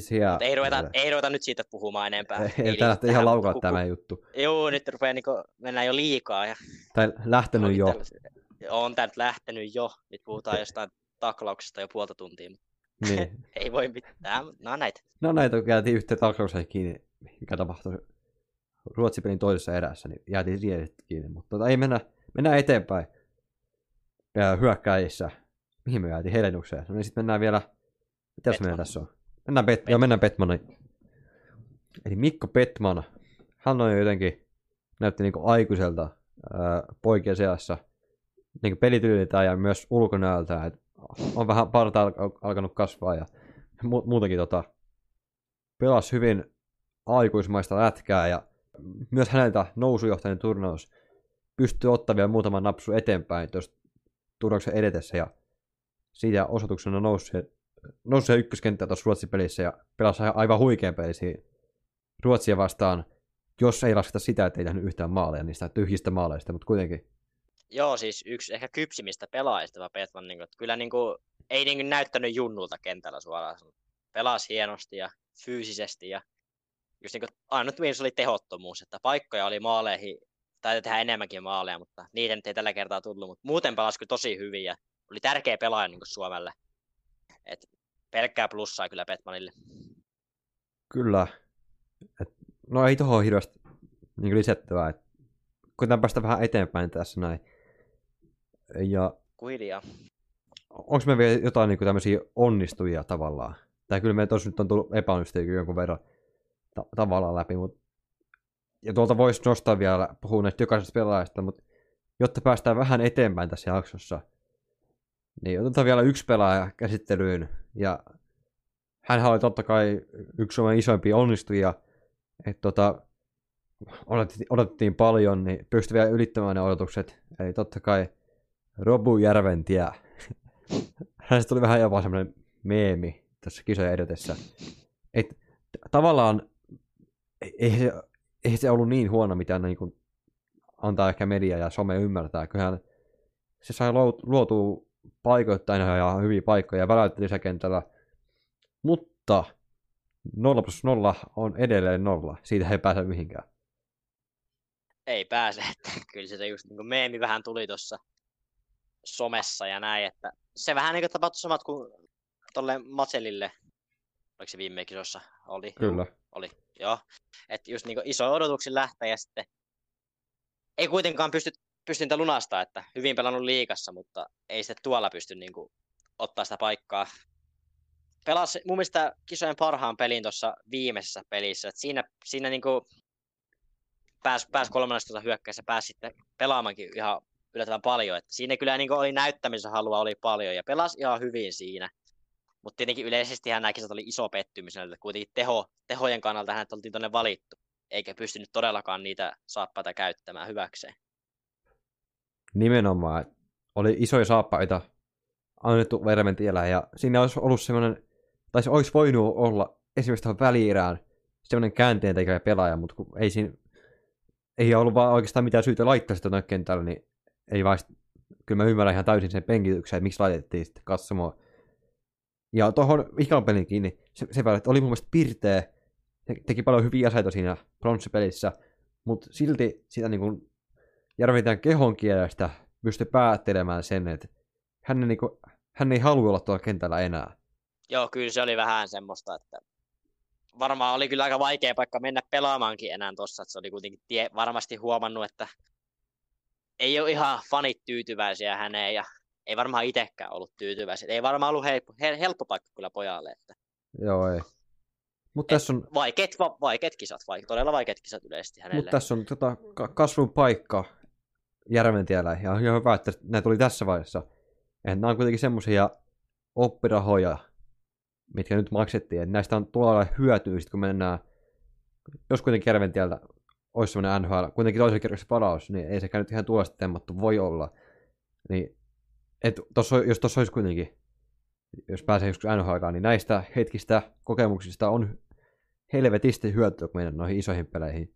Ei ruveta nyt siitä puhumaan enempää. Ei lähtee ihan laukaa tämä juttu. Joo, nyt rupeaa mennään jo liikaa. Tai lähtenyt jo. On tää nyt lähtenyt jo. Nyt puhutaan jostain taklauksesta jo puolta tuntia. Niin. Ei voi mitään. No näitä. No näitä, kun jäätiin yhteen taklaukseen kiinni, mikä tapahtui Ruotsin-pelin toisessa erässä, niin jäätiin siihen kiinni. Mutta ei mennään eteenpäin. Ja hyökkäjissä. Mihin me jäätiin? Helenukseen. No niin sitten mennään vielä. Mitäs meillä tässä on? Mennään Petmaniin. Eli Mikko Petman. Hän on jotenkin, näytti niinku aikuiselta poikien seassa. Niinku pelityyliltään ja myös ulkonäöltään. On vähän parta alkanut kasvaa ja muutenkin pelasi hyvin aikuismaista lätkää ja myös häneltä nousujohtainen turnaus pystyy ottaa vielä muutaman napsu eteenpäin tuosta turnauksen edetessä ja siitä osoituksena nousee ykköskenttää tuossa Ruotsin-pelissä ja pelasi aivan huikean pelisiä Ruotsia vastaan, jos ei lasketa sitä, että ei tehnyt yhtään maaleja niistä tyhjistä maaleista, mutta kuitenkin. Joo, siis yksi ehkä kypsimistä pelaajista Petman, kyllä ei näyttänyt junnulta kentällä suoraan. Pelasi hienosti ja fyysisesti ja just ainut miinus oli tehottomuus, että paikkoja oli maaleihin, tai tehdä enemmänkin maaleja, mutta niitä nyt ei tällä kertaa tullut, mutta muuten pelasi kyllä tosi hyvin ja oli tärkeä pelaaja Suomelle. Et pelkkää plussaa kyllä Petmanille. Kyllä. No ei tohon hirveästi lisättävää. Koitetaan päästä vähän eteenpäin tässä näin. Ja kuhiljaa. Onko me vielä jotain tämmöisiä onnistujia tavallaan? Tai kyllä me tuossa nyt on tullut epäonnistuja jonkun verran tavallaan läpi. Ja tuolta voisi nostaa vielä, puhua näistä jokaisesta pelaajasta, mutta jotta päästään vähän eteenpäin tässä jaksossa, niin otetaan vielä yksi pelaaja käsittelyyn, ja hän oli totta kai yksi Suomen isoimpia onnistujia, että odotettiin paljon, niin pystyi vielä ylittämään ne odotukset, eli totta kai Robu Järventie. Hänestä tuli vähän jopa semmoinen meemi tässä kisojen edetessä. Tavallaan ei se ollut niin huono, mitä antaa ehkä media ja some ymmärtää. Kyllähän se sai luotua paikoittain ihan hyviä paikkoja ja väläytti lisäkentällä. Mutta 0+0 on edelleen 0. Siitä ei pääse mihinkään. Ei pääse. Että kyllä se just meemi vähän tuli tuossa somessa ja näin. Että se vähän tapahtui samat kuin tolle Matselille. Oliko se viime kisossa? Oli. Kyllä. Oli, joo. Että just iso odotuksin lähtee ja sitten ei kuitenkaan pysty niitä lunastaa, että hyvin pelannut liigassa, mutta ei sitten tuolla pysty ottaa sitä paikkaa. Pelasi mun mielestä kisojen parhaan pelin tuossa viimeisessä pelissä. Et siinä pääsi 13 hyökkäessä, pääsi sitten pelaamaankin ihan yllättävän paljon. Et siinä kyllä oli näyttämisen halua oli paljon ja pelasi ihan hyvin siinä. Mutta tietenkin yleisesti nämä kisat oli iso pettymys, että kuitenkin tehojen kannalta hänet oltiin tuonne valittu, eikä pystynyt todellakaan niitä saappaita käyttämään hyväkseen. Nimenomaan. Oli isoja saappaita annettu Järventiellä, ja siinä olisi ollut semmoinen, tai se olisi voinut olla esimerkiksi tuohon väliirään semmoinen käänteentekevä pelaaja, mutta kun ei ollut vaan oikeastaan mitään syytä laittaa sitä tuonne kentällä, niin ei vaan, kyllä mä ymmärrän ihan täysin sen penkityksen, että miksi laitettiin sitten katsomaan. Ja tuohon Ikapelinkin, niin se oli mun mielestä pirteä, teki paljon hyviä asioita siinä pronssipelissä, mutta silti sitä Järventien kehon kielestä pystyi päättelemään sen, että hän ei halua olla tuolla kentällä enää. Joo, kyllä se oli vähän semmoista, että varmaan oli kyllä aika vaikea paikka mennä pelaamaankin enää tossa, että se oli kuitenkin varmasti huomannut, että ei ole ihan fanit tyytyväisiä häneen ja ei varmaan itsekään ollut tyytyväisiä. Ei varmaan ollut helppo paikka kyllä pojalle. Että Joo, ei. Mutta tässä on vaikeat kisat, todella vaikeat kisat yleisesti hänelle. Mutta tässä on kasvun paikka Järventiellä, ja on ihan hyvä, että nämä tuli tässä vaiheessa. Että nämä on kuitenkin semmoisia oppirahoja, mitkä nyt maksettiin, että näistä on tuolla hyötyä, sit kun mennään, jos kuitenkin Järventieltä olisi semmoinen NHL, kuitenkin toisen kerrassa palaus, niin ei sekään nyt ihan tuosta temmattu voi olla. Niin, jos tuossa olisi kuitenkin, jos pääsee joskus NHLkaan, niin näistä hetkistä kokemuksista on helvetisti hyötyä, kun mennään noihin isoihin peleihin.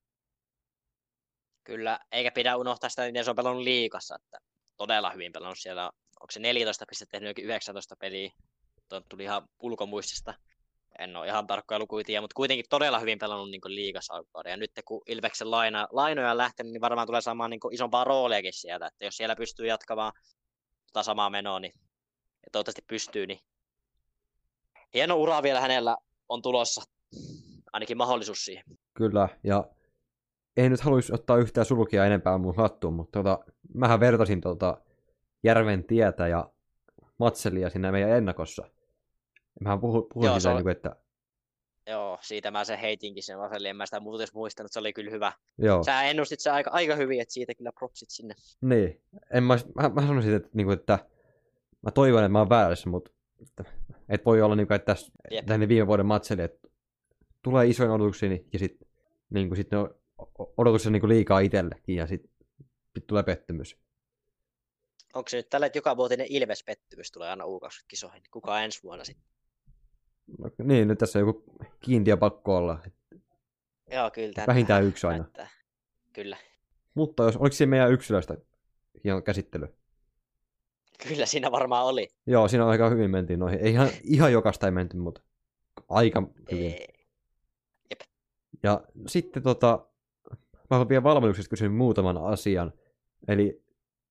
Kyllä, eikä pidä unohtaa sitä, miten se on pelannut liigassa, että todella hyvin pelannut siellä. Onko se 14 pistettä tehnyt 19 peliä? Tuo tuli ihan ulkomuistista. En ole ihan tarkkoja lukuja tiedä, mutta kuitenkin todella hyvin pelannut niin liigassa alkukauden. Ja nyt kun Ilveksen lainoja on lähtenyt, niin varmaan tulee saamaan niin isompaa rooliakin sieltä. Että jos siellä pystyy jatkamaan samaa menoa, niin ja toivottavasti pystyy, niin hieno ura vielä hänellä on tulossa. Ainakin mahdollisuus siihen. Kyllä, ja ei nyt haluaisi ottaa yhtään sulkia enempää mun hattuun, mutta mähän vertasin Järventietä ja Matselia siinä meidän ennakossa. Mähän puhuin siitä, että... Joo, siitä mä sen heitinkin sen Matselin, en mä sitä muuta jos muistanut, se oli kyllä hyvä. Joo. Sä ennustit se aika hyvin, että siitä kyllä propsit sinne. Niin, mä sanoisin, että mä toivon, että mä oon väärässä, mutta et voi olla, että tässä viime vuoden Matseli, että tulee isoja odotuksia ja sitten sit ne odotukset liikaa itsellekin ja sitten tulee pettymys. Onko se nyt tällä, että joka vuotinen Ilves-pettymys tulee aina U20-kisoihin? Kuka ensi vuonna sitten? No, niin, nyt tässä on joku kiintiö pakko olla. Joo, kyllä. Vähintään yksi aina. Näyttää. Kyllä. Mutta oliko siinä meidän yksilöistä hieno käsittely? Kyllä siinä varmaan oli. Joo, siinä aika hyvin mentiin noihin. Ei ihan jokaista ei menty, mutta aika hyvin. Jep. Ja sitten mä haluan vielä valmennuksesta kysyä muutaman asian. Eli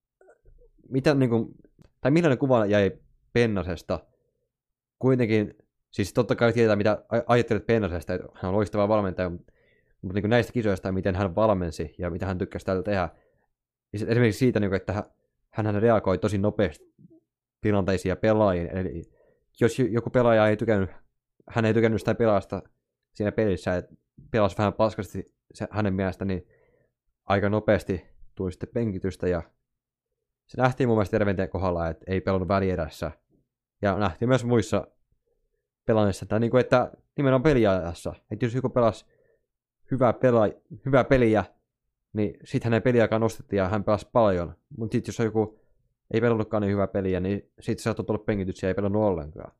millainen kuva jäi Pennasesta? Kuitenkin, siis totta kai tiedetään, mitä ajattelet Pennasesta, että hän on loistava valmentaja, mutta näistä kisoista, miten hän valmensi ja mitä hän tykkäsi täällä tehdä. Ja esimerkiksi siitä, että hän reagoi tosi nopeasti tilanteisiin ja pelaajiin. Eli jos joku pelaaja hän ei tykännyt sitä pelaasta siinä pelissä, että pelasi vähän paskasti hänen mielestä, niin aika nopeasti tuli sitten penkitystä. Ja se nähtiin mun mielestä Järventeen kohdalla, että ei pelannut välierässä. Ja nähtiin myös muissa pelaajissa, että nimenomaan peliajassa. Että jos joku pelasi hyvää peliä, niin sitten hänen peliaikaan nostettiin ja hän pelasi paljon. Mutta sitten jos joku ei pelannutkaan niin hyvää peliä, niin sitten saattoi tulla penkityksiä ja ei pelannut ollenkaan.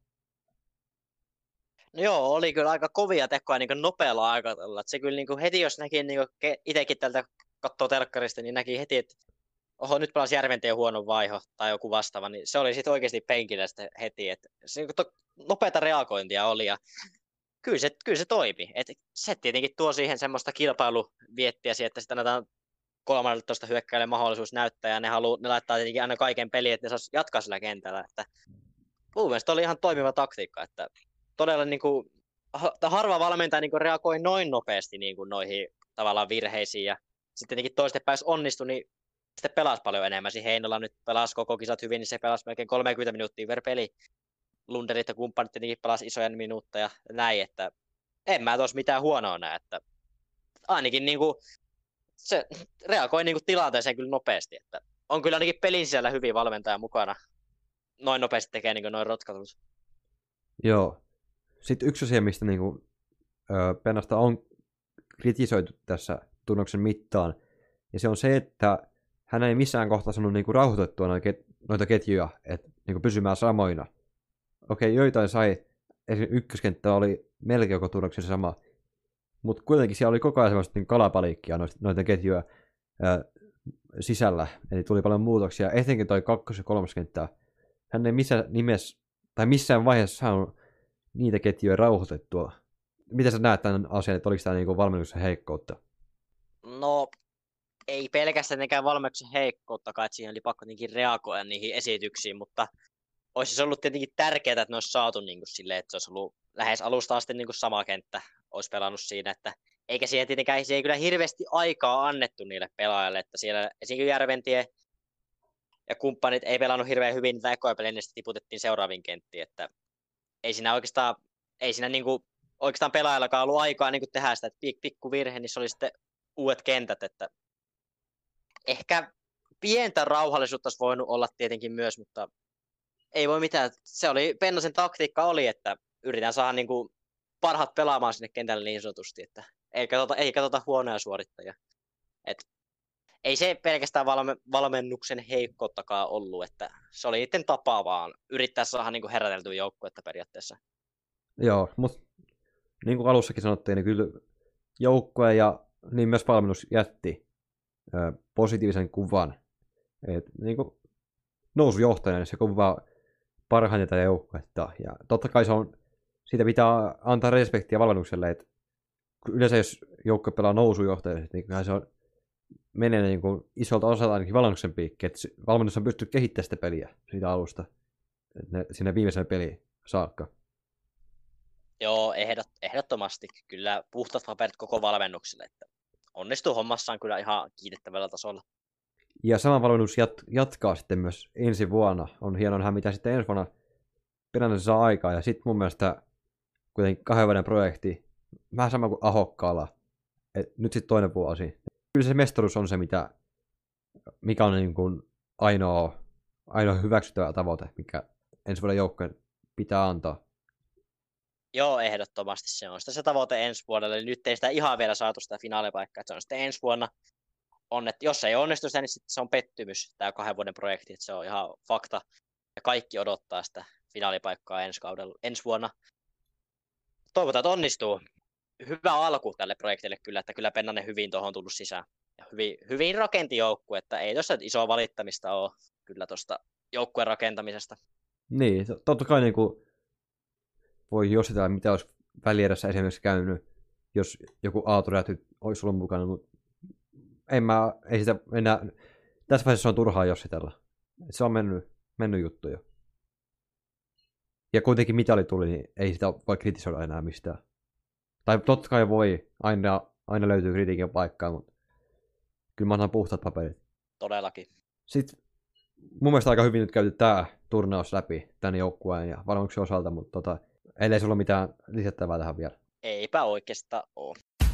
No joo, oli kyllä aika kovia tekoja nopealla aikataululla. Se kyllä heti, jos näki itsekin tältä katsoo telkkarista, niin näki heti, että nyt pelasi Järventeen huono vaiho tai joku vastaava, niin se oli sitten oikeasti penkillä sitten heti. Että se nopeata reagointia oli ja kyllä se toimi. Et se tietenkin tuo siihen semmoista kilpailuviettiä, että sitten annetaan 13 hyökkäille mahdollisuus näyttää ja ne laittaa tietenkin aina kaiken peliin, että ne saisi jatkaa sillä kentällä. Että mun mielestä oli ihan toimiva taktiikka, että todella harva valmentaja reagoi noin nopeasti noihin tavallaan virheisiin ja sitten tietenkin toisten päässä onnistui, niin sitten pelasi paljon enemmän. Heinola nyt pelasi koko kisat hyvin, niin se pelasi melkein 30 minuuttia per peli. Lunderit ja kumppanit tietenkin pelasi isoja minuutteja ja näin, että en mä tuossa mitään huonoa näe, että ainakin se reagoi tilanteeseen kyllä nopeasti, että on kyllä ainakin pelin sisällä hyvin valmentaja mukana. Noin nopeasti tekee noin rotkatut. Joo. Sitten yksi asia, mistä Pennasta on kritisoitu tässä turnuksen mittaan, ja se on se, että hän ei missään kohtaa saanut rauhoitettua noita ketjuja, että pysymään samoina. Okei, joitain sai, esimerkiksi ykköskenttä oli melkein koko turnuksen sama, mutta kuitenkin siellä oli koko ajan semmoista kalapaliikkia noiden ketjuja sisällä, eli tuli paljon muutoksia, etenkin toi kakkos- ja kolmoskenttää. Hän ei missään vaiheessa saanut niitä ketjuja rauhoitettua. Miten sä näet tämän asian, että oliko tämä valmennuksen heikkoutta? No, ei pelkästään nekään valmennuksen heikkouttakaan, että siihen oli pakko reagoida niihin esityksiin, mutta olisi se ollut tietenkin tärkeää, että ne olisi saatu silleen, että se olisi ollut lähes alusta asti niin kuin sama kenttä olisi pelannut siinä, että eikä siihen tietenkään siihen kyllä hirveästi aikaa annettu niille pelaajille, että siellä esimerkiksi Järventie ja kumppanit ei pelannut hirveän hyvin niitä ekoja pelejä, niin tiputettiin seuraaviin kenttiin, että ei siinä niin kuin, oikeastaan pelaajallakaan ollut aikaa niin kuin tehdä sitä, että pikku virhe, niin se oli sitten uudet kentät, että ehkä pientä rauhallisuutta olisi voinut olla tietenkin myös, mutta ei voi mitään. Se oli, Pennasen taktiikka oli, että yritetään saada niin kuin parhaat pelaamaan sinne kentälle niin sanotusti, että ei katsota huonoja suorittajia. Et ei se pelkästään valmennuksen heikkouttakaan ollut, että se oli niiden tapa vaan yrittää saada niin kuin heräteltyä joukkuetta periaatteessa. Joo, mutta niin kuin alussakin sanottiin, niin kyllä joukkue ja niin myös valmennus jätti positiivisen kuvan. Et, niin kuin nousujohtajana se kuvaa parhaiten tätä joukkuetta. Ja totta kai siitä pitää antaa respektiä valmennukselle, että yleensä jos joukkue pelaa nousujohtajana, niin kyllähän se menee niin kuin isolta osalta ainakin valmennuksen piikki, että valmennus on pystynyt kehittämään sitä peliä siitä alusta sinne viimeiseen peliin saakka. Joo, ehdottomasti. Kyllä puhtaat paperit koko valmennukselle, että onnistuu hommassaan kyllä ihan kiitettävällä tasolla. Ja sama valmennus jatkaa sitten myös ensi vuonna. On hienoa nähdä, mitä sitten ensi vuonna Pennanen saa aikaa. Ja sitten mun mielestä kuitenkin 2 vuoden projekti, vähän sama kuin Ahokkaalla. Nyt sitten toinen vuosi. Kyllä se mestaruus on se, mikä on niin kuin ainoa hyväksyttävä tavoite, mikä ensi vuoden joukkojen pitää antaa. Joo, ehdottomasti se on sitä se tavoite ensi vuodelle. Eli nyt ei sitä ihan vielä saatu sitä finaalipaikkaa, että se on sitten ensi vuonna. Että jos ei onnistu sitä, niin sitten se on pettymys, tämä 2 vuoden projekti, että se on ihan fakta. Ja kaikki odottaa sitä finaalipaikkaa ensi vuonna. Toivotaan, että onnistuu. Hyvä alku tälle projektille kyllä, että kyllä Pennanen hyvin tuohon tullut sisään. Ja hyvin rakenti joukkue, että ei tuossa isoa valittamista ole kyllä tuosta joukkueen rakentamisesta. Niin, totta kai niin kuin voi jostain, mitä olisi välierässä esimerkiksi käynyt, jos joku Aato-räty olisi ollut mukana, mutta ei sitä enää, tässä vaiheessa on turhaa jossitella. Se on mennyt juttu jo. Ja kuitenkin mitali tuli, niin ei sitä voi kritisoida enää mistään. Tai totta kai voi, aina löytyy kritiikin paikkaa, mutta kyllä mä annan puhtaat paperit. Todellakin. Sitten mun mielestä aika hyvin nyt käyty tämä turnaus läpi tämän joukkueen ja valmennuksen osalta, mutta ellei sulla ole mitään lisättävää tähän vielä. Eipä oikeastaan ole.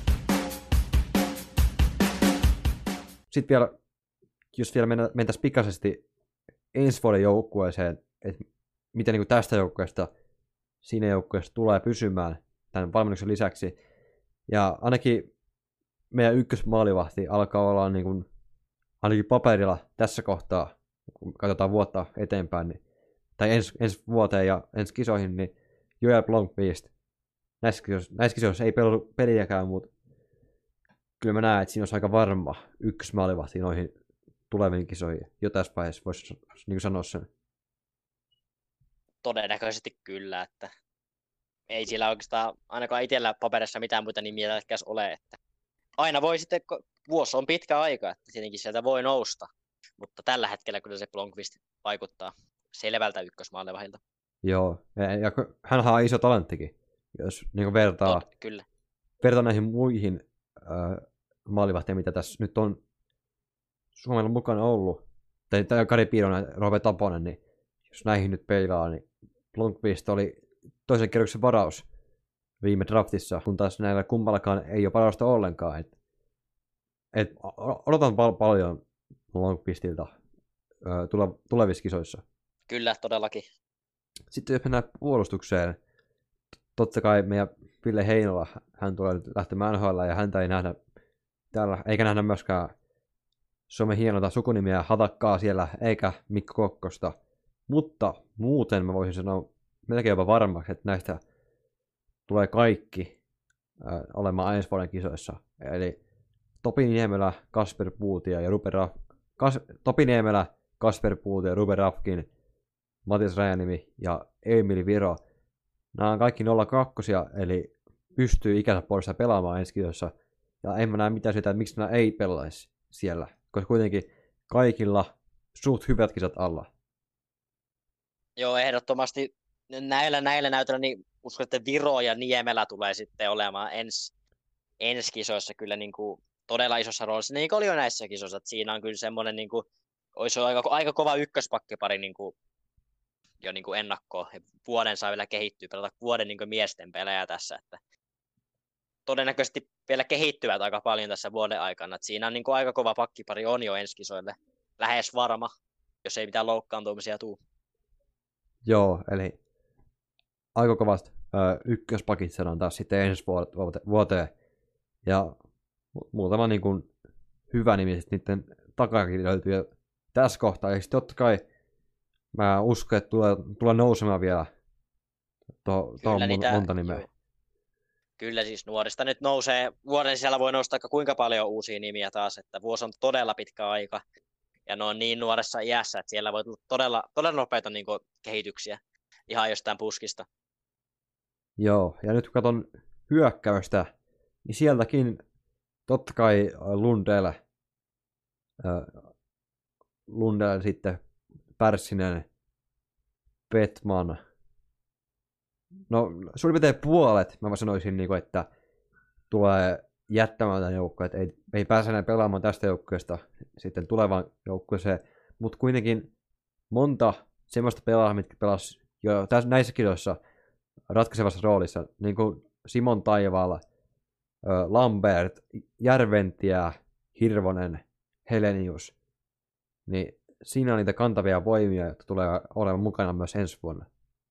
Sitten vielä, jos vielä mentäisiin pikaisesti ensi vuoden joukkueeseen, että miten niin kuin tästä joukkueesta siinä joukkueessa tulee pysymään tämän valmennuksen lisäksi. Ja ainakin meidän ykkösmaalivahti alkaa olla niin kuin, ainakin paperilla tässä kohtaa, kun katsotaan vuotta eteenpäin, niin, tai ensi vuoteen ja ensi kisoihin, niin Joel Blomqvist. Näissä kisoissa ei pelannut peliäkään, mutta kyllä mä näen, että siinä olisi aika varma ykkösmaalivahti noihin tuleviin kisoihin. Jo tässä vaiheessa voisi niin sanoa sen. Todennäköisesti kyllä, että ei siellä oikeastaan ainakaan itsellä paperissa mitään muita nimiä lätkäs ole, että aina voi sitten, vuosi on pitkä aika, että tietenkin sieltä voi nousta, mutta tällä hetkellä kyllä se Blomqvist vaikuttaa selvältä ykkösmaalivahilta. Joo, ja hänhän on iso talenttikin, jos niin vertaa näihin muihin maalivahteihin, mitä tässä nyt on Suomella mukana ollut, tai Kari Piironen ja Rove Taponen, niin jos näihin nyt peilaa, niin Blomqvist oli toisen kierroksen varaus viime draftissa, kun taas näillä kummallakaan ei ole varausta ollenkaan. Odotan paljon Blomqvistilta tulevissa kisoissa. Kyllä, todellakin. Sitten jos mennään puolustukseen, totta kai meidän Ville Heinola, hän tulee nyt lähtemään NHL ja häntä ei nähdä täällä, eikä nähdä myöskään Suomen hienota sukunimiä Hatakkaa siellä, eikä Mikko Kokkosta. Mutta muuten mä voisin sanoa melkein jopa varmaksi, että näistä tulee kaikki olemaan ensi vuoden kisoissa. Eli Topi Niemelä, Kasper Puutia ja Ruben Rafkin, Matias Rajanimi ja Emil Viro. Nämä on kaikki 02, eli pystyy ikänsä puolesta pelaamaan ensi kisoissa. Ja en mä näe mitään siitä, että miksi nämä ei pelaisi siellä. Koska kuitenkin kaikilla suht hyvät kisat alla. Joo, ehdottomasti näillä näytöillä niin uskon, että Viro ja Niemelä tulee sitten olemaan ensi kisoissa kyllä niin kuin todella isossa roolissa, niin kuin oli jo näissä kisoissa, että siinä on kyllä semmoinen, niin kuin, olisi aika kova ykköspakkipari niin kuin, jo niin kuin ennakkoon, ja vuoden saa vielä kehittyä, pelata vuoden niin kuin miesten pelejä tässä, että todennäköisesti vielä kehittyvät aika paljon tässä vuoden aikana, että siinä on niin kuin aika kova pakkipari on jo ensi kisoille, lähes varma, jos ei mitään loukkaantumisia tule. Joo, eli aika kovat ykköspakit saadaan taas sitten ensi vuoteen. Ja muutama niin kuin hyvä nimi sitten niiden takakin löytyy tässä kohtaa. Ja totta kai mä uskon, että tulee nousemaan vielä tuohon monta nimeä. Jo. Kyllä siis nuorista nyt nousee, vuoden sisällä voi nostaa kuinka paljon uusia nimiä taas, että vuosi on todella pitkä aika. Ja ne on niin nuoressa iässä, että siellä voi tulla todella nopeita niin kuin, kehityksiä ihan jostain puskista. Joo, ja nyt kun katson hyökkäystä, niin sieltäkin totta kai Lundell sitten Pärssinen, Petman. No suurin piirtein puolet, mä sanoisin, että tulee jättämään tämän joukkoon, että ei pääse enää pelaamaan tästä joukkueesta sitten tulevaan joukkueeseen, mutta kuitenkin monta semmoista pelaajaa, mitkä pelasi jo näissä kisoissa ratkaisevassa roolissa, niin kuin Simon Taivaalla, Lambert, Järventiä, Hirvonen, Helenius, niin siinä on niitä kantavia voimia, jotka tulee olemaan mukana myös ensi vuonna.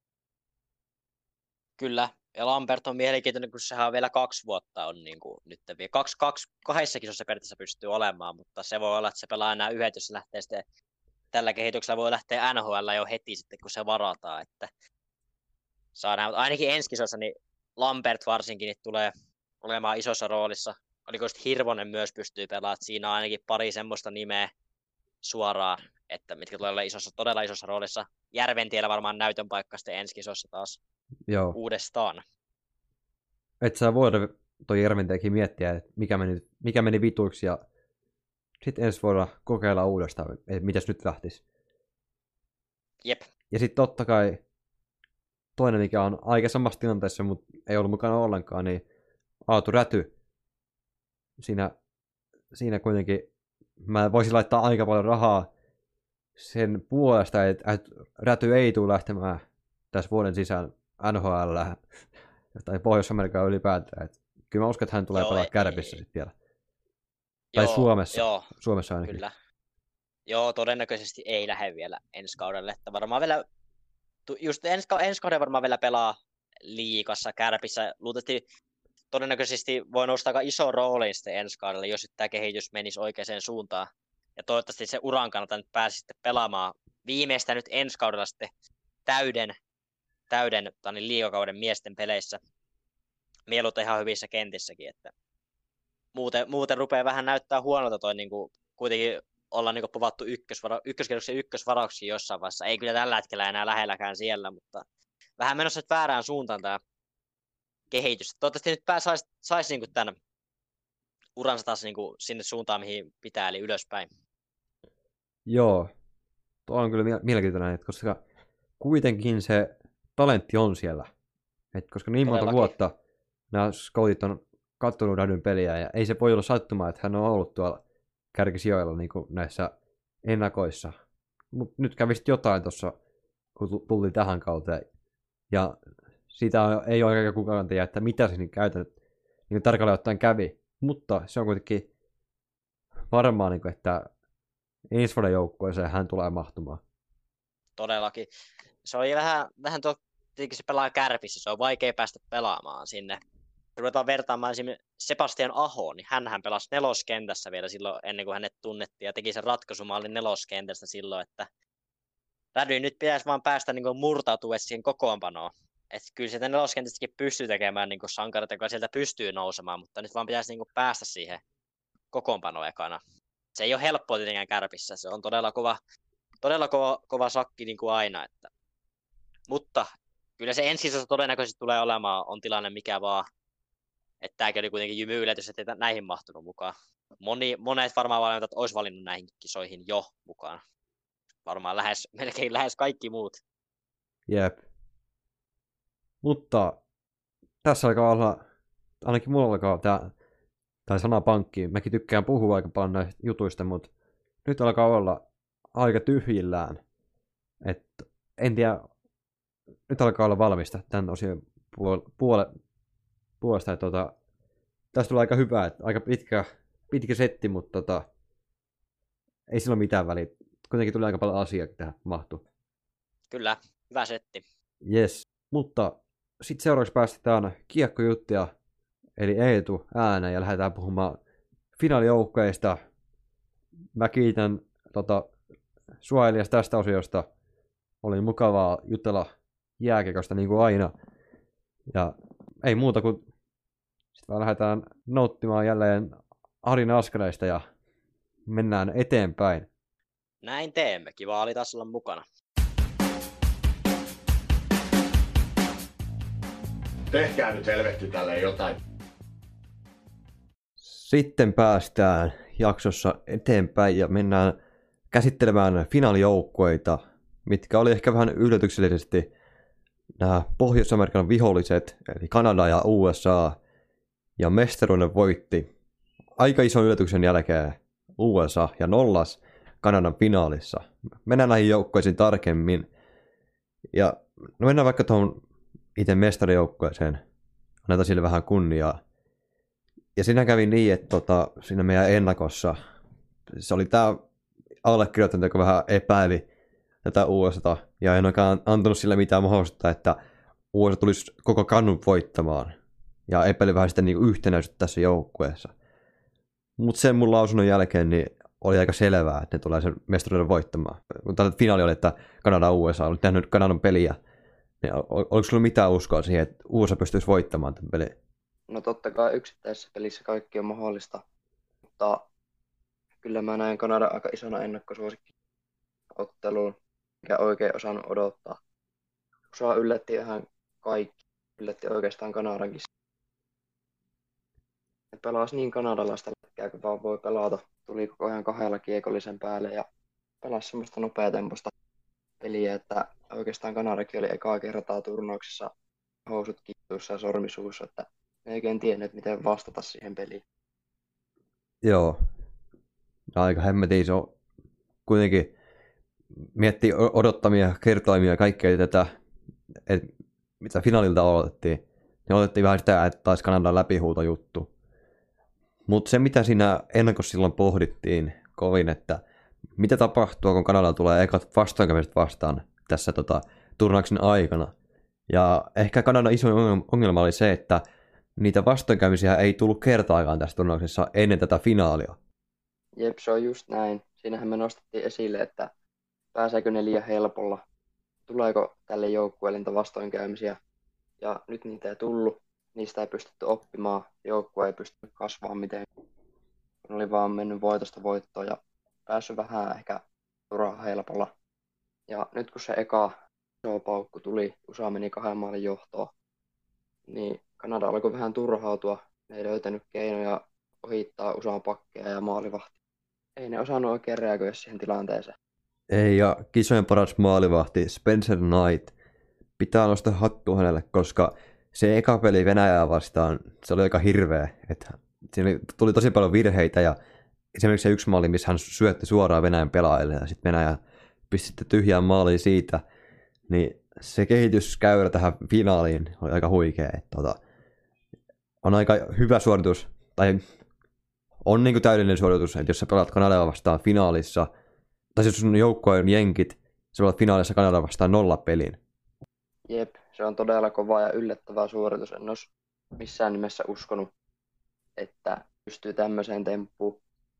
Kyllä, ja Lambert on mielenkiintoinen, kun sehän on vielä 2 vuotta on niin kuin, nyt vielä kahdessa kisossa periaatteessa pystyy olemaan, mutta se voi olla, että se pelaa enää yhdet, jos se lähtee sitten, tällä kehityksellä voi lähteä NHL jo heti sitten, kun se varataan, että saadaan, mutta ainakin ensi kisossa, niin Lambert varsinkin niin tulee olemaan isossa roolissa. Oliko sitten Hirvonen myös pystyy pelaamaan, siinä on ainakin pari semmoista nimeä suoraan, että mitkä tulee olla todella isossa roolissa. Järventiellä varmaan näytön paikka sitten ensi kisossa taas. Joo. Uudestaan. Et sä voida toi Järventiäkin miettiä, että mikä meni vituiksi ja sitten ensi vuonna kokeilla uudestaan, että mitäs nyt lähtisi. Jep. Ja sitten totta kai toinen, mikä on aika samassa tilanteessa, mutta ei ollut mukana ollenkaan, niin Aatu Räty. Siinä kuitenkin mä voisin laittaa aika paljon rahaa sen puolesta, että Räty ei tule lähtemään tässä vuoden sisään NHL tai Pohjois-Amerikaan ylipäätään. Et kyllä mä uskon, että hän tulee pelaa Kärpissä sitten vielä. Tai Suomessa. Joo, Suomessa ainakin. Kyllä. Joo, todennäköisesti ei lähde vielä ensi kaudelle. Että varmaan vielä, just ensi kauden varmaan vielä pelaa liigassa Kärpissä. Luultavasti todennäköisesti voi nostaa aika iso rooli sitten ensi kaudelle, jos tämä kehitys menisi oikeaan suuntaan. Ja toivottavasti se uran kannalta nyt pääsi sitten pelaamaan viimeistä nyt ensi kaudella sitten täyden liigakauden miesten peleissä. Mieluiten ihan hyvissä kentissäkin, että muuten rupeaa vähän näyttää huonolta toi niinku, kuitenkin olla niinku povattu ykköskierroksen ykkösvarauksia jossain vaiheessa. Ei kyllä tällä hetkellä enää lähelläkään siellä, mutta vähän menossa väärään suuntaan tämä kehitys. Toivottavasti nyt saisi niinku tämän uransa taas niinku sinne suuntaan, mihin pitää, eli ylöspäin. Joo, tuo on kyllä mielenkiintoinen, koska kuitenkin se talentti on siellä. Koska niin monta vuotta nämä scoutit on katsonut Rädyn peliä, ja ei se voi olla sattumaa, että hän on ollut tuolla kärkisijoilla niin kuin näissä ennakoissa. Mutta nyt kävi jotain tuossa, kun tuli tähän kauteen. Ja siitä ei ole oikein kukaan tiedä, että mitä se niin tarkalleen ottaen kävi. Mutta se on kuitenkin varmaan, niin kuin, että ensi vuoden joukkueeseen hän tulee mahtumaan. Todellakin. Se oli vähän tietenkin se pelaa Kärpissä, se on vaikea päästä pelaamaan sinne. Ruvetaan vertaamaan esimerkiksi Sebastian Ahoon, niin hänhän pelasi neloskentässä vielä silloin ennen kuin hänet tunnettiin ja teki sen ratkaisumallin neloskentästä silloin, että Rädy nyt pitäisi vaan päästä niin murtautua siihen kokoonpanoon. Että kyllä sieltä neloskentästäkin pystyy tekemään niin sankarit, joka sieltä pystyy nousemaan, mutta nyt vaan pitäisi niin päästä siihen kokoonpanoon ekana. Se ei ole helppoa tietenkään Kärpissä, se on todella kova sakki niin kuin aina. Mutta kyllä se ensisijassa todennäköisesti tulee olemaan, on tilanne mikä vaan. Että tämäkin oli kuitenkin jymy yllätys, että ei näihin mahtunut mukaan. Monet varmaan valmentajat olisi valinnut näihin kisoihin jo mukaan. Varmaan melkein lähes kaikki muut. Jep. Mutta tässä alkaa olla, ainakin mulla alkaa tämä sana pankki. Mäkin tykkään puhua aika paljon näistä jutuista, mutta nyt alkaa olla aika tyhjillään. En tiedä, nyt alkaa olla valmista tämän osion puolesta. Tästä tulee aika hyvä, että aika pitkä setti, mutta ei sillä ole mitään väliä. Kuitenkin tuli aika paljon asiaa tähän mahtuu. Kyllä, hyvä setti. Yes, mutta sitten seuraavaksi päästetään kiekkojuttuja, eli Eetu ääneen ja lähdetään puhumaan finaalijoukkueista. Mä kiitän sua Elias tästä osiosta. Oli mukavaa jutella jääkiekosta niin kuin aina. Ja ei muuta kuin sitten vaan lähdetään nauttimaan jälleen Arin askeleista ja mennään eteenpäin. Näin teemme. Kiva oli taas olla mukana. Tehkää nyt helvetti tälle jotain. Sitten päästään jaksossa eteenpäin ja mennään käsittelemään finaalijoukkueita, mitkä oli ehkä vähän yllätyksellisesti nämä Pohjois-Amerikan viholliset, eli Kanada ja USA, ja mestaruuden voitti aika ison yllätyksen jälkeen USA ja nollas Kanadan finaalissa. Mennään näihin joukkueisiin tarkemmin, ja no mennään vaikka tuohon itse mestarijoukkueeseen, annetaan sille vähän kunniaa. Ja siinä kävi niin, että siinä meidän ennakossa se oli tämä allekirjoittanut, joka vähän epäili tätä USAta ja en oikein antanut sille mitään mahdollisuutta, että USA tulisi koko kannun voittamaan ja epäili vähän sitten niin yhtenäisyyttä tässä joukkueessa. Mutta sen mun lausunnon jälkeen niin oli aika selvää, että ne tulee sen mestaruuden voittamaan. Kun tämä finaali oli, että Kanada USA oli nähnyt Kanadan peliä, niin oliko sulla mitään uskoa siihen, että USA pystyisi voittamaan tämän pelin? No totta kai yksittäisessä pelissä kaikki on mahdollista, mutta kyllä mä näen Kanadan aika isona ennakkosuosikki otteluun, mikä oikein osannut odottaa. USA yllätti vähän kaikki, yllätti oikeastaan Kanadankin. Ne pelasi niin kanadalaista lätkää, kun vaan voi pelata. Tuli koko ajan 2 kiekollisen päälle ja pelasi semmoista nopeatempoista peliä, että oikeastaan Kanadakin oli ekaa kertaa turnauksessa housut kittuissa ja sormisuussa, että ne ei oikein tiennyt, miten vastata siihen peliin. Joo. Aika hemmetin. Se on kuitenkin miettii odottamia kertoimia ja kaikkea tätä, mitä finaalilta odotettiin. Ne odotettiin vähän sitä, että taisi Kanadan läpihuutojuttu. Mutta se, mitä siinä ennakossa silloin pohdittiin kovin, että mitä tapahtuu, kun Kanadalla tulee ekat vastoinkäymiset vastaan tässä turnauksen aikana. Ja ehkä Kanadan iso ongelma oli se, että niitä vastoinkäymisiä ei tullut kertaakaan tässä turnauksessa ennen tätä finaalia. Jep, se on just näin. Siinähän me nostettiin esille, että pääseekö ne liian helpolla. Tuleeko tälle joukkueelle niitä vastoinkäymisiä. Ja nyt niitä ei tullut. Niistä ei pystytty oppimaan. Joukkue ei pystynyt kasvamaan miten. Ne oli vaan mennyt voitosta voittoon ja päässyt vähän ehkä turhaan helpolla. Ja nyt kun se eka iso paukku tuli, USA meni 2 maalin johtoon, niin Kanada alkoi vähän turhautua. Ne ei löytänyt keinoja ohittaa USAn pakkeja ja maalivahti. Ei ne osannut oikein reagoida siihen tilanteeseen. Ei, ja kisojen paras maalivahti Spencer Knight, pitää nostaa hattua hänelle, koska se eka peli Venäjää vastaan, se oli aika hirveä. Että siinä tuli tosi paljon virheitä ja esimerkiksi se yksi maali, missä hän syötti suoraan Venäjän pelaajille ja sitten Venäjä pisti sitten tyhjään maaliin siitä, niin se kehityskäyrä tähän finaaliin oli aika huikea. Että on aika hyvä suoritus, tai on niin kuin täydellinen suoritus, että jos sä pelaat Kanadaa vastaan finaalissa, tai jos sun joukkue on jenkit, sä pelaat finaalissa Kanadaa vastaan 0 pelin. Jep, se on todella kova ja yllättävä suoritus. En olisi missään nimessä uskonut, että pystyy tämmöiseen temppuun.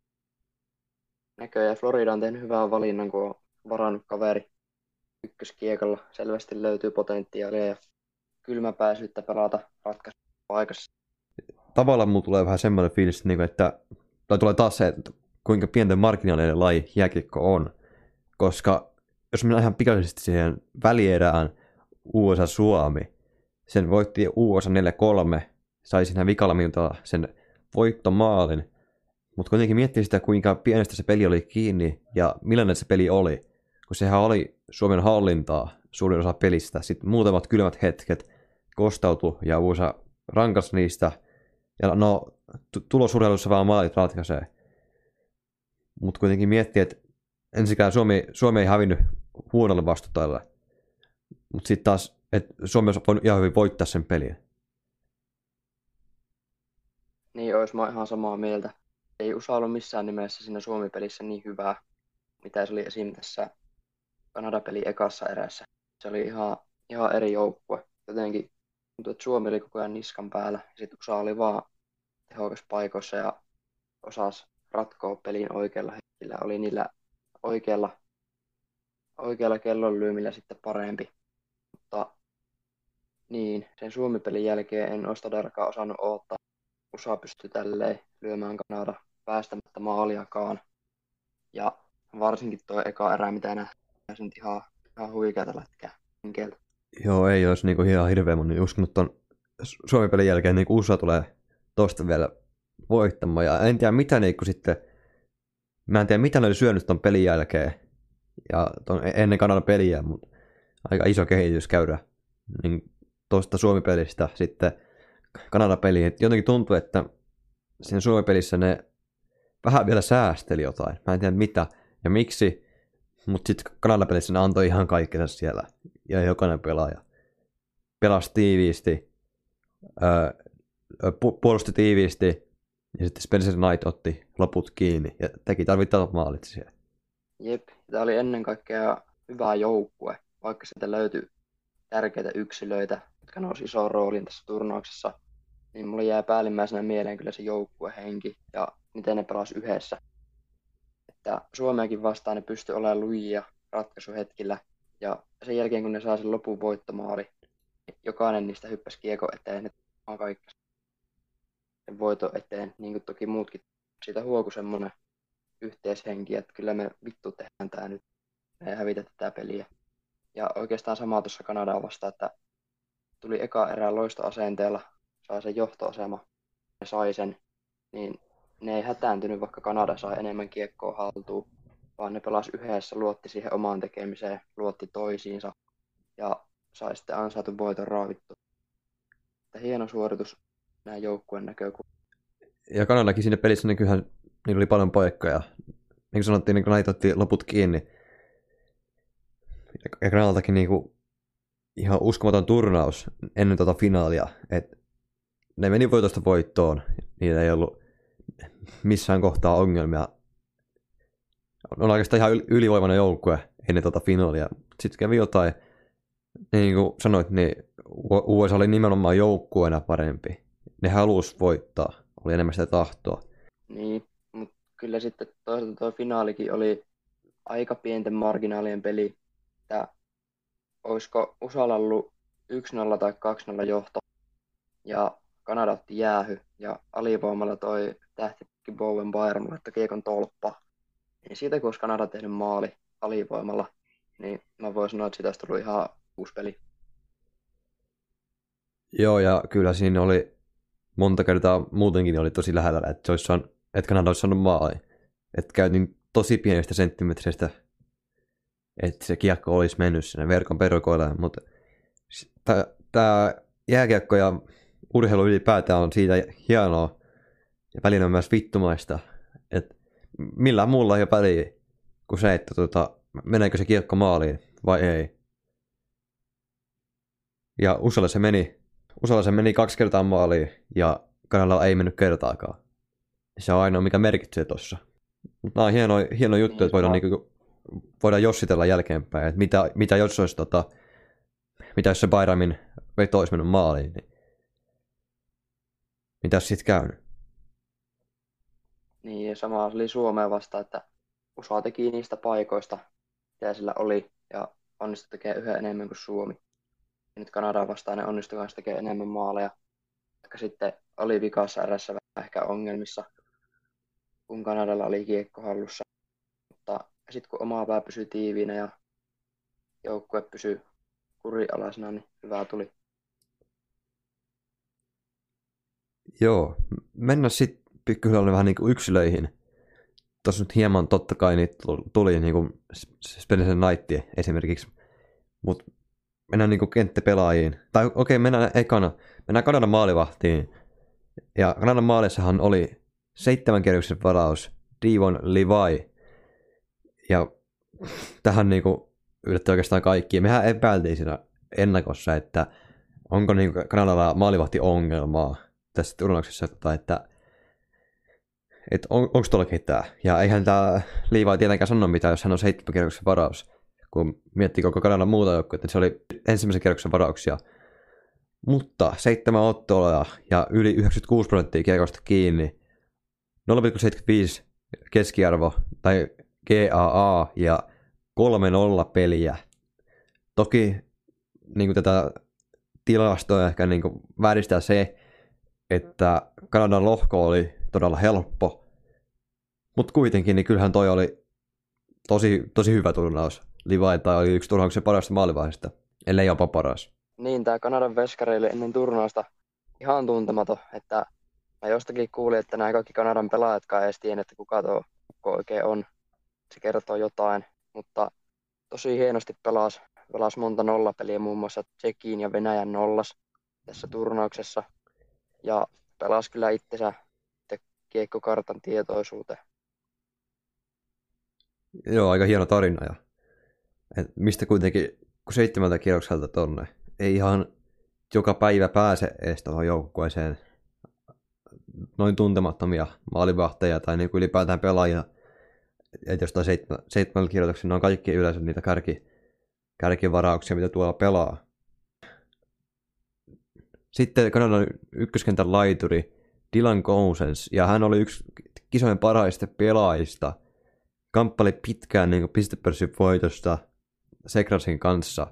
Näköjään Florida on tehnyt hyvän valinnan, kun on varannut kaveri ykköskiekalla. Selvästi löytyy potentiaalia ja kylmäpäisyyttä pelata ratkaisupaikassa. Tavallaan mulla tulee vähän semmoinen fiilis, että tai tulee taas se, että kuinka pienten marginaalinen laji jääkiekko on. Koska jos mennään ihan pikaisesti siihen välierään USA-Suomi, sen voitti USA 4-3, sai siinä vikalla minuutilla sen voittomaalin. Mutta kuitenkin miettii sitä, kuinka pienestä se peli oli kiinni ja millainen se peli oli. Kun sehän oli Suomen hallintaa suurin osa pelistä. Sitten muutamat kylmät hetket kostautui ja USA rankas niistä. Ja no, tulosurheilussa vaan maalit ratkaisee. Mutta kuitenkin miettii, että ensikään Suomi ei hävinnyt huonolle vastustajalle. Mutta sitten taas, että Suomi olisi voinut ihan hyvin voittaa sen pelin. Niin, mä oon ihan samaa mieltä. Ei USA ollut missään nimessä siinä Suomi-pelissä niin hyvää, mitä se oli esim. Tässä Kanada-pelin ekassa erässä. Se oli ihan eri joukkue. Jotenkin tuntui, että Suomi oli koko ajan niskan päällä. Ja sitten USA oli vaan tehokas paikoissa ja osasi ratkoa pelin oikealla hetkellä. Oli niillä oikealla kellonlyömillä sitten parempi. Mutta niin, sen Suomi-pelin jälkeen en ole todellakaan osannut odottaa. USA pystyi tälleen lyömään Kanada päästämättä maaliakaan. Ja varsinkin tuo eka erä, mitä nähtiin, nyt ihan huikeata lätkää henkeiltä. Joo, ei olisi niinku ihan hirveä moni uskonut ton Suomi-pelin jälkeen, niin USA tulee tosta vielä voittamaan. Ja en tiedä mitä niinku sitten, mä en tiedä mitä ne oli syönyt ton pelin jälkeen ja ennen Kanadan peliä, mutta aika iso kehitys käydä niin tuosta Suomi-pelistä sitten Kanadan peliin. Et jotenkin tuntuu, että siinä Suomi-pelissä ne vähän vielä säästeli jotain. Mä en tiedä mitä ja miksi, mutta sitten Kanadan pelissä ne antoi ihan kaikkensa siellä. Ja jokainen pelaaja pelasi tiiviisti, puolusti tiiviisti ja sitten Spencer Knight otti loput kiinni ja teki tarvittavat maalit siellä. Jep, tämä oli ennen kaikkea hyvä joukkue, vaikka sieltä löytyi tärkeitä yksilöitä, jotka nousi isoon rooliin tässä turnauksessa, niin mulle jää päällimmäisenä mieleen kyllä se joukkuehenki ja miten ne pelasi yhdessä. Että Suomeakin vastaan ne pystyi olemaan lujia ratkaisuhetkillä ja sen jälkeen kun ne saa sen lopun voittomaali, niin jokainen niistä hyppäsi kiekko eteen, että on kaikki sen voiton eteen, niin kuin toki muutkin. Siitä huokui semmoinen yhteishenki, että kyllä me vittu tehdään tää nyt, me ei hävitä tätä peliä. Ja oikeastaan sama tuossa Kanadaa vastaan, että tuli eka erää loistoasenteella, sai sen johtoasema, ne sai sen, niin ne ei hätääntynyt, vaikka Kanada sai enemmän kiekkoa haltuun, vaan ne pelasi yhdessä, luotti siihen omaan tekemiseen, luotti toisiinsa ja sai sitten ansaitu voiton raavittua. Hieno suoritus näin joukkueen näkökulmasta. Ja Kanadakin siinä pelissä näkyyhän, niillä oli paljon paikkoja. Niin kuin sanottiin, niin Knight otti loput kiinni. Ja Kanadaltakin niinku ihan uskomaton turnaus ennen tuota finaalia. Et ne meni voitosta voittoon. Niillä ei ollut missään kohtaa ongelmia. On oikeastaan ihan ylivoimainen joukkue ennen tuota finaalia. Sitten kävi jotain, niin kuin sanoit, niin USA oli nimenomaan joukkueena parempi. Ne halusi voittaa, oli enemmän sitä tahtoa. Niin, mutta kyllä sitten toisaalta tuo finaalikin oli aika pienten marginaalien peli. Että olisiko USAlla ollut 1-0 tai 2-0 johto ja Kanada otti jäähy ja alivoimalla toi tähtipikki Bowen Byram laittoi kiekon tolppaan. Niin siitä kun olisi Kanada tehnyt maali alivoimalla, niin mä voin sanoa, että siitä olisi tullut ihan uusi peli. Joo, ja kyllä siinä oli monta kertaa muutenkin oli tosi lähellä, että Kanada olisi saanut maali. Että käytiin tosi pienestä senttimetreistä, että se kiekko olisi mennyt sinne verkon perukoille, mutta tämä jääkiekko ja urheilu ylipäätään on siitä hienoa ja välillä on myös vittumaista, että millään muulla ei ole väliä kuin se, että meneekö se kiekko maaliin vai ei. Ja USAlla se meni 2 kertaa maaliin ja Kanadalla ei mennyt kertaakaan. Se on ainoa mikä merkitsee tossa. Mutta nämä on hieno juttu, niin, että voidaan jossitella jälkeenpäin, että mitä jos olisi mitä jos se Byramin veto olisi mennyt maaliin, niin mitäs sitten käynyt? Niin, ja sama oli Suomea vastaan, että USA teki niistä paikoista, mitä sillä oli, ja onnistui tekemään yhä enemmän kuin Suomi. Ja nyt Kanadaa vastaan ne onnistui myös tekemään enemmän maaleja, jotka sitten oli vikassa erässä vähän ehkä ongelmissa, kun Kanadalla oli kiekko hallussa. Mutta sitten kun oma pää pysyi tiiviinä ja joukkue pysyi kurialaisena, niin hyvää tuli. Joo, mennään sitten pikkuhiljaa vähän niin kuin yksilöihin. Tuossa nyt hieman totta kai niitä tuli niin kuin Spencer Knight esimerkiksi, mutta mennään niinku kenttäpelaajiin. Tai okei, mennään ekana. Mennään Kanadan maalivahtiin. Ja Kanadan maalissahan oli 7 kierroksen varaus Devon Levi. Ja tähän niinku yllätti oikeastaan kaikki. Mehän epäiltiin siinä ennakossa, että onko niinku Kanadalla maalivahti ongelmaa tässä turnauksessa, että onko tuolla ketään. Ja eihän tämä Levi tietenkään sano mitään, jos hän on 7 kierroksen varaus. Kun miettii koko Kanadan muuta joukkoa, että se oli ensimmäisen kierroksen varauksia. Mutta 7 ottelua ja yli 96% kiekosta kiinni. 0,75 keskiarvo tai GAA ja 3-0 peliä. Toki niin tätä tilastoa ehkä niin vääristää se, että Kanadan lohko oli todella helppo. Mutta kuitenkin, niin kyllähän toi oli tosi hyvä turnaus. Levi oli yksi turnauksen parasta maalivahdista, ellei jopa paras. Niin, tämä Kanadan veskareille ennen turnausta ihan tuntematon, että mä jostakin kuulin, että nämä kaikki Kanadan pelaajatkaan ei edes tiedä, että kuka tuo ukko oikein on. Se kertoo jotain, mutta tosi hienosti pelasi monta nollapeliä, muun muassa Tsekin ja Venäjän nollas tässä turnauksessa. Ja pelasi kyllä itsensä kiekkokartan tietoisuuteen. Joo, aika hieno tarina. Ja mistä kuitenkin, kun 7 kierrokselta tonne, ei ihan joka päivä pääse edes tuohon joukkueeseen noin tuntemattomia maalivahteja tai niin kuin ylipäätään pelaajia. Että jostain 7 kierroksen ne on kaikki yleensä niitä kärkivarauksia, mitä tuolla pelaa. Sitten Kanadan ykköskentän laituri Dylan Cozens, ja hän oli yksi kisojen parhaista pelaajista. Kamppaili pitkään niin pistepörssin voitosta Sekrasin kanssa.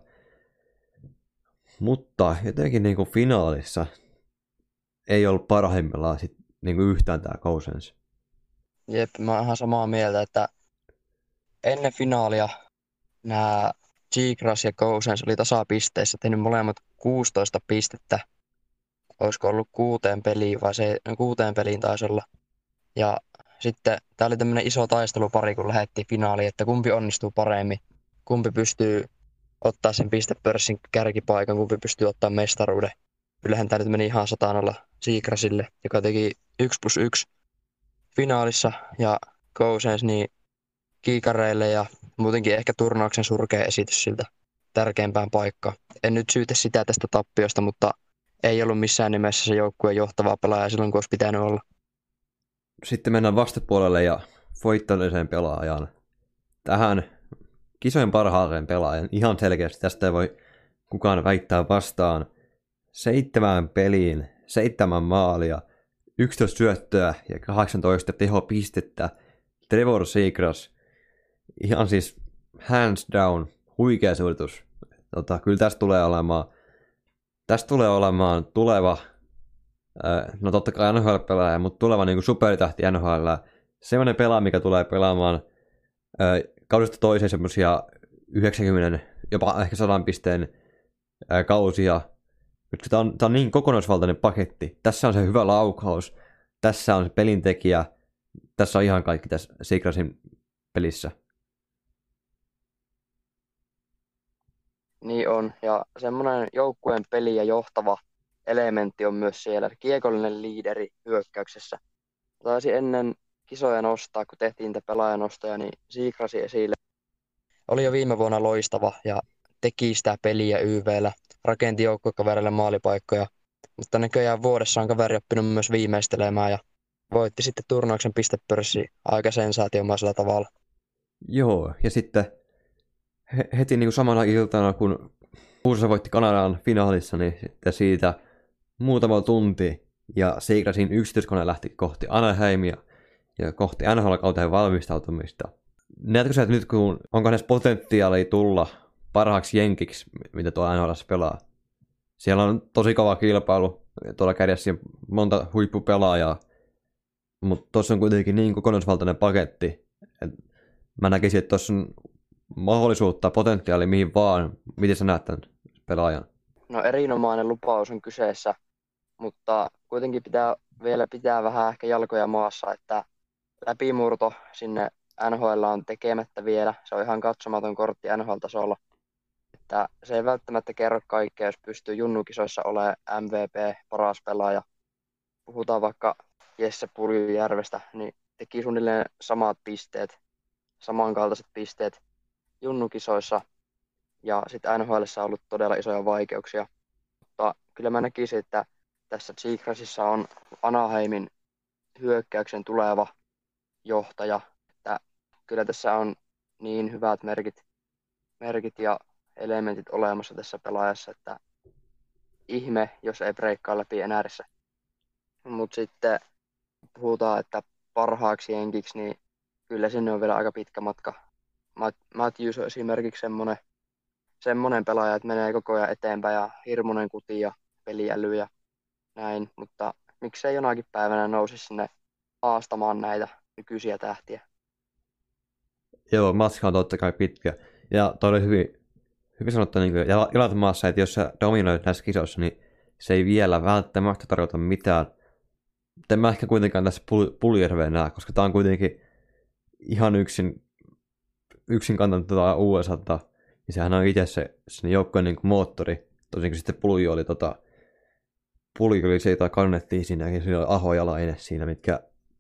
Mutta jotenkin niin finaalissa ei ollut parhaimmillaan niin yhtään tämä Cozens. Jep, mä oon ihan samaa mieltä, että ennen finaalia nämä Seacrest ja Cozens oli tasapisteissä, tehnyt molemmat 16 pistettä. Olisiko ollut 6 peliin vai 6 peliin taisi olla. Ja sitten tää oli tämmönen iso taistelupari, kun lähdettiin finaaliin, että kumpi onnistuu paremmin, kumpi pystyy ottaa sen pistepörssin kärkipaikan, kumpi pystyy ottaa mestaruuden. Kyllähän tää nyt meni ihan 100-0 Seacrestille, joka teki 1+1 finaalissa, ja Cozens niin kiikareille ja muutenkin ehkä turnauksen surkea esitys siltä tärkeimpään paikkaan. En nyt syytä sitä tästä tappiosta, mutta ei ollut missään nimessä se joukkueen johtava pelaaja silloin, kun olisi pitänyt olla. Sitten mennään vastapuolelle ja voittaneeseen pelaajaan. Tähän kisojen parhaaseen pelaajan. Ihan selkeästi tästä ei voi kukaan väittää vastaan. 7 peliin, 7 maalia, 11 syöttöä ja 18 tehopistettä. Trevor Seacrest. Ihan siis hands down, huikea suoritus. Kyllä tästä tulee olemaan tuleva, no totta kai NHL-pelaaja, mutta tuleva niin kuin supertähti NHL. Sellainen pelaaja, mikä tulee pelaamaan kaudesta toiseen semmoisia 90, jopa ehkä 100 pisteen kausia. Tämä on niin kokonaisvaltainen paketti. Tässä on se hyvä laukaus, tässä on se pelintekijä, tässä on ihan kaikki tässä Seacrestin pelissä. Niin on, ja semmoinen joukkueen peli ja johtava elementti on myös siellä, kiekollinen liideri hyökkäyksessä. Taisi ennen kisoja nostaa, kun tehtiin niitä pelaajanostoja, niin Seacrest esille. Oli jo viime vuonna loistava ja teki sitä peliä YV:llä, rakenti joukkuekaverille maalipaikkoja, mutta näköjään vuodessa on kaveri oppinut myös viimeistelemään ja voitti sitten turnauksen pistepörssi aika sensaatiomaisella tavalla. Joo, ja sitten heti niin kuin samana iltana, kun USA voitti Kanadan finaalissa, niin sitten siitä muutama tunti ja Seacrestin yksityiskone lähti kohti Anaheimia ja kohti NHL-kauteen valmistautumista. Näetkö sä, että nyt kun onko hänestä potentiaalia tulla parhaaksi jenkiksi, mitä tuo NHL:ssä pelaa? Siellä on tosi kova kilpailu, tuolla kärjessä monta huippupelaajaa, mutta tuossa on kuitenkin niin kokonaisvaltainen paketti, että mä näkisin, että tuossa on mahdollisuutta, potentiaalia mihin vaan. Miten sä näet tämän pelaajan? No erinomainen lupaus on kyseessä, mutta kuitenkin pitää vähän ehkä jalkoja maassa, että läpimurto sinne NHL on tekemättä vielä. Se on ihan katsomaton kortti NHL-tasolla. että se ei välttämättä kerro kaikkea, jos pystyy junnukisoissa olemaan MVP, paras pelaaja. Puhutaan vaikka Jesse Puljujärvestä, niin teki suunnilleen samat pisteet, samankaltaiset pisteet junnukisoissa, ja sitten NHL:ssä on ollut todella isoja vaikeuksia. Mutta kyllä mä näkisin, että tässä Seagrassissa on Anaheimin hyökkäyksen tuleva johtaja, että kyllä tässä on niin hyvät merkit ja elementit olemassa tässä pelaajassa, että ihme, jos ei breikkaa läpi enäärissä. Mutta sitten puhutaan, että parhaaksi jenkiksi, niin kyllä sinne on vielä aika pitkä matka. Matthews on esimerkiksi semmoinen pelaaja, että menee koko ajan eteenpäin ja hirmuinen kuti ja peliäly ja näin, mutta miksei jonakin päivänä nousi sinne haastamaan näitä nykyisiä tähtiä. Joo, matka on totta kai pitkä. Ja toi oli hyvin sanottu niin jalat maassa, että jos sä dominoit näissä kisoissa, niin se ei vielä välttämättä tarkoita mitään. En mä ehkä kuitenkaan tässä Puljujärveen näe, koska tää on kuitenkin ihan yksin kantanut USAta. Ja sehän on itse se joukkojen niin moottori. Tosin sitten Pulju oli se, jota kannettiin siinä, ja siinä oli Aho ja Laine siinä, mitkä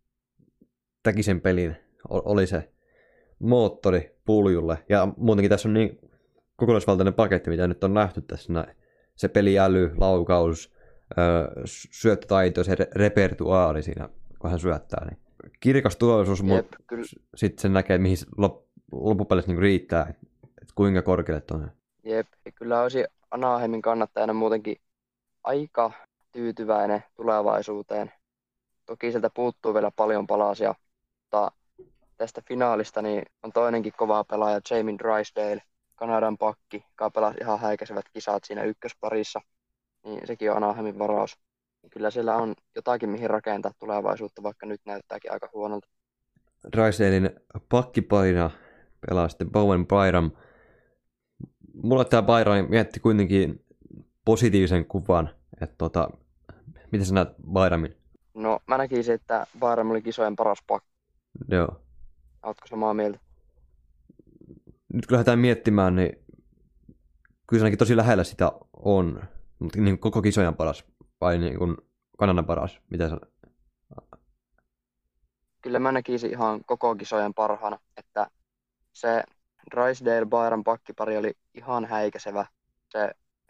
teki sen pelin. Oli se moottori Puljulle. Ja muutenkin tässä on niin kokonaisvaltainen paketti, mitä nyt on nähty tässä näin. Se peliäly, laukaus, syöttötaito, se repertuaari siinä, kun hän syöttää. Niin kirkas tuloisuus, mutta sitten sen näkee, mihin loppupelissä niin riittää, että kuinka korkealle tuonne. Jep, ja kyllä olisi Anaheimin kannattajana muutenkin aika tyytyväinen tulevaisuuteen. Toki sieltä puuttuu vielä paljon palasia, mutta tästä finaalista niin on toinenkin kova pelaaja, Jamie Drysdale, Kanadan pakki, joka pelasi ihan häikäisevät kisat siinä ykkösparissa. Niin sekin on Anaheimin varaus. Kyllä siellä on jotakin, mihin rakentaa tulevaisuutta, vaikka nyt näyttääkin aika huonolta. Drysdalein pakkiparina pelaa sitten Bowen Byram. Mulla tämä Byram mietti kuitenkin positiivisen kuvan, että miten sä näet Byramin? No mä näkisin, että Byram oli kisojen paras pakki. Joo. Ootko samaa mieltä? Nyt kun lähdetään miettimään, niin kyllä se ainakin tosi lähellä sitä on. Mutta niin koko kisojen paras vai niin kuin Kanadan paras? Mitä sä... Kyllä mä näkisin ihan koko kisojen parhaana, että se Drysdale-Byram pakkipari oli ihan häikäisevä. Se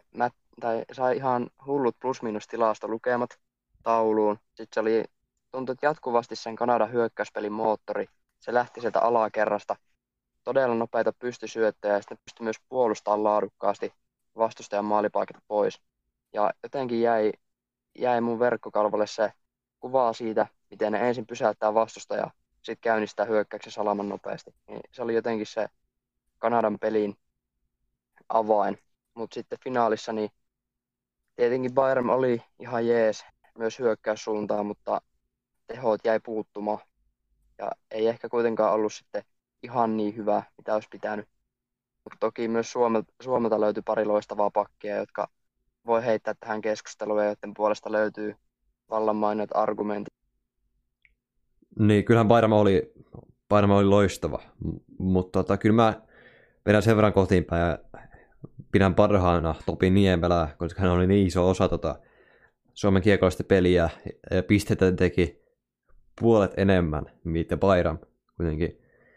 sai ihan hullut plus-miinus tilastolukemat tauluun. Sitten se tuntui, että jatkuvasti sen Kanadan hyökkäyspelin moottori. Se lähti sieltä alakerrasta. Todella nopeita pystysyöttöjä ja sitten pystyi myös puolustamaan laadukkaasti vastustajan maalipaikata pois. Ja jotenkin jäi mun verkkokalvolle se kuva siitä, miten ne ensin pysäyttää vastustajaa, sitten käynnistää hyökkäyksen salaman nopeasti. Niin se oli jotenkin se Kanadan pelin avain. Mutta sitten finaalissa niin tietenkin Byram oli ihan jees myös hyökkäyssuuntaan, mutta tehot jäi puuttumaan. Ja ei ehkä kuitenkaan ollut sitten ihan niin hyvä, mitä olisi pitänyt. Mutta toki myös Suomelta löytyi pari loistavaa pakkia, jotka voi heittää tähän keskusteluun, joiden puolesta löytyy vallan mainit argumentit. Niin, kyllähän Byram oli loistava, mutta kyllä mä vedän sen verran kotiinpäin ja pidän parhaana Topi Niemelää, koska hän oli niin iso osa Suomen kiekollista peliä ja pisteitä teki puolet enemmän, mitä Byram kuitenkin.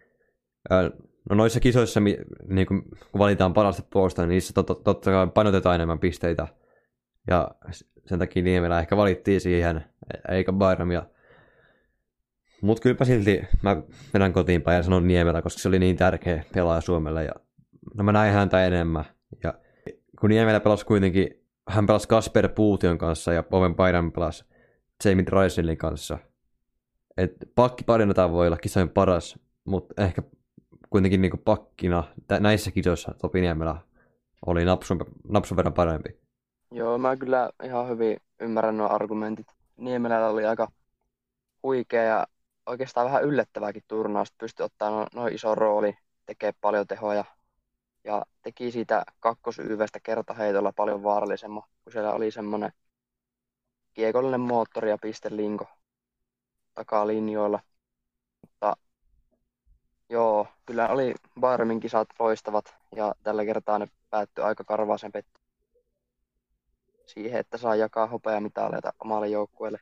No noissa kisoissa, niin kun valitaan parasta puolesta, niin niissä totta kai painotetaan enemmän pisteitä. Ja sen takia Niemelä ehkä valittiin siihen, eikä Byramia. Mutta kylläpä silti mä vedän kotiinpäin ja sanon Niemelä, koska se oli niin tärkeä pelaaja Suomelle. Ja no mä näin häntä enemmän. Ja kun Niemelä pelasi kuitenkin, hän pelasi Kasper Puution kanssa ja Bowen Byram pelasi Jamie Drysdalein kanssa. Et pakkiparina tämä voi olla kisojen paras, mutta ehkä kuitenkin niinku pakkina näissä kisoissa Topi Niemelä oli napsun verran parempi. Joo, mä kyllä ihan hyvin ymmärrän nuo argumentit. Niemelällä oli aika huikea ja oikeastaan vähän yllättävääkin turnaus. Pystyi ottaa noin iso rooli, tekee paljon tehoja ja teki siitä kakkosyyvestä kertaheitolla paljon vaarallisemman, kun siellä oli semmoinen kiekollinen moottori ja pistelinko takalinjoilla. Mutta joo, Kyllä oli Bayernin kisat loistavat ja tällä kertaa ne päättyi aika karvaaseen siihen, että saa jakaa hopeamitaleita omalle joukkueelle.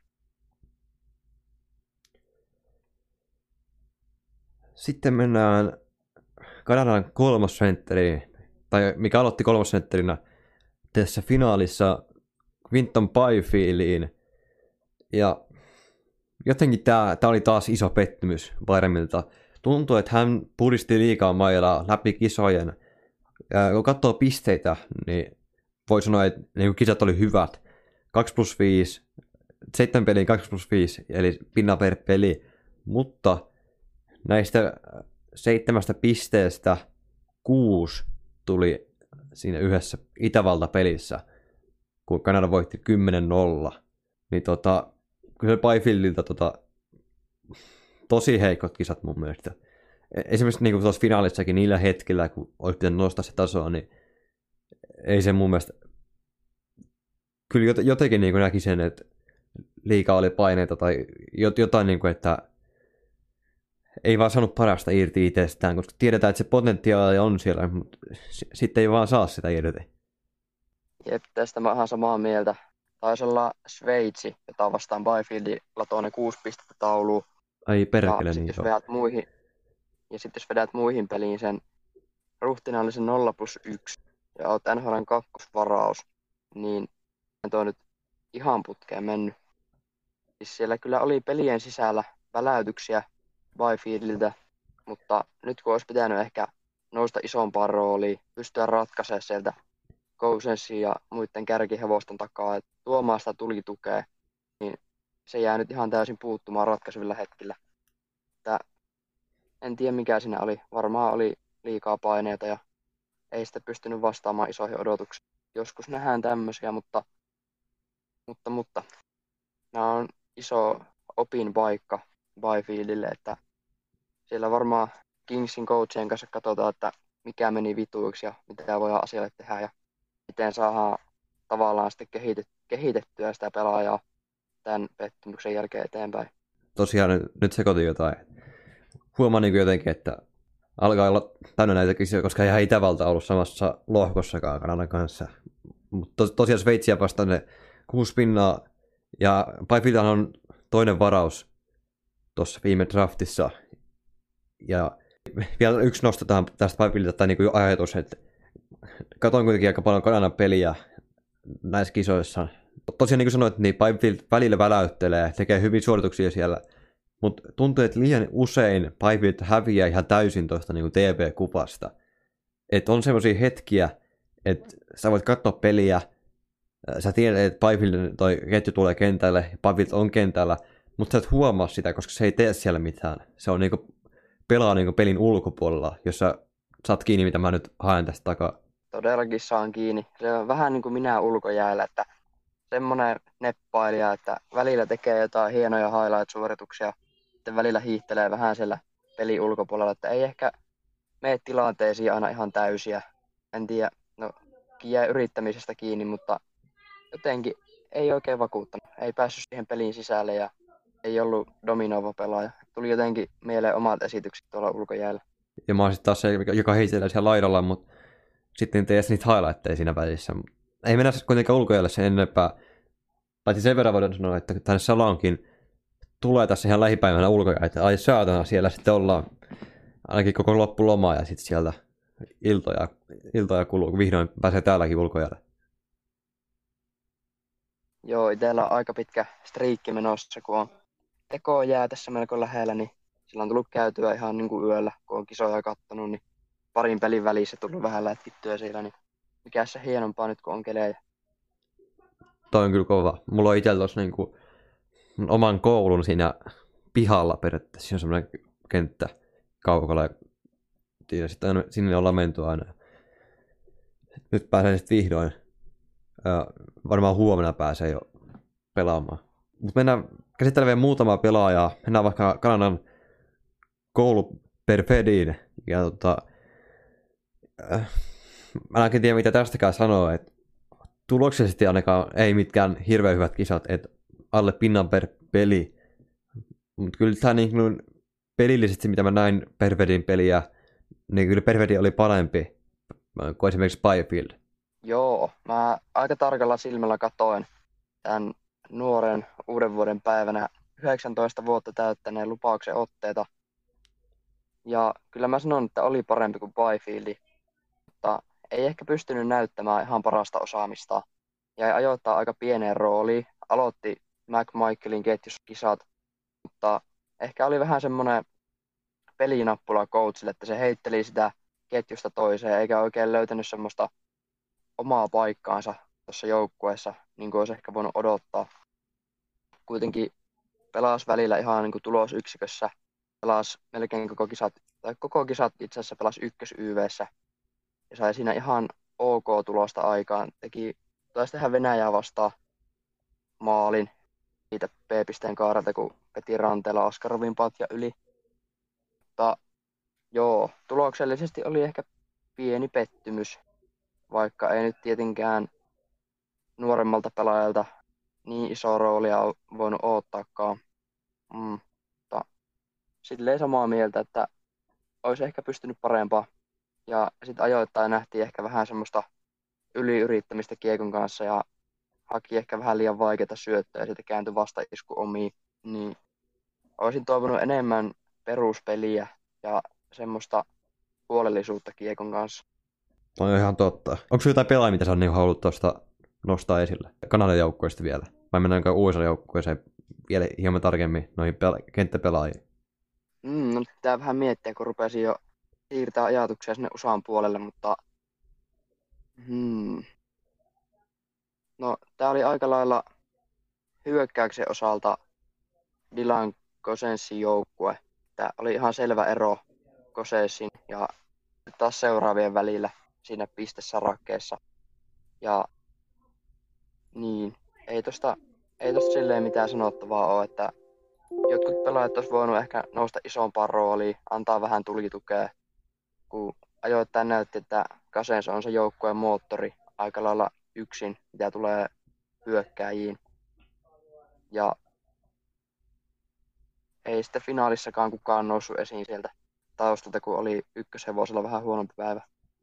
Sitten mennään Kanadan kolmosentteriin, tai mikä aloitti kolmosentterinä tässä finaalissa Quinton Byfieldiin. Ja jotenkin tämä oli taas iso pettymys Bayernilta. Tuntui, että hän puristi liikaa mailaa läpi kisojen. Ja kun katsoo pisteitä, niin voi sanoa, että niin kisat oli hyvät. 2+5, 7 peliä 2+5, eli pinna per peli. Mutta näistä 7 pisteestä 6 tuli siinä yhdessä Itävalta-pelissä, kun Kanada voitti 10-0. Niin kyllä Byfieldiltä tosi heikot kisat mun mielestä. Esimerkiksi niin kuin tuossa finaalissakin niillä hetkillä, kun olisi pitänyt nostaa se tasoa, niin ei se mun mielestä... Kyllä jotenkin niin kuin näki sen, että liikaa oli paineita tai jotain, niin kuin, että ei vaan saanut parasta irti itsestään, koska tiedetään, että se potentiaali on siellä, mutta sitten ei vaan saa sitä irti. Jep, tästä mä oon samaa mieltä. Taisi olla Sveitsi, jota vastaan Byfieldilla tuonne 6 pistettä tauluun. Ai perkele, niin jos vedät jos vedät muihin peliin sen ruhtinaallisen 0+1 ja oot NHL:n kakkosvaraus, niin tuo on nyt ihan putkeen mennyt. Siis siellä kyllä oli pelien sisällä väläytyksiä Byfieldiltä, mutta nyt kun olisi pitänyt ehkä nousta isompaan rooliin, pystyä ratkaisemaan sieltä Cousensin ja muiden kärkihevosten takaa, että tuomaan sitä tulitukea, niin se jää nyt ihan täysin puuttumaan ratkaisevilla hetkillä. En tiedä mikä siinä oli. Varmaan oli liikaa paineita ja ei sitä pystynyt vastaamaan isoihin odotuksiin. Joskus nähdään tämmöisiä, mutta nämä on iso opin paikka Byfieldille, että siellä varmaan Kingsin coachien kanssa katsotaan, että mikä meni vituiksi ja mitä voidaan asialle tehdä ja miten saadaan tavallaan sitten kehitettyä sitä pelaajaa tämän pettymyksen jälkeen eteenpäin. Tosiaan nyt sekoitin jotain. Huomaan niin jotenkin, että alkaa olla täynnä näitä kisoja, koska ei Itävalta ollut samassa lohkossakaan Kanadan kanssa. Mutta tosiaan Sveitsiä vastaan ne 6 pinnaa, ja Byfield on toinen varaus tuossa viime draftissa. Ja vielä yksi nostetaan tästä Byfieldilta, tai niin ajatus, että katoin kuitenkin aika paljon Kanadan peliä näissä kisoissa. Tosiaan niin kuin sanoit, niin Byfield välillä väläyttelee, tekee hyviä suorituksia siellä, mutta tuntuu, että liian usein Byfield häviää ihan täysin tuosta niin TB-kupasta. Että on semmoisia hetkiä, että sä voit katsoa peliä, sä tiedät, että Byfieldin toi ketju tulee kentälle, ja Byfield on kentällä, mutta sä et huomaa sitä, koska se ei tee siellä mitään. Se on niinku, pelaa niinku pelin ulkopuolella, jos sä saat kiinni, mitä mä nyt haen tästä takaa. Todellakin saan kiinni. Se on vähän niin kuin minä ulkojäällä, että semmoinen neppailija, että välillä tekee jotain hienoja highlight-suorituksia, sitten välillä hiihtelee vähän siellä pelin ulkopuolella, että ei ehkä mene tilanteisiin aina ihan täysiä. En tiedä, jää yrittämisestä kiinni, mutta jotenkin ei oikein vakuuttanut. Ei päässyt siihen pelin sisälle ja ei ollut dominoiva pelaaja. Tuli jotenkin mieleen omat esitykset tuolla ulkojäällä. Ja mä oon sitten taas se, joka heittelee siellä laidalla, mutta sitten tee niitä highlightteja siinä välissä. Ei mennä kuitenkaan ulkojäälle sen enempää. Paitsi sen verran voidaan sanoa, että tänne Salonkin tulee tässä ihan lähipäivänä ulkojäälle, että ai saatana, siellä sitten ollaan ainakin koko loppulomaa ja sitten sieltä iltoja kuluu, kun vihdoin pääsee täälläkin ulkojäälle. Joo, itsellä on aika pitkä striikki menossa, kun on tekoa jää tässä melko lähellä, niin sillä on tullut käytyä ihan niin kuin yöllä, kun on kisoja kattonut, niin parin pelin välissä tullut vähän lätkittyä siellä, niin mikä se hienompaa nyt, kun on kelejä. Toi on kyllä kova. Mulla on itsellä tuossa niinku oman koulun siinä pihalla periaatteessa. Siinä on semmoinen kenttä kaukalla ja sitten sinne ollaan menty aina. Nyt pääsee sitten vihdoin. Varmaan huomenna pääsee jo pelaamaan. Mutta mennään käsittelemään muutamaa pelaajaa. Mennään vaikka Kanadan koulu Perfediin. Ja mä en oikein tiedä mitä tästäkään sanoo, että tuloksellisesti ainakaan ei mitkään hirveän hyvät kisat, että alle pinnan per peli. Mutta kyllä tämä niin pelillisesti, mitä mä näin Perfedin peliä, niin kyllä Perfetti oli parempi kuin esimerkiksi Byfield. Joo, mä aika tarkalla silmällä katoin tämän nuoren uuden vuoden päivänä 19 vuotta täyttäneen lupauksen otteita. Ja kyllä mä sanon, että oli parempi kuin Byfield, mutta ei ehkä pystynyt näyttämään ihan parasta osaamista. Jäi ajoittaa aika pieneen rooliin, aloitti McMichaelin ketjussa kisat, mutta ehkä oli vähän semmoinen pelinappula coachille, että se heitteli sitä ketjusta toiseen, eikä oikein löytänyt semmoista omaa paikkaansa tuossa joukkueessa, niin kuin olisi ehkä voinut odottaa. Kuitenkin pelasi välillä ihan niin kuin tulosyksikössä, pelasi melkein koko kisat itse asiassa pelasi ykkös-YV:ssä ja sai siinä ihan ok tulosta aikaan. Taisi tehdä Venäjää vastaan maalin siitä B-pisteen kaarelta, kun veti ranteella Askarovin patja yli. Mutta joo, tuloksellisesti oli ehkä pieni pettymys, vaikka ei nyt tietenkään nuoremmalta pelaajalta niin iso roolia ole voinut odottaakaan. Mutta silleen samaa mieltä, että olisi ehkä pystynyt parempaa. Ja sitten ajoittain nähtiin ehkä vähän semmoista yliyrittämistä kiekon kanssa ja haki ehkä vähän liian vaikeita syöttöjä ja sitten kääntyi vastaisku omiin. Niin olisin toivonut enemmän peruspeliä ja semmoista huolellisuutta kiekon kanssa. On ihan totta. Onko sinulla jotain pelaajia, mitä sä niin haluat tuosta nostaa esille? Kanadan joukkueesta vielä. Vai mennäänkö USA-joukkueeseen vielä hieman tarkemmin noihin kenttäpelaajiin? No pitää vähän miettiä, kun rupesin jo siirtää ajatuksia sinne USAn puolelle, mutta no tää oli aika lailla hyökkäyksen osalta Dylan Cosensin joukkue. Tää oli ihan selvä ero Cosensin ja taas seuraavien välillä siinä pistesarakkeessa. Ja niin, ei tosta silleen mitään sanottavaa ole, että jotkut pelaajat olisi voinut ehkä nousta isompaan rooliin, antaa vähän tulitukea, kun ajoittain näytti, että Cousins on se joukkueen moottori aika lailla yksin, mitä tulee hyökkääjiin. Ja ei sitten finaalissakaan kukaan noussut esiin sieltä taustalta, kun oli ykköshevosella vähän huonompi päivä.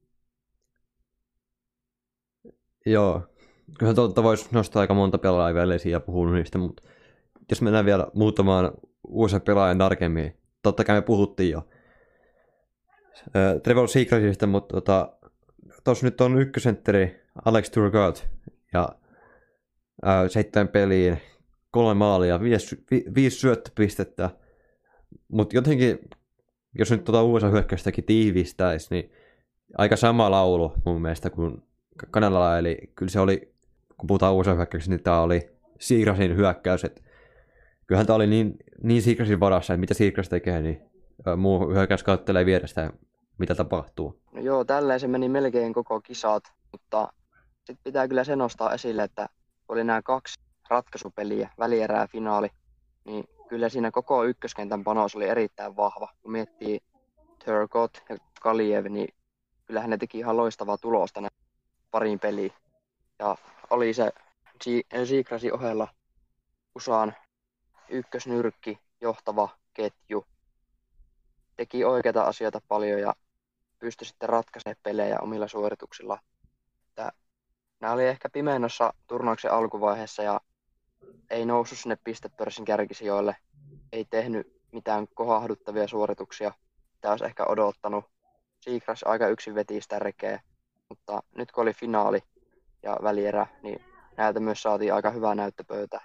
Joo, kyllä totta voisi nostaa aika monta pelaajaa vielä esiin ja puhua niistä, mutta jos mennään vielä muutamaan uuden pelaajan tarkemmin, totta kai me puhuttiin jo Trevor Seagrassista, mutta tuossa nyt on ykkösentteri Alex Turcotte ja 7 peliin, 3 maalia, 5 syöttöpistettä, mutta jotenkin, jos nyt USA-hyökkäystäkin tiivistäisi, niin aika sama laulu mun mielestä kuin Kanadalla, eli kyllä se oli, kun puhutaan USA-hyökkäyksestä, niin tämä oli Seagrassin hyökkäys, että kyllähän tämä oli niin Seagrassin varassa, että mitä Seagrass tekee, niin muu hyökkäys katselee vierestä, mitä tapahtuu. No joo, tälleen se meni melkein koko kisat, mutta sitten pitää kyllä se nostaa esille, että oli nämä 2 ratkaisupeliä, välierää ja finaali, niin kyllä siinä koko ykköskentän panos oli erittäin vahva. Kun miettii Turcotte ja Kaliev, niin kyllähän ne teki ihan loistavaa tulosta pariin peliin. Ja oli se Seagrassin ohella USAn ykkösnyrkki, johtava ketju. Teki oikeita asioita paljon ja pystyi sitten ratkaisemaan pelejä omilla suorituksilla. Nämä oli ehkä pimennossa turnauksen alkuvaiheessa ja ei noussut sinne pistepörssin kärkisijoille. Ei tehnyt mitään kohahduttavia suorituksia. Tämä olisi ehkä odottanut. Seagrass aika yksin veti sitä rekeä. Mutta nyt kun oli finaali ja välierä, niin näiltä myös saatiin aika hyvää näyttöpöytää.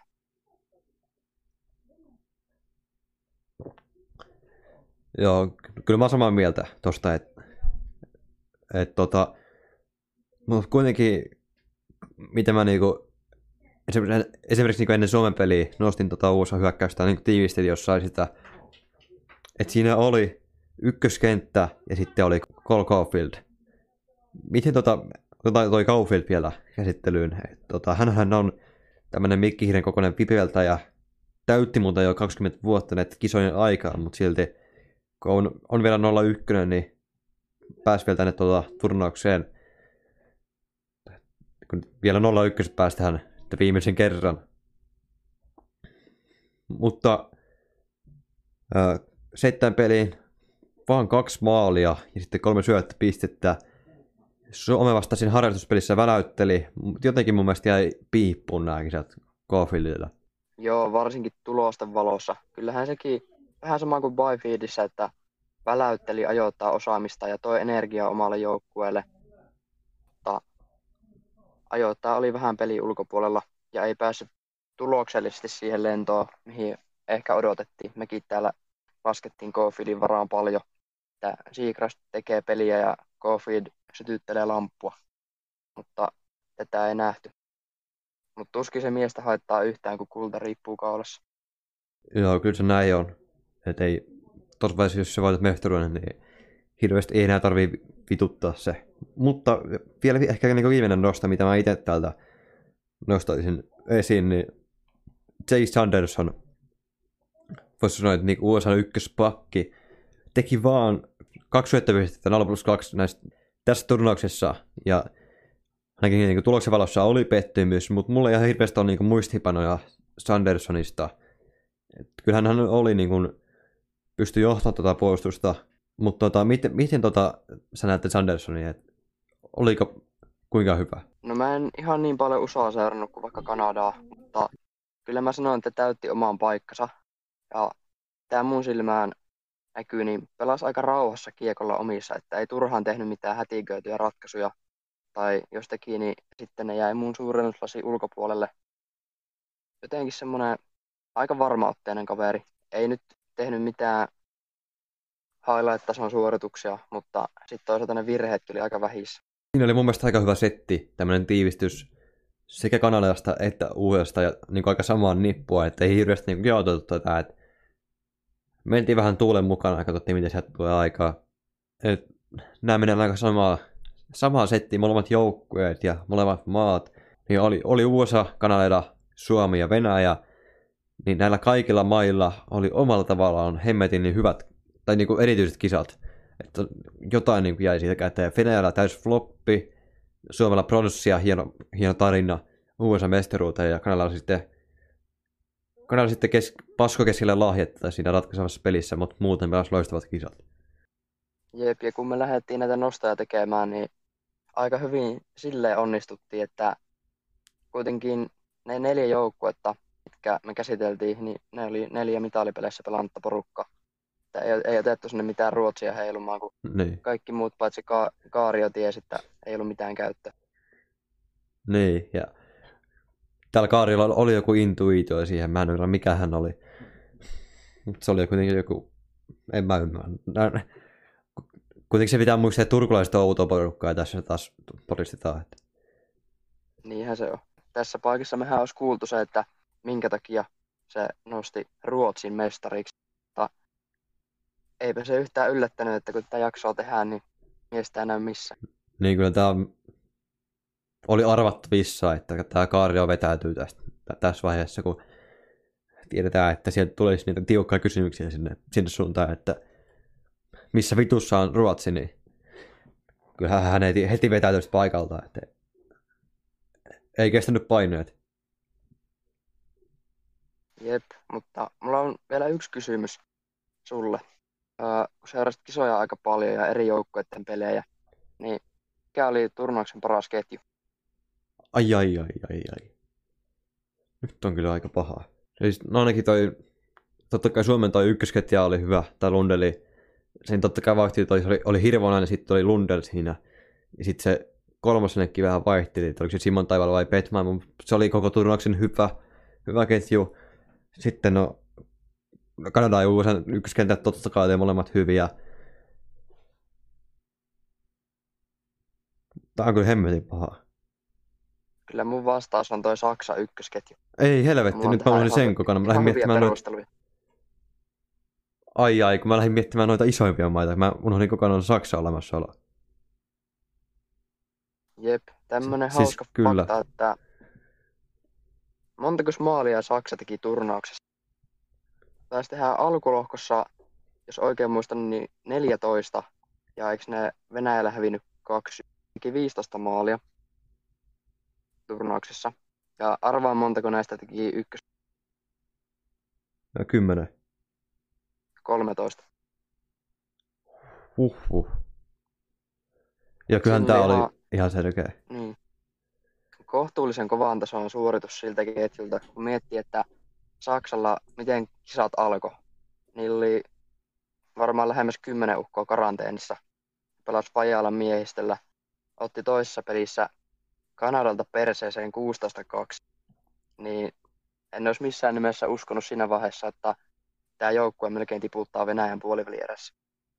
Joo, kyllä mä oon samaa mieltä tosta, mutta kuitenkin, mitä mä niinku, esimerkiksi niinku ennen Suomen peliä nostin USA-hyökkäystä niinku tiivistelin jossain sitä, että siinä oli ykköskenttä ja sitten oli Cole Caulfield. Miten toi Caulfield vielä käsittelyyn? Hänhän on tämmönen mikkihiiren kokoinen pipeltäjä, täytti muuta jo 20 vuotta näitä kisojen aikaan, mutta silti kun on vielä 0-1, niin pääsi vielä tänne turnaukseen. Kun vielä 0-1 päästään viimeisen kerran. Mutta 7 peliin, vaan 2 maalia ja sitten 3 syöttöpistettä. Suomi vasta siinä harjoituspelissä väläytteli, mutta jotenkin mun mielestä jäi piippuun nämä kisat Cofieldilla. Joo, varsinkin tulosten valossa. Kyllähän sekin vähän sama kuin Byfieldissa, että väläytteli ajoittaa osaamista ja toi energiaa omalle joukkueelle. Mutta ajoittaa oli vähän pelin ulkopuolella ja ei päässyt tuloksellisesti siihen lentoon, mihin ehkä odotettiin. Mekin täällä laskettiin Cofieldin varaan paljon, että Seacrest tekee peliä ja Caulfield sytyttelee lamppua, mutta tätä ei nähty. Mutta tuskin se miestä haittaa yhtään, kun kulta riippuu kaulassa. Joo, kyllä se näin on. Että ei, tuossa vaiheessa, jos sä voitat mestaruuden, niin hirveästi ei enää tarvii vituttaa se. Mutta vielä ehkä niin viimeinen nosto, mitä mä itse täältä nostaisin esiin, niin Jay Sanderson, voisi sanoa, että niin USA ykköspakki, teki vaan 2 syöttöpistettä 0+2 tässä turnauksessa, ja ainakin niin tuloksen valossa oli pettymys, mutta mulla ei ihan hirveästi ole niin muistipanoja Sandersonista. Et kyllähän hän oli niin kuin, pystyi johtamaan tuota puolustusta, mutta miten sä näette Sandersonia, että oliko kuinka hyvä? No mä en ihan niin paljon USAa seurannut kuin vaikka Kanadaa, mutta kyllä mä sanoin, että täytti oman paikkansa. Ja tämä mun silmään näkyy, niin pelasi aika rauhassa kiekolla omissa, että ei turhaan tehnyt mitään hätiköityjä ratkaisuja. Tai jos teki, niin sitten ne jäi mun suurennuslasi ulkopuolelle. Jotenkin semmoinen aika varmaotteinen kaveri. Ei nyt tehnyt mitään highlight-tason suorituksia, mutta sitten toisaalta ne virheetkin oli aika vähissä. Siinä oli mun mielestä aika hyvä setti, tämmöinen tiivistys sekä Kanadasta että USAsta ja niin aika samaan nippua, että ei hirveästi niin jaotettu tätä, että mentiin vähän tuulen mukana ja katsottiin, miten sieltä tulee aikaa. Nämä menee aika samaa settiin, molemmat joukkueet ja molemmat maat. Niin oli USA, Kanada, Suomi ja Venäjä, niin näillä kaikilla mailla oli omalla tavallaan hemmetin niin hyvät, tai niin kuin erityiset kisat. Että jotain niin kuin jäi siitä käteen. Venäjällä täys floppi, Suomella pronssia, hieno tarina, USA mestaruuteen ja Kanadalla sitten paskokeskelle lahjetta siinä ratkaisevassa pelissä, mutta muuten pelasi loistavat kisat. Jep, ja kun me lähdettiin näitä nostoja tekemään, niin aika hyvin silleen onnistuttiin, että kuitenkin ne 4 joukkuetta, mitkä me käsiteltiin, niin ne oli 4 mitalipeleissä pelannutta porukkaa. Ei otettu sinne mitään Ruotsia heilumaan, kun Niin. kaikki muut paitsi Kaario tiesi, että ei ollut mitään käyttöä. Niin, ja täällä Kaarilla oli joku intuitio siihen, mä en ymmärrä mikä hän oli. Mutta se oli kuitenkin joku, en mä ymmärrä. Kuitenkin se pitää muistaa, että turkulaiset on outoa porukkaa ja tässä taas todistetaan. Että... Niinhän se on. Tässä paikassa mehän olisi kuultu se, että minkä takia se nosti Ruotsin mestariksi. Mutta eipä se yhtään yllättänyt, että kun tätä jaksoa tehdään, niin miestä ei näy missään. Niin kyllä tämä oli arvattavissa, että tämä Kaario vetäytyy tässä vaiheessa, kun tiedetään, että sieltä tulisi niitä tiukkoja kysymyksiä sinne suuntaan, että missä vitussa on Ruotsi, niin kyllähän hän heti vetäytyisi paikalta, että ei kestänyt paineet. Jep, mutta mulla on vielä yksi kysymys sulle. Kun seurasit kisoja aika paljon ja eri joukkueiden pelejä, niin mikä oli turnauksen paras ketju? Ai. Nyt on kyllä aika pahaa. Siis, no ainakin totta kai Suomen toi ykkösketja oli hyvä, tai Lundeli. Siinä totta kai vaihteli, oli Hirvonen ja sitten oli Lundell siinä. Ja sitten se kolmosennekin vähän vaihteli, että oliko se Simon Taivala vai Petman, mutta se oli koko turnauksen hyvä ketju. Sitten Kanada ja USA ykköskentät totta kai oli molemmat hyviä. Tämä on kyllä hemmetin paha. Kyllä mun vastaus on toi Saksa ykkösketju. Ei helvetti, nyt mä olin sen kokana. Mä lähdin miettimään kun mä lähdin miettimään noita isoimpia maita. Mä unohdin kokonaan Saksa olemassaolo. Jep, tämmönen Siis hauska kyllä. fakta, että montako maalia Saksa teki turnauksessa? Taisi tehdä alkulohkossa, jos oikein muistan, niin 14. Ja eikö ne Venäjällä hävinnyt 2? Teki 15 maalia turnauksessa. Ja arvaa montako näistä teki ykkös. 10. 13. Huhhuh. Ja kyllähän Siinä tää oli oli ihan selkeä. niin, kohtuullisen kovan tason suoritus siltä ketjulta, kun miettii, että Saksalla, miten kisat alkoi, niillä oli varmaan lähemmäs 10 ukkoa karanteenissa. Pelasi vajaalla miehistöllä. Otti toisessa pelissä Kanadalta perseeseen 16-2. Niin en olisi missään nimessä uskonut siinä vaiheessa, että tämä joukkue melkein tiputtaa Venäjän puolivälierässä.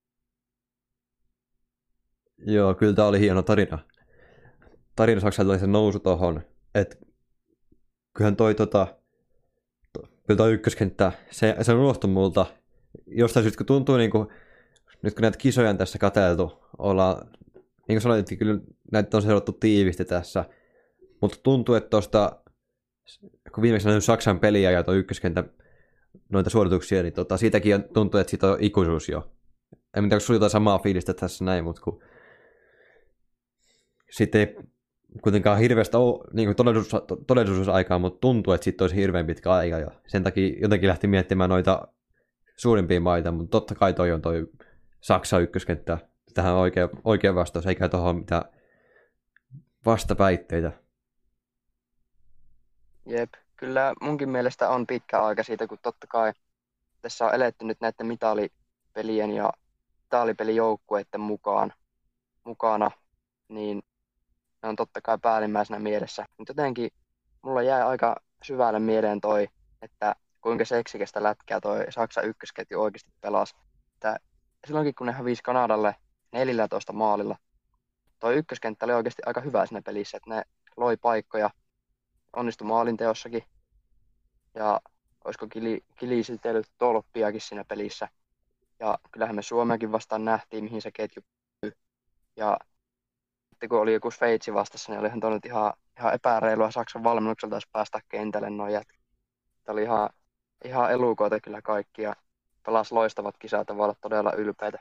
Joo, kyllä tää oli hieno tarina. Saksalta oli se nousu tohon. Et kyllähän kyllä toi ykköskenttä, se on unohtunut multa. Jostain syystä, kun tuntuu niinku, nyt kun näitä kisoja on tässä katseltu, ollaan, niin kuin sanoit, että kyllä näitä on seurattu tiivisti tässä, mutta tuntuu, että tuosta, kun viimeksi näin Saksan peliä ja tuo ykköskenttä noita suorituksia, niin siitäkin tuntuu, että siitä on ikuisuus jo. En tiedä, onko sulla jotain samaa fiilistä tässä näin, mutta kun sitten ei kuitenkaan hirveästi ole niin todellisuusaikaa, mutta tuntuu, että sitten olisi hirveän pitkä aika ja sen takia jotenkin lähti miettimään noita suurimpia maita, mutta totta kai toi on toi Saksa ykköskenttä. Tähän on oikea vastaus, eikä tuohon mitään vastapäitteitä. Jep, kyllä munkin mielestä on pitkä aika siitä, kun totta kai tässä on eletty nyt näiden mitalipelien ja mitalipelijoukkueiden mukana, niin ne on totta kai päällimmäisenä mielessä. Mutta jotenkin mulla jäi aika syvälle mieleen toi, että kuinka seksikästä lätkää toi Saksan ykkösketju oikeasti pelasi. Että silloinkin kun ne hävisi Kanadalle 14 maalilla, toi ykköskenttä oli oikeasti aika hyvä siinä pelissä, että ne loi paikkoja, onnistui maalinteossakin ja olisiko kilisitellyt tolppiakin siinä pelissä. Ja kyllähän me Suomeakin vastaan nähtiin, mihin se ketju pystyy. Ja sitten kun oli joku Sveitsi vastassa, niin olihan tuo nyt ihan epäreilua Saksan valmennukselta, jos päästä kentälle noin jätkä. Tämä oli ihan elukoita kyllä kaikki ja pelasi loistavat kisat ja voi olla todella ylpeitä.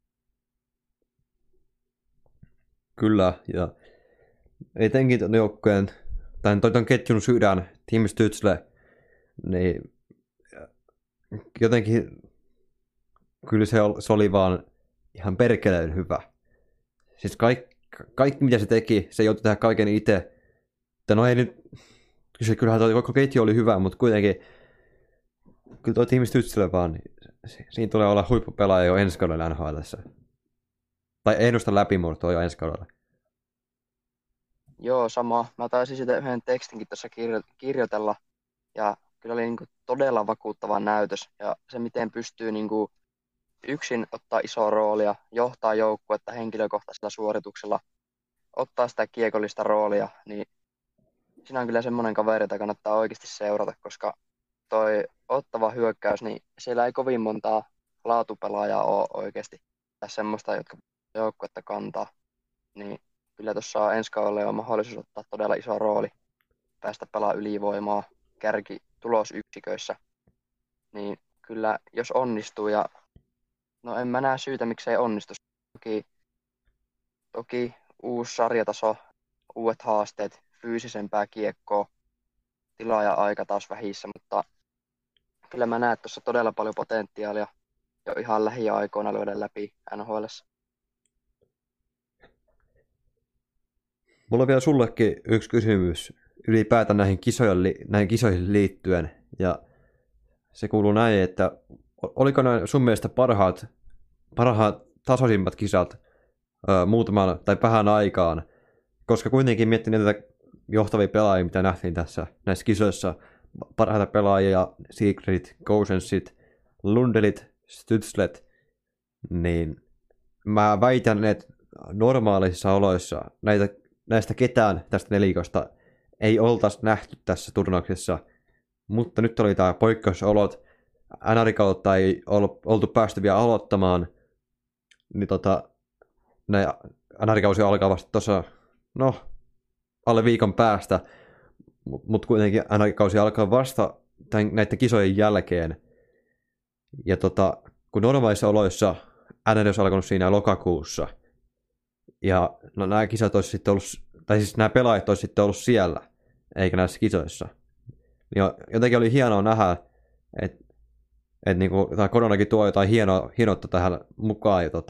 Kyllä, ja etenkin tuon joukkueen, tai ton ketjun sydän, Team Stützle, niin jotenkin kyllä se oli vaan ihan perkeleen hyvä. Siis kaikki mitä se teki, se joutui tehdä kaiken itse. No ei nyt, kyllähän tuo koko ketju oli hyvä, mutta kuitenkin kyllä tuo Team Stützle vaan, niin siinä tulee olla huippupelaaja jo ensi kaudella NHL:ssä. Tai ennusta läpimurtoa jo ensi kaudella. Joo, sama. Mä taisin sitä yhden tekstinkin tuossa kirjoitella. Ja kyllä oli niinku todella vakuuttava näytös. Ja se, miten pystyy niinku yksin ottaa isoa roolia, johtaa joukkuetta henkilökohtaisella suorituksella, ottaa sitä kiekollista roolia, niin siinä on kyllä semmoinen kaveri, jota kannattaa oikeasti seurata, koska toi ottava hyökkäys, niin siellä ei kovin montaa laatupelaajaa ole oikeasti. Tai semmoista, jotka joukkuetta kantaa. Niin kyllä tuossa ensi kaudella on mahdollisuus ottaa todella iso rooli, päästä pelaamaan ylivoimaa kärkitulosyksiköissä. Niin kyllä, jos onnistuu ja no en mä näe syytä, miksei onnistu. Toki uusi sarjataso, uudet haasteet, fyysisempää kiekkoa, tilaa ja aika taas vähissä, mutta kyllä mä näen tuossa todella paljon potentiaalia jo ihan lähiaikoina lyödä läpi NHL:ssä. Mulla on vielä sullekin yksi kysymys ylipäätään näihin kisoihin liittyen, ja se kuuluu näin, että oliko ne sun mielestä parhaat tasoisimmat kisat muutaman tai vähän aikaan, koska kuitenkin miettii näitä johtavia pelaajia, mitä nähtiin tässä näissä kisoissa, parhaita pelaajia, Secret, Goshensit, Lundelit, Stützlet, niin mä väitän, että normaalisissa oloissa näistä ketään tästä nelikosta ei oltaisi nähty tässä turnauksessa, mutta nyt oli tämä poikkeusolot, NR-kautta ei oltu päästy vielä aloittamaan, niin NR-kausi alkaa vasta tuossa, alle viikon päästä, mutta kuitenkin NR-kausi alkaa vasta näiden kisojen jälkeen. Ja kun normaalissa oloissa NR olisi alkanut siinä lokakuussa, ja nämä kisat olisi sitten ollut, tai siis nämä pelaajat olisi sitten ollut siellä, eikä näissä kisoissa. Niin jotenkin oli hienoa nähdä, että niinku, tämä koronakin tuo jotain hienoutta tähän mukaan, ja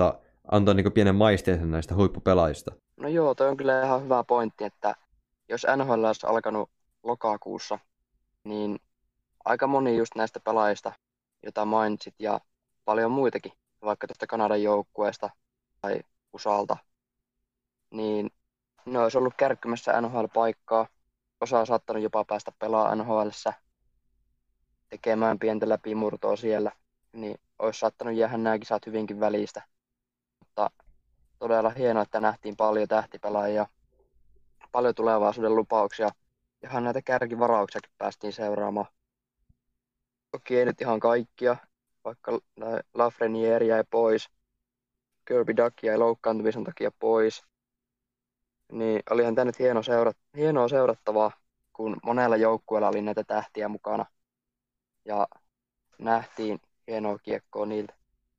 antoi niin pienen maisteisen näistä huippupelaajista. No joo, toi on kyllä ihan hyvä pointti, että jos NHL olisi alkanut lokakuussa, niin aika moni just näistä pelaajista, jota mainitsit, ja paljon muitakin, vaikka tästä Kanadan joukkueesta tai USAlta, niin ne olisi ollut kärkkymässä NHL-paikkaa. Osa on saattanut jopa päästä pelaamaan NHL:ssä, tekemään pientä läpimurtoa siellä, niin olisi saattanut jäädä nämä kisat hyvinkin välistä. Mutta todella hienoa, että nähtiin paljon tähtipelaajia, paljon tulevaisuuden lupauksia. Ihan näitä kärkivarauksia päästiin seuraamaan. Toki ei nyt ihan kaikkia, vaikka Lafreniere jäi pois, Kirby Duck jäi loukkaantumisen takia pois. Niin olihan tämä nyt hienoa seurattavaa, kun monella joukkueella oli näitä tähtiä mukana. Ja nähtiin hienoa kiekkoa niiltä.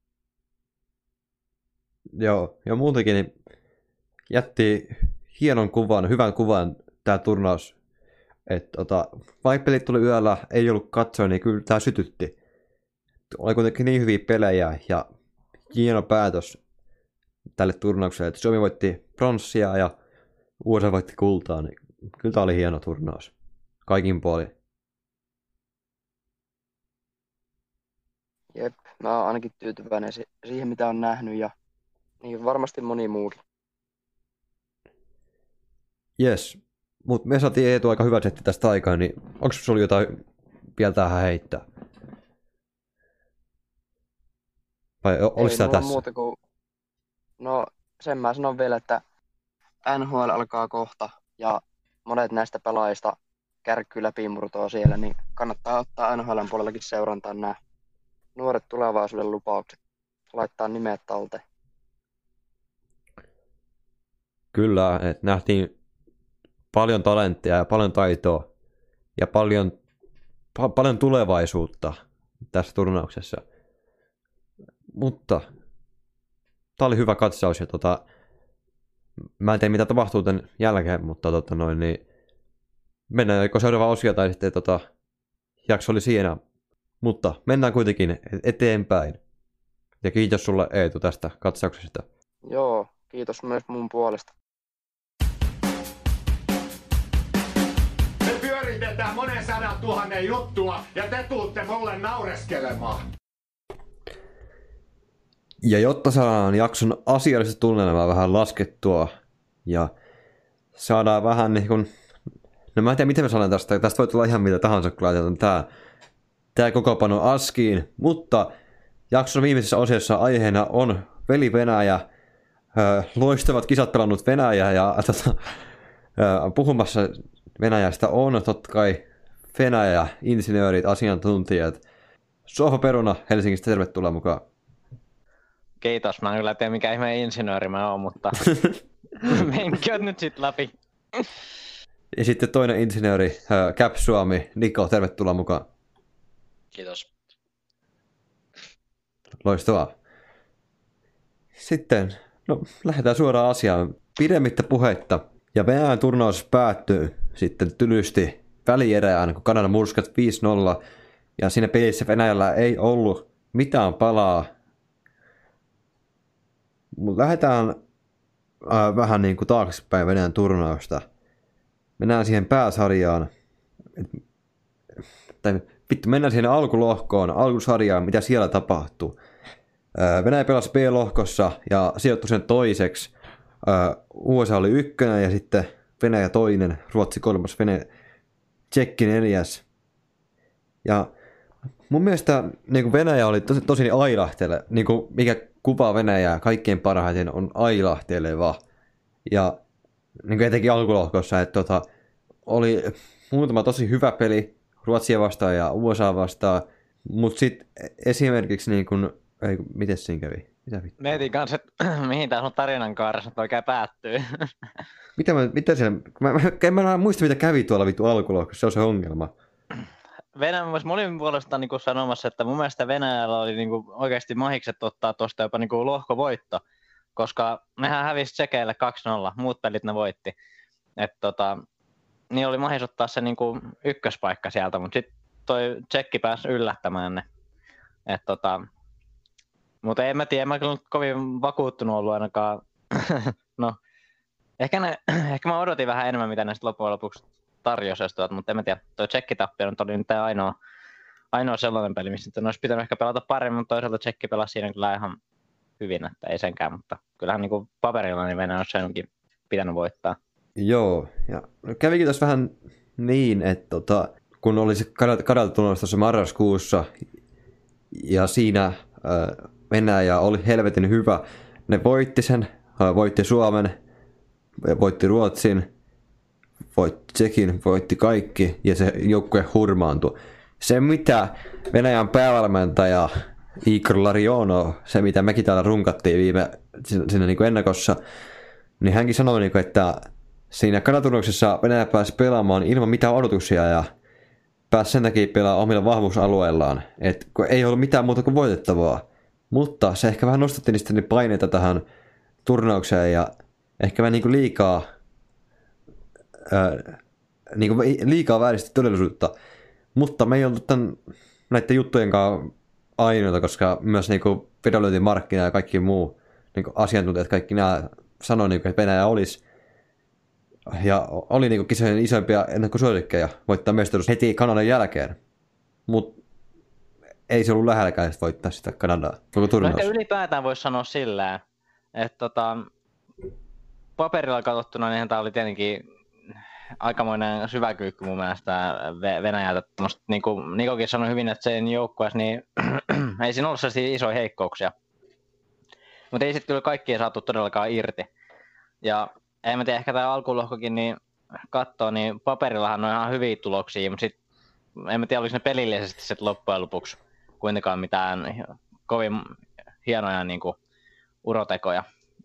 Joo, ja muutenkin niin jätti hienon kuvan, hyvän kuvan tämä turnaus. Että vaikka pelit tuli yöllä, ei ollut katsoa, niin kyllä tämä sytytti. Oli kuitenkin niin hyviä pelejä ja hieno päätös tälle turnaukselle, että Suomi voitti pronssia ja USA voitti kultaa, niin kyllä tämä oli hieno turnaus. Kaikin puolin. Jep, mä oon ainakin tyytyväinen siihen, mitä on nähnyt, ja niin varmasti moni muukin. Jes, mutta me saatiin Eetu aika hyvä setti tästä aikaa, niin onko sulla jotain vielä tähän heittää? Vai olisi tämä tässä? Muuta kuin... No sen mä sanon vielä, että NHL alkaa kohta, ja monet näistä pelaajista kärkkyy läpimurtoa siellä, niin kannattaa ottaa NHL:n puolellakin seurantaan nämä nuoret tulevaisuuden lupaukset. Laittaa nimet talteen. Kyllä, että nähtiin paljon talenttia ja paljon taitoa ja paljon tulevaisuutta tässä turnauksessa. Mutta tämä oli hyvä katsaus ja mä en tiedä mitä tapahtuu tämän jälkeen, mutta niin mennään joko seuraava osio tai sitten jakso oli siinä. Mutta mennään kuitenkin eteenpäin. Ja kiitos sulle Eetu tästä katsauksesta. Joo, kiitos myös mun puolesta. Me pyöritetään monen 100 000 juttua ja te tuutte mulle naureskelemaan. Ja jotta saadaan jakson asiallista tunnelmaa vähän laskettua ja saadaan vähän niin kuin... No mä en tiedä miten me saadaan tästä. Tästä voi tulla ihan mitä tahansa, kun laitetaan tää kokoonpano askiin. Mutta jakson viimeisessä osiossa aiheena on veli Venäjä, loistavat kisat pelannut Venäjä ja puhumassa Venäjästä on totta kai Venäjä, insinöörit, asiantuntijat. Sofa Peruna Helsingistä, tervetuloa mukaan. Kiitos, mä en kyllä tiedä mikä ihme insinööri mä oon, mutta menkööt nyt sit läpi. Ja sitten toinen insinööri, Cap Suomi, Niko, tervetuloa mukaan. Kiitos. Loistavaa. Sitten, lähdetään suoraan asiaan. Pidemmittä puhetta. Ja Venäjän turnaus päättyy sitten tylysti välierään, kun Kanada murskat 5-0. Ja siinä pelissä Venäjällä ei ollut mitään palaa. Mutta lähdetään vähän niin kuin taaksepäin Venäjän turnausta. Mennään siihen pääsarjaan. Mennään siihen alkulohkoon, alkusarjaan, mitä siellä tapahtuu. Venäjä pelasi B-lohkossa ja sijoittui sen toiseksi. USA oli ykkönen ja sitten Venäjä toinen, Ruotsi kolmas, Tšekki neljäs. Ja mun mielestä niin Venäjä oli tosi ailahtele, niin kuin mikä kuvaa Venäjää kaikkein parhaiten on ailahteleva. Ja niin kuin etenkin alkulohkossa, että oli muutama tosi hyvä peli Ruotsia vastaan ja USA vastaan, mutta sitten esimerkiksi niin kuin, miten siinä kävi? Mietin kanssa, että mihin tämä sun tarinan kaaressa nyt oikein päättyy. Mitä siellä? Mä en muista, mitä kävi tuolla vittu alkulohkossa, se on se ongelma. Mä olin puolestaan niin sanomassa, että mun mielestä Venäjällä oli niin kuin oikeasti mahikset ottaa tuosta jopa niin kuin lohkovoitto, koska nehän hävisi Tsekeille 2-0, muut pelit ne voitti. Niin oli mahis ottaa se niin kuin ykköspaikka sieltä, mutta sitten toi Tsekki pääsi yllättämään ne. Mutta en mä tiedä, en mä kyllä kovin vakuuttunut ollut ainakaan. No, ehkä mä odotin vähän enemmän, mitä ne sitten loppujen lopuksi tarjosivat, mutta en mä tiedä. Toi Tsekki-tappio nyt oli nyt ainoa sellainen peli, missä ne olisi pitänyt ehkä pelata paremmin, mutta toisaalta Tsekki pelasi siinä kyllä ihan hyvin, että ei senkään, mutta kyllähän niin paperilla niin Venäjä olisi ainakin pitänyt voittaa. Joo, ja kävikin tässä vähän niin, että kun oli se kadaltunut tuossa marraskuussa, ja siinä Venäjä oli helvetin hyvä, ne voitti sen, voitti Suomen, voitti Ruotsin, voitti Tsekin, voitti kaikki, ja se joukkue hurmaantui. Se, mitä Venäjän päävalmentaja Igor Larionov, se mitä mekin täällä runkattiin siinä niin kuin ennakossa, niin hänkin sanoi, niin kuin, että siinä kanaturnauksessa Venäjä pääsi pelaamaan ilman mitään odotuksia ja pääsi sen takia pelaamaan omilla vahvuusalueillaan. Et ei ollut mitään muuta kuin voitettavaa. Mutta se ehkä vähän nostatti niistä paineita tähän turnaukseen ja ehkä vähän niin kuin liikaa vääristi todellisuutta. Mutta me ei ollut näiden juttujen kanssa ainoita, koska myös niin vedonlyöntimarkkina ja kaikki muu niin asiantuntijat, kaikki nämä sanoi, niin kuin, että Venäjä olisi ja oli niin kisojen isoimpia ennakkosuosikkeja voittaa mestaruus heti Kanadan jälkeen. Mutta ei se ollut lähelläkään voittaa sitä Kanadaa koko turnaus. Ehkä ylipäätään voisi sanoa sillä, että paperilla katsottuna niin tämä oli tietenkin aikamoinen syväkyykky mun mielestä Venäjältä. Niin kuin Nikokin sanoi hyvin, että sen joukkueessa niin ei siinä ollut sellaisia isoja heikkouksia. Mutta ei sitten kyllä kaikkia saatu todellakaan irti. Ja en mä tiedä, ehkä tämä alkulohkokin niin katsoo, niin paperillahan on ihan hyviä tuloksia, mutta sitten en mä tiedä, oliko ne pelillisesti sitten loppujen lopuksi kuitenkaan mitään kovin hienoja niin kuin urotekoja.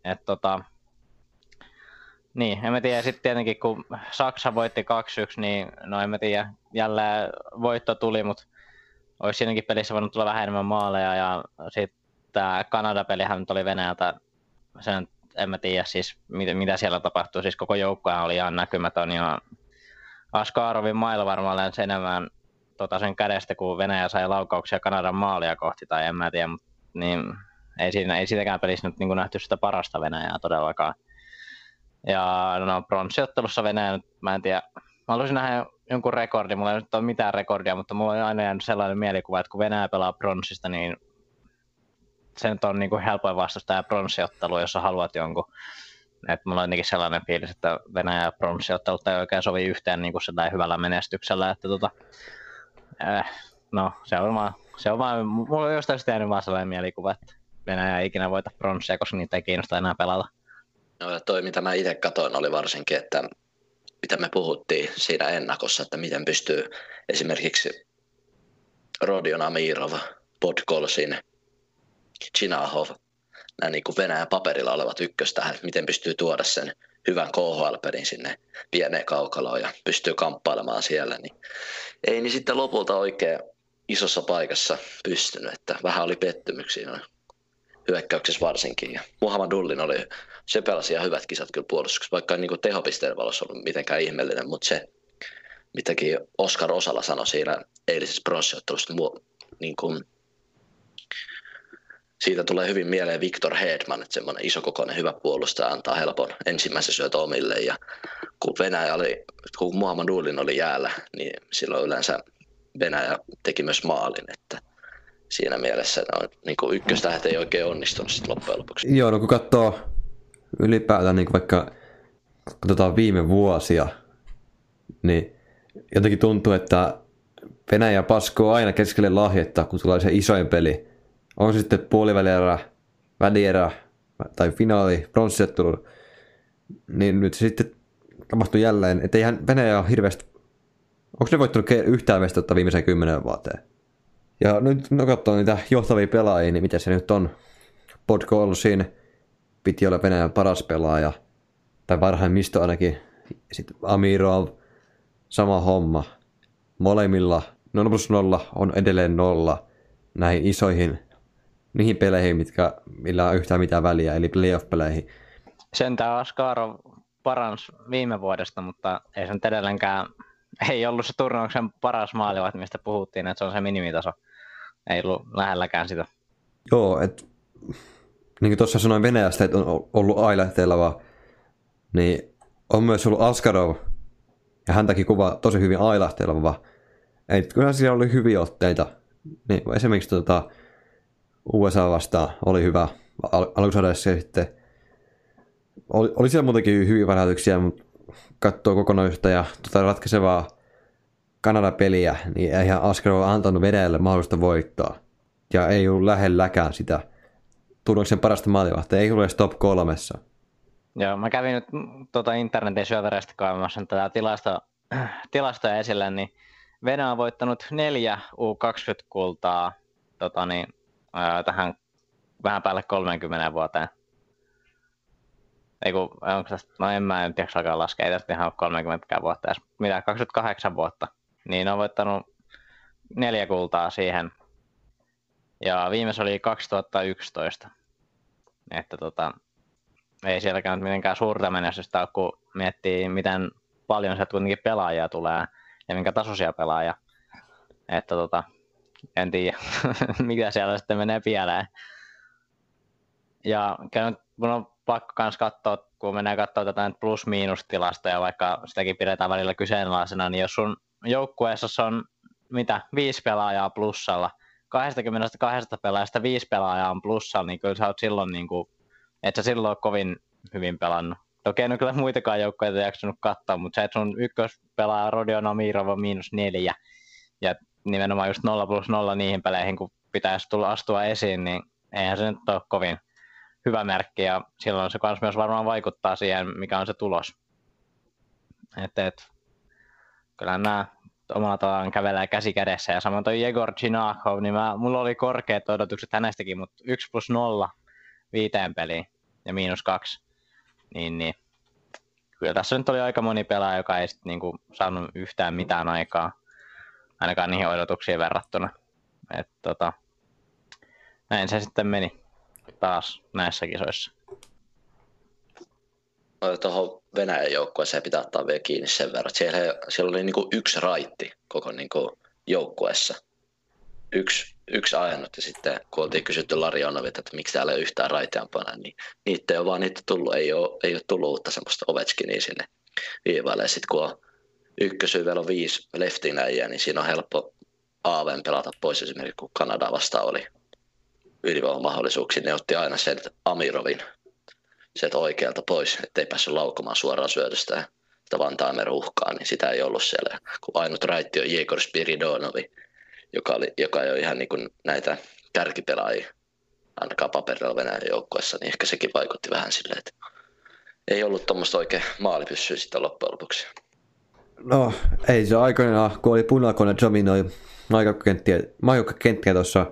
Niin, en mä tiedä, sitten tietenkin kun Saksa voitti 2-1, niin no en mä tiedä, jälleen voitto tuli, mutta olisi siinäkin pelissä voinut tulla vähän enemmän maaleja, ja sitten tämä Kanada-pelihän nyt oli Venäjältä, sen en mä tiedä siis mitä siellä tapahtui, siis koko joukkoja oli ihan näkymätön, ja Askarovin mailla varmaan lensi enemmän sen kädestä, kun Venäjä sai laukauksia Kanadan maalia kohti, tai en mä tiedä, mutta niin, ei siitäkään pelissä nyt niin nähty sitä parasta Venäjää todellakaan. Ja no pronssiottelussa Venäjä nyt, mä en tiedä, mä haluaisin nähdä jonkun rekordin, mulla ei nyt ole mitään rekordia, mutta mulla on aina jäänyt sellainen mielikuva, että kun Venäjä pelaa pronssista, niin se nyt on niin kuin helpoin vastustaja pronssiottelu, jos sä haluat jonkun. Et mulla on jotenkin sellainen fiilis, että Venäjä ja pronssiottelut ei oikein sovi yhteen niin kuin hyvällä menestyksellä, että no se on vaan, mulla on jostain jäänyt vaan sellainen mielikuva, että Venäjä ei ikinä voita pronssia, koska niitä ei kiinnosta enää pelata. No ja toi mitä mä itse katsoin oli varsinkin, että mitä me puhuttiin siinä ennakossa, että miten pystyy esimerkiksi Rodion Amirov, Podkolzin, Chinahov, nämä niin kuin Venäjän paperilla olevat ykköstähdet, miten pystyy tuoda sen hyvän KHL-pelin sinne pieneen kaukaloon ja pystyy kamppailemaan siellä, niin ei niin sitten lopulta oikein isossa paikassa pystynyt, että vähän oli pettymyksiä hyökkäyksessä varsinkin. Ja Muhammadullin se pelasi ihan hyvät kisat kyllä puolustuksessa, vaikka ei niin tehopisteen valossa ollut mitenkään ihmeellinen, mutta se, mitäkin Oskar Osala sanoi siinä eilisessä pronssiottelussa, niin kuin, siitä tulee hyvin mieleen Victor Hedman, että semmoinen isokokoinen hyvä puolustaja antaa helpon ensimmäisen syötön omille. Ja kun Muhammadullin oli jäällä, niin silloin yleensä Venäjä teki myös maalin, että siinä mielessä niin ykköstähdet ei oikein onnistunut sitten loppujen lopuksi. Joo, no kun katsoo ylipäätään niin vaikka katsotaan viime vuosia, niin jotenkin tuntuu, että Venäjä paskoo aina keskelle lahjetta, kun tulee se isoin peli. On se sitten puolivälierä, välierä tai finaali, pronssiettelu, niin nyt se sitten tapahtui jälleen, että eihän Venäjä ole hirveästi, onko ne voittanut yhtään mestaruutta viimeiseen 10 vuoteen? Ja nyt katsoo niitä johtavia pelaajia, niin mitä se nyt on. Podkolzin piti olla Venäjän paras pelaaja, tai parhaimmista ainakin. Sitten Amirov, sama homma. Molemmilla 0+0 on edelleen 0 näihin isoihin, niihin peleihin, millä on yhtään mitään väliä, eli playoff-peleihin. Sentään Askarov paransi viime vuodesta, mutta ei se nyt edelleenkään, ei ollut se turnauksen paras maalivahti, mistä puhuttiin, että se on se minimitaso. Ei ollut lähelläkään sitä. Joo, että niin kuin tuossa sanoin Venäjästä, että on ollut ailahtteleva, niin on myös ollut Askarov, ja häntäkin kuvaa tosi hyvin ailahteleva. Että kyllä siellä oli hyviä otteita. Niin, esimerkiksi USA vastaan oli hyvä alkusarjassa ja sitten oli siellä muutenkin hyviä välätyksiä, mutta katsoo kokonaisuutta ja ratkaisevaa Kanada-peliä, niin eihän Askarov antanut Venäjälle mahdollista voittaa. Ja ei ollut lähelläkään sitä turnuksen parasta maalivahtia, ei ollut edes top 3. Joo, mä kävin nyt internetin syövereistä kaivamassa tätä tilastoja esille, niin Venäjä on voittanut 4 U20-kultaa tähän vähän päälle 30 vuoteen. Onko tästä, no en mä tiedä, alkaa laskea, ei tästä ihan 30 vuotta, mitä 28 vuotta. Niin on voittanut 4 kultaa siihen. Ja viimeis oli 2011. Että ei sielläkään mitenkään suurta menestystä ole, kun miettii, miten paljon sieltä kuitenkin pelaajia tulee ja minkä tasoisia pelaajia. Että en tiedä, mitä siellä sitten menee pieleen. Ja mun on pakko myös katsoa, kun menee katsoa tätä plus-miinus-tilastoja, vaikka sitäkin pidetään välillä kyseenalaisena, niin jos sun joukkueessa on 5 pelaajaa plussalla, 22 pelaajasta 5 pelaajaa on plussalla, niin kyllä sä oot silloin, et sä silloin ole kovin hyvin pelannut. Toki en ole kyllä muitakaan joukkueita jaksanut katsoa, mutta se, että sun ykköspelaaja Rodion Amirov on -4, ja nimenomaan just 0+0 niihin peleihin, kun pitäisi astua esiin, niin eihän se nyt ole kovin hyvä merkki, ja silloin se myös varmaan vaikuttaa siihen, mikä on se tulos. Kyllä nämä omalla tavallaan kävelee käsi kädessä, ja samoin toi Jegor Chinakhov, niin mulla oli korkeat odotukset hänestäkin, mutta 1+0 5 peliin ja -2, niin kyllä tässä nyt oli aika moni pelaaja, joka ei sitten saanut yhtään mitään aikaa, ainakaan niihin odotuksiin verrattuna. Näin se sitten meni taas näissä kisoissa. Tuohon Venäjän joukkueeseen pitää ottaa vielä kiinni sen verran. Siellä oli yksi raitti koko joukkueessa. Yksi ainut, ja sitten kun oltiin kysytty Larionovilta, että miksi täällä ei ole yhtään raitiampana, niin niitä ei ole vaan tullut. Ei ole tullut uutta semmoista Ovechkinia sinne viivaille. Ja sitten kun on ykkösyydellä on 5 leftinäjiä, niin siinä on helppo AVn pelata pois. Esimerkiksi kun Kanada vastaan oli ylivoimamahdollisuuksia, ne otti aina sen Amirovin sieltä oikealta pois, ettei päässyt laukomaan suoraan syötöstä ja sitä Vantaamer uhkaa, niin sitä ei ollut siellä. Kun ainut raitti on Jegor Spiridonovi, joka ei ole ihan näitä kärkipelaajia, ainakaan paperilla Venäjän joukkueessa, niin ehkä sekin vaikutti vähän silleen, että ei ollut tuommoista oikein maalipyssyä sitten loppujen lopuksi. No, ei se aikoinaan, kun oli punakone dominoi maajoukkuekenttiä tuossa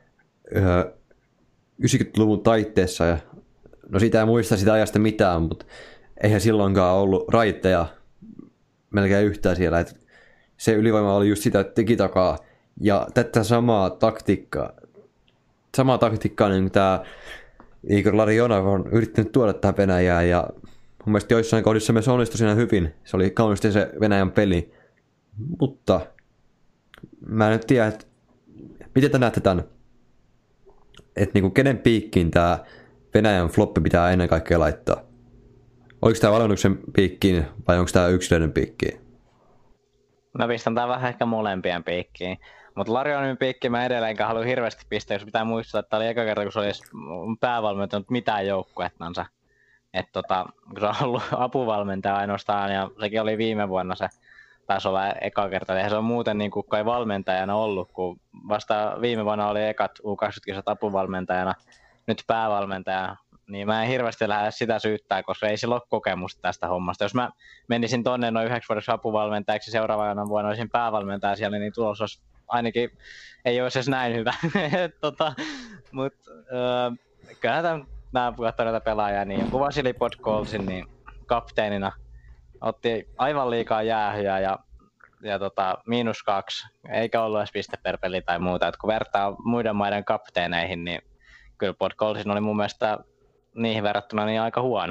90-luvun taitteessa, ja no sitä ei muista sitä ajasta mitään, mutta eihän silloinkaan ollut raitteja melkein yhtään siellä. Et se ylivoima oli just sitä digitakaa. Ja tätä samaa taktiikkaa niin kuin tämä Igor Larionov on yrittänyt tuoda tähän Venäjään. Ja mun mielestä joissain kohdissa myös onnistui siinä hyvin. Se oli kauniisti se Venäjän peli. Mutta mä en nyt tiedä, että miten te näette tämän? Että kenen piikkiin tämä Venäjän floppi pitää ennen kaikkea laittaa? Oliko tämä valmennuksen piikkiin vai onko tämä yksilöiden piikkiin? Mä pistän tää vähän ehkä molempien piikkiin. Mutta Larionin piikkiin mä edelleenkään haluan hirveästi pistää, jos pitää muistaa, että tämä oli eka kerta, kun se oli päävalmentanut mitään joukkuettansa. Että kun se on ollut apuvalmentaja ainoastaan, ja sekin oli viime vuonna se taisi olla eka kerta. Eihän se on muuten kun ei valmentajana ollut, kun vasta viime vuonna oli ekat U20-kisat apuvalmentajana, nyt päävalmentaja. Niin mä en hirveästi lähde sitä syyttää, koska ei sillä ole kokemusta tästä hommasta. Jos mä menisin tonne noin 9 vuodeksi apuvalmentajaksi, seuraavana vuonna olisin päävalmentaja siellä, niin tulos olisi ainakin, ei olisi edes näin hyvä. Mutta kyllä nämä katsoa näitä pelaajia, niin kun Vasili Podkolzin niin kapteenina otti aivan liikaa jäähyjä ja -2, eikä ollut edes piste per peli tai muuta. Et kun vertaa muiden maiden kapteeneihin, niin kyllä Podkolzin oli mun mielestä niihin verrattuna niin aika huono.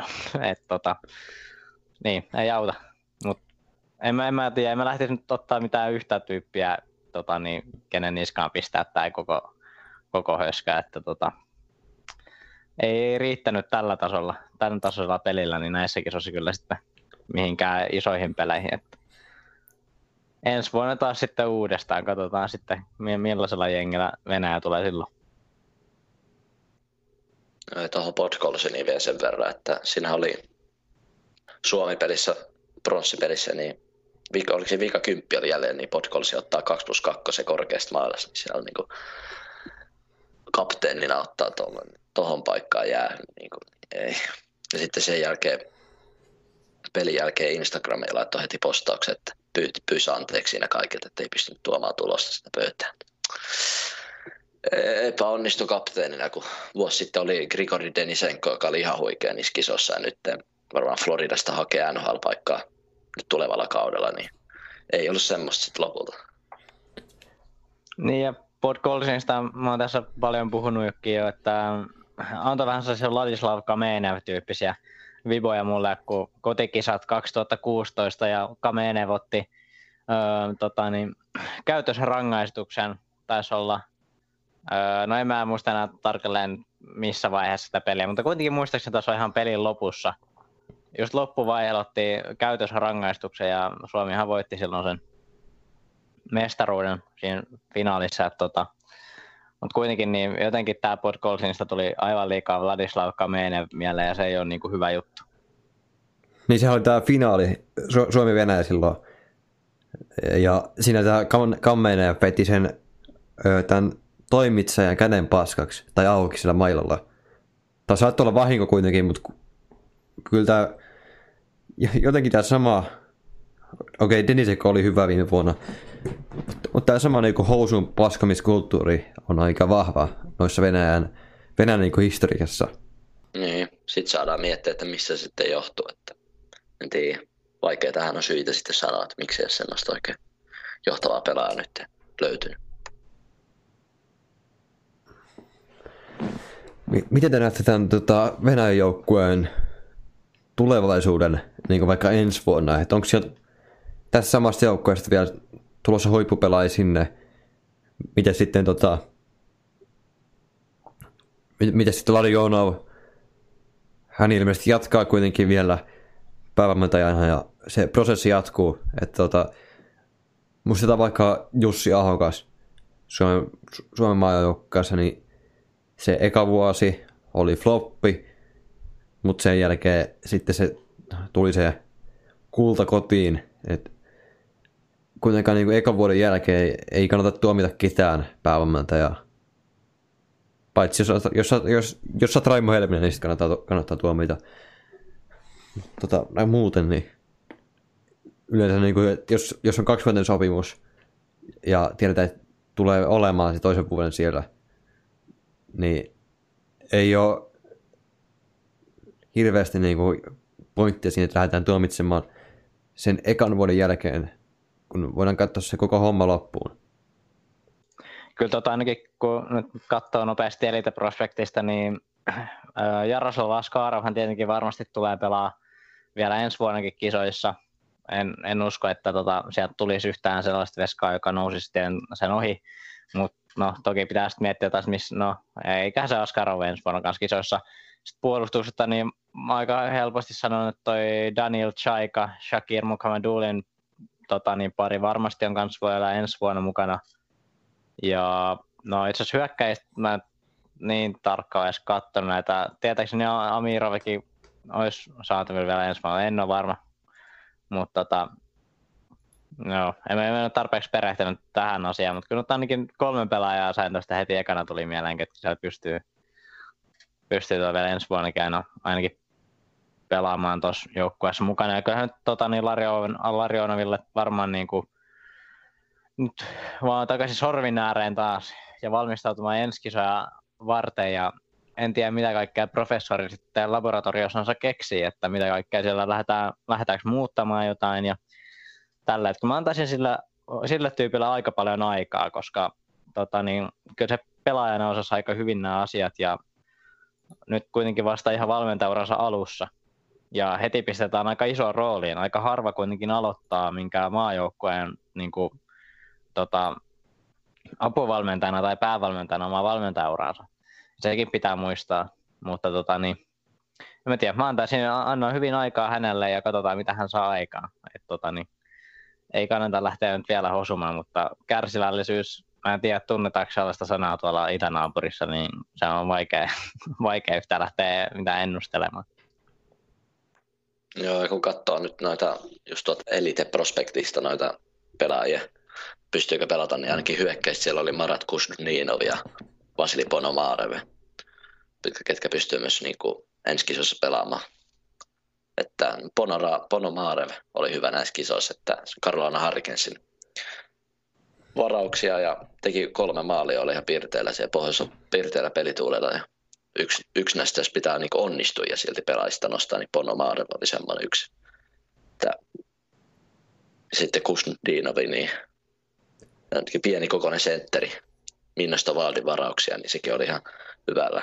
Niin, ei auta. Mut en mä tiedä, en mä lähtisi nyt ottaa mitään yhtä tyyppiä, kenen niskaan pistää tää koko höskä. ei riittänyt tällä tasolla pelillä, niin näissä kisoissa kyllä sitten mihinkään isoihin peleihin. Että ensi vuonna taas sitten uudestaan, katsotaan sitten millaisella jengillä Venäjä tulee silloin. Tuohon Podkolsiniin vielä sen verran, että siinä oli Suomi-pelissä, pronssipelissä, niin oliko se viika 10 oli jälleen, niin Podkolsi ottaa 2+2 korkeasta maalasta, niin siellä niin kapteenina ottaa tuohon paikkaan jää. Niin kuin, ei. Ja sitten sen jälkeen, pelin jälkeen Instagramiin laittoi heti postauksen, että pyysi anteeksi siinä kaikilta, että ei pystynyt tuomaan tulosta sitä pöytään. Epäonnistui kapteenina, kun vuosi sitten oli Grigori Denisenko, joka oli ihan huikea niissä kisoissa ja nyt varmaan Floridasta hakee NHL-paikkaa nyt tulevalla kaudella, niin ei ollut semmoista sitten lopulta. Niin ja Podkolsinista mä oon tässä paljon puhunutkin jo, että antoi vähän sellaisia Ladislav Kamenev-tyyppisiä viboja mulle, kun kotikisat 2016 ja Kamenev otti käytösrangaistuksen, taisi olla. No en mä muista enää tarkalleen missä vaiheessa sitä peliä, mutta kuitenkin muistaakseni tuossa ihan pelin lopussa. Just loppuvaiheella otti käytösrangaistuksen ja Suomihan voitti silloin sen mestaruuden siinä finaalissa. Mutta kuitenkin niin jotenkin tämä Podkolsinista tuli aivan liikaa Vladislav Kamenev mieleen ja se ei ole niinku hyvä juttu. Niin sehän oli tämä finaali Suomi-Venäjä silloin. Ja siinä tämä Kamenev veti sen tämän toimitsajan käden paskaksi tai auki sillä mailalla. Tai saattoi olla vahinko kuitenkin, mutta kyllä tämä jotenkin tämä sama, okei, Denisenko oli hyvä viime vuonna, mutta tämä sama niin housun paskamiskulttuuri on aika vahva noissa Venäjän niin historiassa. Niin, sitten saadaan miettiä, että missä se sitten johtuu, että en tiedä, vaikea tähän on syitä sitten sanoa, että miksi ei ole sellaista oikein johtavaa pelaajaa nyt löytynyt. Miten te näette tämän Venäjän joukkueen tulevaisuuden, niin kuin vaikka ensi vuonna? Että onko siellä tässä samasta joukkueesta vielä tulossa huippupelaajia sinne? Miten sitten Larionov? Hän ilmeisesti jatkaa kuitenkin vielä päävalmentajana ja se prosessi jatkuu. Että muistetaan vaikka Jussi Ahokas Suomen maajoukkueessa, niin se eka vuosi oli floppi, mutta sen jälkeen sitten se tuli se kulta kotiin. Et kuitenkaan niin ekan vuoden jälkeen ei kannata tuomita ketään päävalmentajaa. Paitsi jos sä oot Raimo Helminen, niin sitten kannattaa tuomita. Muuten niin yleensä niin kuin, jos on 2-vuotiaan sopimus ja tiedetään, että tulee olemaan se toisen vuoden siellä, niin ei ole hirveästi niin kuin pointtia siinä, että lähdetään tuomitsemaan sen ekan vuoden jälkeen, kun voidaan katsoa se koko homma loppuun. Kyllä ainakin kun nyt katsoo nopeasti Elite Prospectista, niin Jaroslav Askarovhan tietenkin varmasti tulee pelaa vielä ensi vuonnakin kisoissa. En usko, että sieltä tulisi yhtään sellaista veskaa, joka nousisi sen ohi. Mutta no, toki pitää sitten miettiä taas, eikä se Askarov ensi vuonna kanssa kisoissa. Sitten puolustuksesta, niin aika helposti sanon, että toi Daniel Chaika, Shakir Mukhamadullin pari varmasti on kanssa voi olla ensi vuonna mukana. Ja no itse asiassa hyökkäistä mä en niin tarkkaan edes katsonut näitä. Tietääkseni Amirovikin olisi saatavilla vielä ensi vuonna, en ole varma. Mutta no, en ole tarpeeksi perehtynyt tähän asiaan, mutta kyllä ainakin 3 pelaajaa sain tuosta heti ekana tuli mieleen, että siellä pystyy vielä ensi vuonna ainakin pelaamaan tuossa joukkueessa mukana. Ja kyllähän nyt Larionoville varmaan niin kuin nyt vaan takaisin sorvin ääreen taas ja valmistautumaan ensi kisoja varten. Ja en tiedä, mitä kaikkea professori sitten laboratoriossansa keksii, että mitä kaikkea siellä lähdetäänkö muuttamaan jotain ja tällä. Että mä antaisin sillä tyypillä aika paljon aikaa, koska kyllä se pelaajana osasi aika hyvin nämä asiat ja nyt kuitenkin vasta ihan valmentajauransa alussa. Ja heti pistetään aika isoon rooliin. Aika harva kuitenkin aloittaa minkään maajoukkueen niin kuin, apuvalmentajana tai päävalmentajana omaa valmentajauransa. Sekin pitää muistaa. Mutta en tiedä, mä annan hyvin aikaa hänelle ja katsotaan mitä hän saa aikaan. Ei kannata lähteä nyt vielä hosumaan, mutta kärsivällisyys, mä en tiedä tunnetaanko sellaista sanaa tuolla itänaapurissa, niin se on vaikea yhtään lähteä mitään ennustelemaan. Joo, kun katsoo nyt noita just tuolta Elite-prospektista noita pelaajia, pystyykö pelata, niin ainakin hyökkäistä siellä oli Marat Kusninov ja Vasili Ponomarev, ketkä pystyy myös niinku ensi kisoissa pelaamaan. Että Ponomarev oli hyvä näissä kisoissa, että Carolina Hurricanesin varauksia ja teki 3 maalia, oli ihan piirteellä siellä pohjoisessa piirteellä pelituulella. Ja yksi näistä, jos pitää niinku onnistua ja silti pelaajista nostaa, niin Ponomarev oli semmoinen yksi. Että sitten Kusninovi, niin pieni kokoinen sentteri, Minnosta Wildin varauksia, niin sekin oli ihan hyvällä.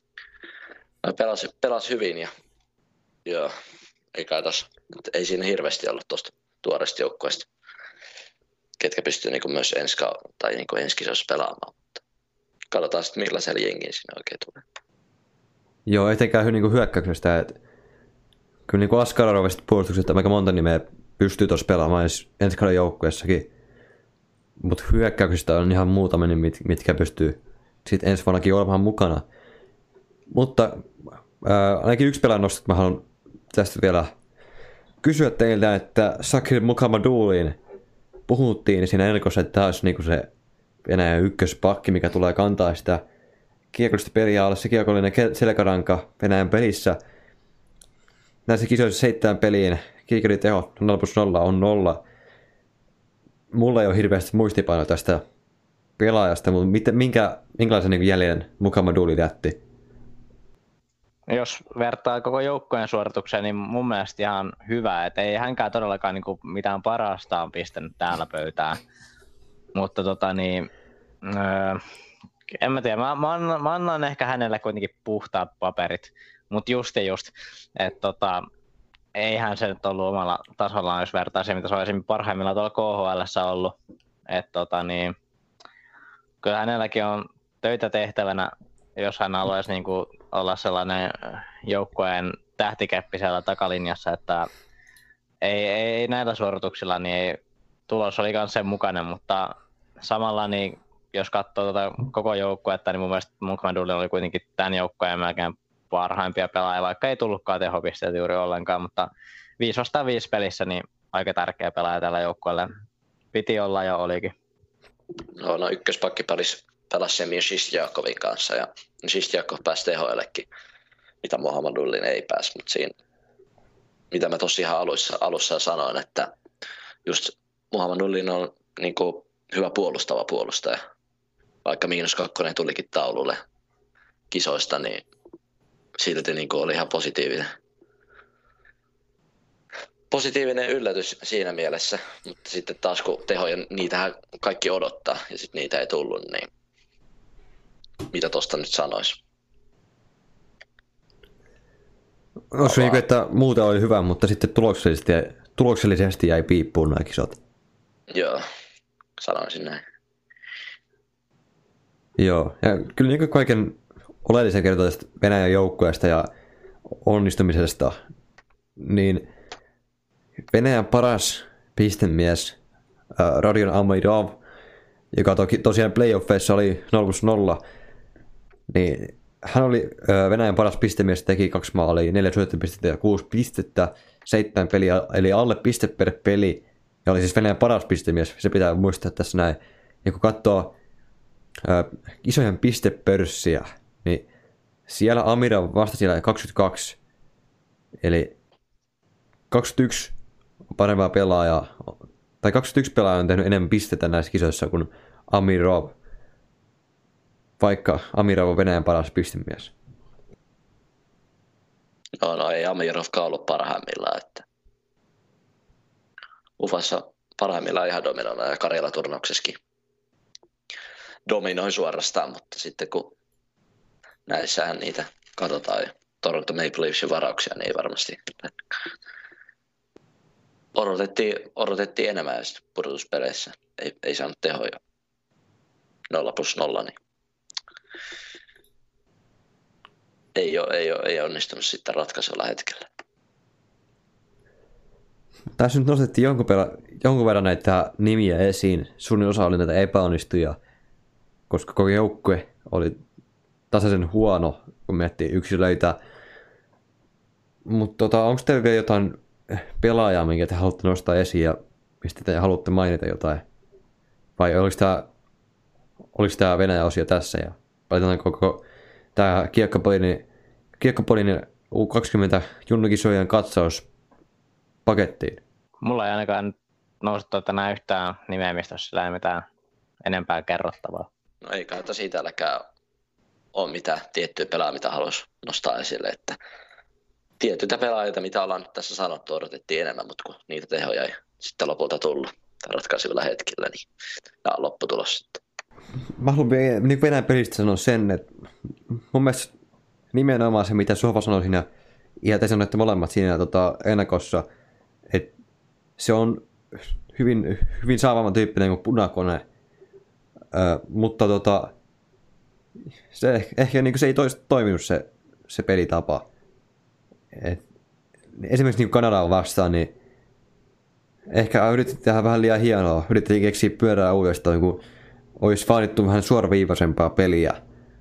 Pelasi hyvin ja joo, ei siinä hirveästi ollut tuosta tuoreesta joukkueesta, ketkä pystyy niinku myös ensi kisoissa pelaamaan. Mutta katsotaan sitten millaisella jengiin siinä oikein tulee. Joo, etenkään niinku hyökkäyksestä. Että kyllä niinku Askararovista puolustuksesta aika monta nimeä pystyy tuossa pelaamaan ensi kauden joukkueessakin. Mutta hyökkäyksistä on ihan muutama, mitkä pystyy sitten ensi vuonnakin olemaan mukana. Mutta ainakin yksi pelaaja nostaa, että mä haluan tästä vielä kysyä teiltä, että Shakir Mukhamadullin puhuttiin siinä ennakkossa, että tämä olisi niinku se Venäjän ykköspakki, mikä tulee kantaa sitä kiekollista peliä alle, se kiekollinen selkäranka Venäjän pelissä. Näissä kisoissa 7 peliin kiikeriteho 0+0 on 0. Mulla ei ole hirveästi muistipainoa tästä pelaajasta, mutta minkälaisen niin jäljen Mukhamadulli jätti? Jos vertaa koko joukkojen suoritukseen, niin mun mielestä ihan hyvä, että ei hänkään todellakaan niin kuin mitään parastaan pistänyt täällä pöytään. Mutta en mä tiedä, mä annan ehkä hänelle kuitenkin puhtaat paperit, mutta just, että eihän se nyt ollut omalla tasollaan, jos vertaa se, mitä se on esimerkiksi parhaimmillaan tuolla KHL:ssä ollut. Että kyllä hänelläkin on töitä tehtävänä, jos hän haluaisi niinku olla sellainen joukkueen tähtikeppi siellä takalinjassa, että ei näillä suorituksilla, niin tulos oli myös sen mukainen, mutta samalla niin jos katsoo koko joukkuetta, niin mun mielestä Mukhamadullin oli kuitenkin tämän joukkueen melkein parhaimpia pelaajia, vaikka ei tullutkaan tehopisteitä juuri ollenkaan, mutta 5-5 pelissä niin aika tärkeä pelaaja tällä joukkueelle piti olla ja olikin. No ykköspakki pelasi Semir Shistjakovin kanssa ja Shistjakov pääsi THL:kin, mitä Mukhamadullin ei pääsi, mutta siinä, mitä mä tossa ihan alussa sanoin, että just Mukhamadullin on niinku hyvä puolustava puolustaja, vaikka -2 tulikin taululle kisoista, niin silti niin oli ihan positiivinen yllätys siinä mielessä, mutta sitten taas kun tehoja, niitähän kaikki odottaa ja sitten niitä ei tullut, niin mitä tosta nyt sanoisi? Olisiko niin, että muuten oli hyvä, mutta sitten tuloksellisesti jäi piippuun nämä kisat? Joo, sanoisin näin. Joo, ja kyllä niin kaiken oleellisen kertoo tästä Venäjän joukkueesta ja onnistumisesta, niin Venäjän paras pistemies Rodion Amirov, joka tosiaan playoffeissa oli 0+0, niin hän oli Venäjän paras pistemies, teki 2 maalia, 4 syöttöpistettä ja 6 pistettä, 7 peliä, eli alle piste per peli, ja oli siis Venäjän paras pistemies, se pitää muistaa tässä näin. Ja kun katsoo isojen pistepörssiä, niin siellä Amirov vasta siellä 22, eli 21 parempaa pelaajaa, tai 21 pelaajaa on tehnyt enemmän pistettä näissä kisoissa kuin Amirov, vaikka Amirov on Venäjän paras pistemies. No ei Amirovkaan ollut parhaimmillaan, että Ufassa parhaimmillaan ihan dominoina ja Karjala-turnauksessakin dominoi suorastaan, mutta sitten kun näissähän niitä katsotaan ja Toronto Maple Leafsin varauksia, niin ei varmasti odotettiin enemmän ja sitten pudotuspeleissä ei saanut tehoja 0+0. Niin. ei onnistunut sitten ratkaisulla hetkellä. Tässä nyt nostettiin jonkun verran näitä nimiä esiin. Suurin osa oli näitä epäonnistuja, koska koko joukkue oli tasaisen huono, kun miettii yksilöitä. Mutta onko teillä vielä jotain pelaajaa, minkä te haluatte nostaa esiin ja mistä te haluatte mainita jotain? Vai oliko tämä Venäjän osio tässä? Ja laitetaan koko tämä Kiekkopodin U20 junnukisojen katsaus pakettiin? Mulla ei ainakaan noussut tänään yhtään nimeä, mistä olisi sillä ei mitään enempää kerrottavaa. No ei kai täälläkään ole mitään tiettyä pelaajaa, mitä haluaisi nostaa esille. Että tiettyjä pelaajia, mitä ollaan nyt tässä sanottu, odotettiin enemmän, mutta kun niitä tehoja ei sitten lopulta tullut ratkaisivilla hetkellä, niin tämä on lopputulos sitten. Mä haluan niin Venäjän pelistä sanoa sen, että mun mielestä nimenomaan se, mitä Sofa sanoi siinä, ja te sanoitte molemmat siinä ennakossa, että se on hyvin saavamman tyyppinen kuin punakone, mutta se ehkä niin se ei toiminut se pelitapa. Esimerkiksi niin Kanadaa vastaan, niin ehkä yritettiin tehdä vähän liian hienoa, yritettiin keksiä pyörää uudestaan, kun olisi vaadittu vähän suoraviivaisempaa peliä.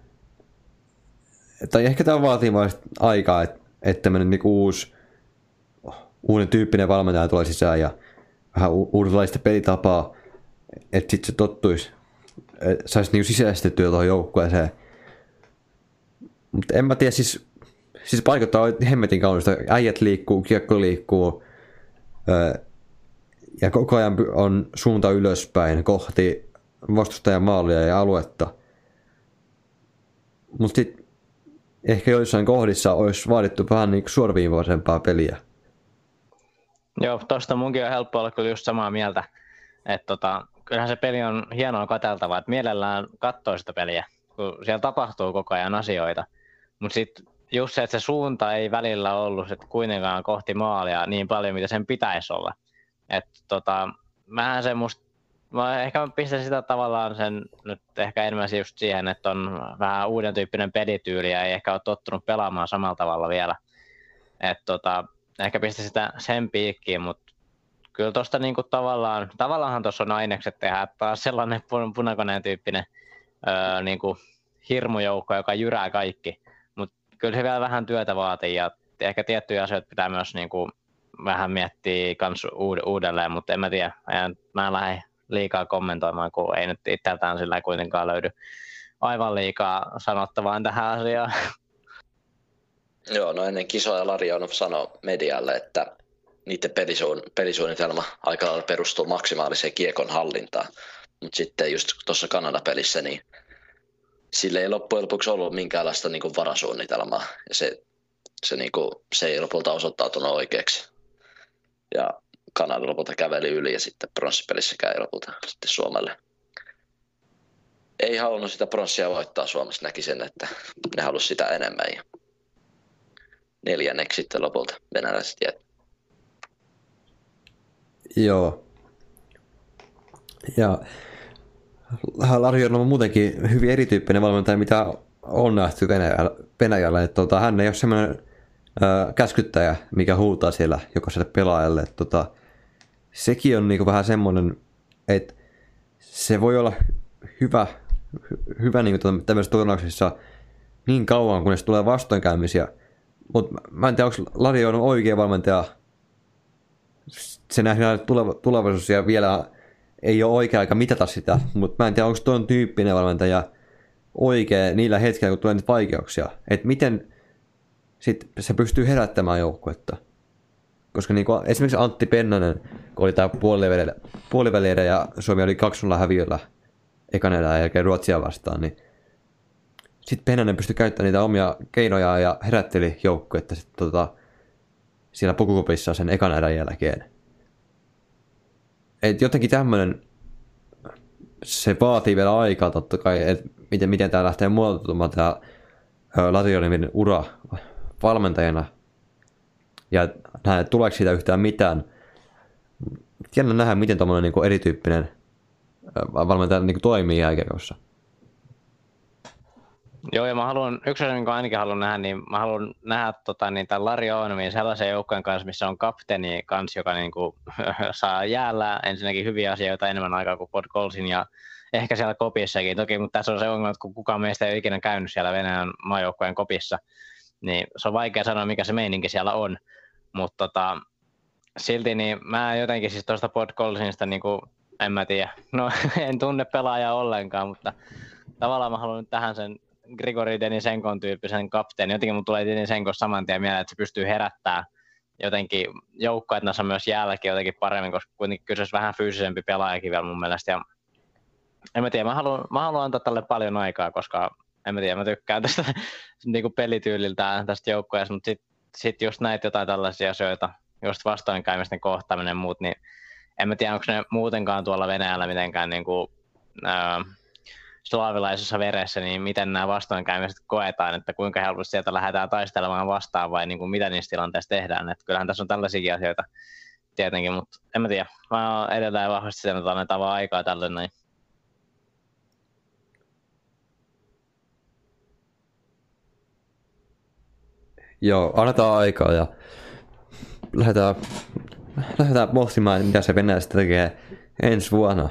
Tai ehkä tämä vaatii vain aikaa, että tämmöinen niin uuden tyyppinen valmentaja tulee sisään ja vähän uudenlaista pelitapaa, että sitten se tottuisi, saisi niin sisäistettyä tuohon joukkueeseen. Mutta en mä tiedä, siis paikat on hemmetin kaunista. Äijät liikkuu, kiekko liikkuu ja koko ajan on suunta ylöspäin kohti vastustajan maalia ja aluetta. Mutta sitten ehkä joissain kohdissa olisi vaadittu vähän niin suoraviivaisempaa peliä. Joo, tosta munkin on helppo olla kyllä just samaa mieltä. Että kyllähän se peli on hienoa katseltavaa, että mielellään katsoo sitä peliä, kun siellä tapahtuu koko ajan asioita. Mutta sitten just se, että se suunta ei välillä ollut että kuitenkaan kohti maalia niin paljon, mitä sen pitäisi olla. Että mä ehkä pistän sitä tavallaan sen nyt ehkä enemmän just siihen, että on vähän uuden tyyppinen pelityyli ja ei ehkä ole tottunut pelaamaan samalla tavalla vielä. Että ehkä pistän sitä sen piikkiin, mutta kyllä tuosta niinku tavallaanhan tuossa on ainekset tehdä taas sellainen punakoneen tyyppinen niinku hirmujoukko, joka jyrää kaikki. Mutta kyllä se vielä vähän työtä vaatii ja ehkä tiettyjä asioita pitää myös niinku vähän miettiä kans uudelleen, mutta en mä tiedä. Mä en lähde liikaa kommentoimaan, kun ei nyt itseltään sillä kuitenkaan löydy aivan liikaa sanottavaa tähän asiaan. Joo, no ennen kisoja Larionov sanoi medialle, että niiden pelisuunnitelma aika lailla perustuu maksimaaliseen kiekon hallintaan. Mutta sitten just tuossa Kanada-pelissä, niin sille ei loppujen lopuksi ollut minkäänlaista niinku varasuunnitelmaa. Ja se ei lopulta osoittautunut oikeaksi. Ja Kanada lopulta käveli yli ja sitten pronssipelissä käy lopulta sitten Suomelle. Ei halunnut sitä pronssia voittaa Suomessa, näki sen, että ne halusi sitä enemmän. Ja 4. sitten lopulta venäläiset jäi. Joo. Ja Larionov on muutenkin hyvin erityyppinen valmentaja, mitä on nähty Venäjällä. Että hän ei ole semmoinen käskyttäjä, mikä huutaa siellä jokaiselle pelaajalle. Sekin on niinku vähän semmoinen, että se voi olla hyvä niinku tämmöisessä turnauksessa niin kauan, kunnes tulee vastoinkäymisiä. Mutta mä en tiedä, onko Larionov oikea valmentaja. Se nähdään tulevaisuus ja vielä ei ole oikea aika mitata sitä, mutta mä en tiedä, onko tuon tyyppinen valmentaja oikea niillä hetkellä, kun tulee niitä vaikeuksia. Että miten sit se pystyy herättämään joukkuetta. Koska niin kuin esimerkiksi Antti Pennanen, kun oli tämä puolivälierä ja Suomi oli 2-0 häviöllä ekan erään jälkeen Ruotsia vastaan, niin sitten Pennanen pystyi käyttämään niitä omia keinoja ja herätteli joukkuetta sitten siinä pukukopissa sen ekan erän jälkeen. Et jotenkin tämmöinen, se vaatii vielä aikaa totta kai, että miten tämä lähtee muotoutumaan tämä Larionovin ura valmentajana. Ja tuleeko siitä yhtään mitään. Jännä nähdä, miten tuommoinen niinku erityyppinen valmentaja niinku toimii jääkiekossa. Joo, ja yksi asia, minkä ainakin haluan nähdä, niin mä haluan nähdä tämän Lari Onomin sellaisen joukkojen kanssa, missä on kapteeni kanssa, joka niin kuin, saa jäällä ensinnäkin hyviä asioita enemmän aikaa kuin Podkolzin ja ehkä siellä kopissakin. Toki, mutta tässä on se ongelma, että kun kukaan meistä ei ole ikinä käynyt siellä Venäjän maajoukkojen kopissa, niin se on vaikea sanoa, mikä se meininki siellä on. Mutta silti niin mä jotenkin siis tuosta Podkolzinista, niin kuin, en mä tiedä, no en tunne pelaajaa ollenkaan, mutta tavallaan mä haluan nyt tähän sen Grigori Denisenkon tyyppisen kapteeni. Jotenkin mun tulee Denisenkon saman tien mieleen, että se pystyy herättämään jotenkin joukkoa, että näissä on myös jälki jotenkin paremmin, koska kuitenkin kyseessä vähän fyysisempi pelaajakin vielä mun mielestä. Ja en mä tiedä, mä haluan antaa tälle paljon aikaa, koska en mä tiedä, mä tykkään tästä niin kuin pelityyliltään tästä joukkueesta, mutta sit just näitä jotain tällaisia asioita, just vastoinkäymisten kohtaaminen ja muut, niin en mä tiedä, onko ne muutenkaan tuolla Venäjällä mitenkään niin kuin, slaavilaisessa veressä, niin miten nämä vastoinkäymiset koetaan, että kuinka helposti sieltä lähdetään taistelemaan vastaan vai niin kuin mitä niissä tilanteissa tehdään. Että kyllähän tässä on tällaisiakin asioita tietenkin, mutta en mä tiedä. Mä oon edelleen vahvasti sen, että annetaan vaan aikaa tälle näin. Joo, annetaan aikaa ja lähdetään pohtimaan, mitä se Venäjä sitten tekee ensi vuonna.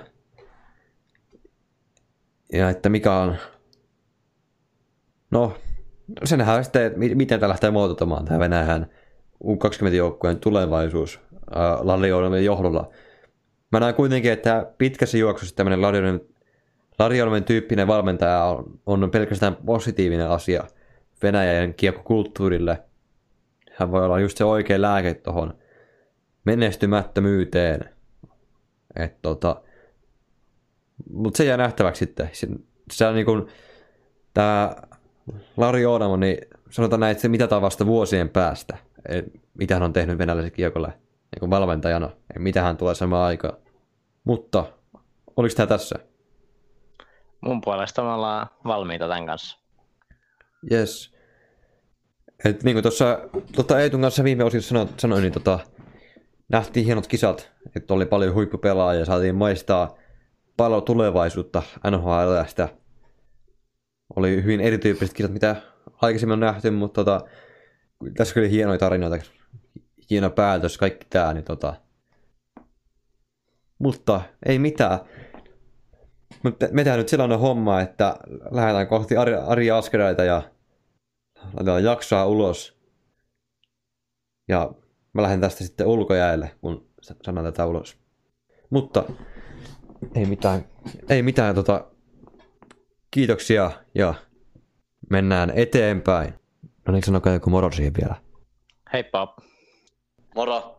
Ja että mikä on... No, se nähdään sitten, miten tämä lähtee muotoutamaan tämä Venäjän U20-joukkueen tulevaisuus Lari Onomin johdolla. Mä näen kuitenkin, että pitkässä juoksussa tämmöinen Lari Onomin tyyppinen valmentaja on pelkästään positiivinen asia Venäjän kiekkokulttuurille. Hän voi olla just se oikea lääke tuohon menestymättömyyteen. Mutta se jää nähtäväksi sitten. Se on niin kuin tämä Lari Onomo, niin sanotaan näin, että se mitataan vasta vuosien päästä. Mitä hän on tehnyt venäläisen kiekolle niin kuin valmentajana. Ja mitä hän tulee samaan aikaan. Mutta oliko tämä tässä? Mun puolesta me ollaan valmiita tämän kanssa. Yes. Et niin kuin tuossa Eetun kanssa viime osiossa sanoin, niin nähtiin hienot kisat, että oli paljon huippupelaajia ja saatiin maistaa paljon tulevaisuutta NHL:stä. Oli hyvin erityyppiset kisat, mitä aikaisemmin on nähty, mutta tässä oli hienoja tarinoita, hieno päätös, kaikki tää. Niin Mutta ei mitään. Me tehdään nyt sellainen homma, että lähdetään kohti Ari Askeraita ja laitetaan jaksoa ulos. Ja mä lähden tästä sitten ulkojäälle, kun sanon tätä ulos. Mutta ei mitään kiitoksia ja mennään eteenpäin. No niin, sanokaa joku moro siihen vielä. Heippa! Moro!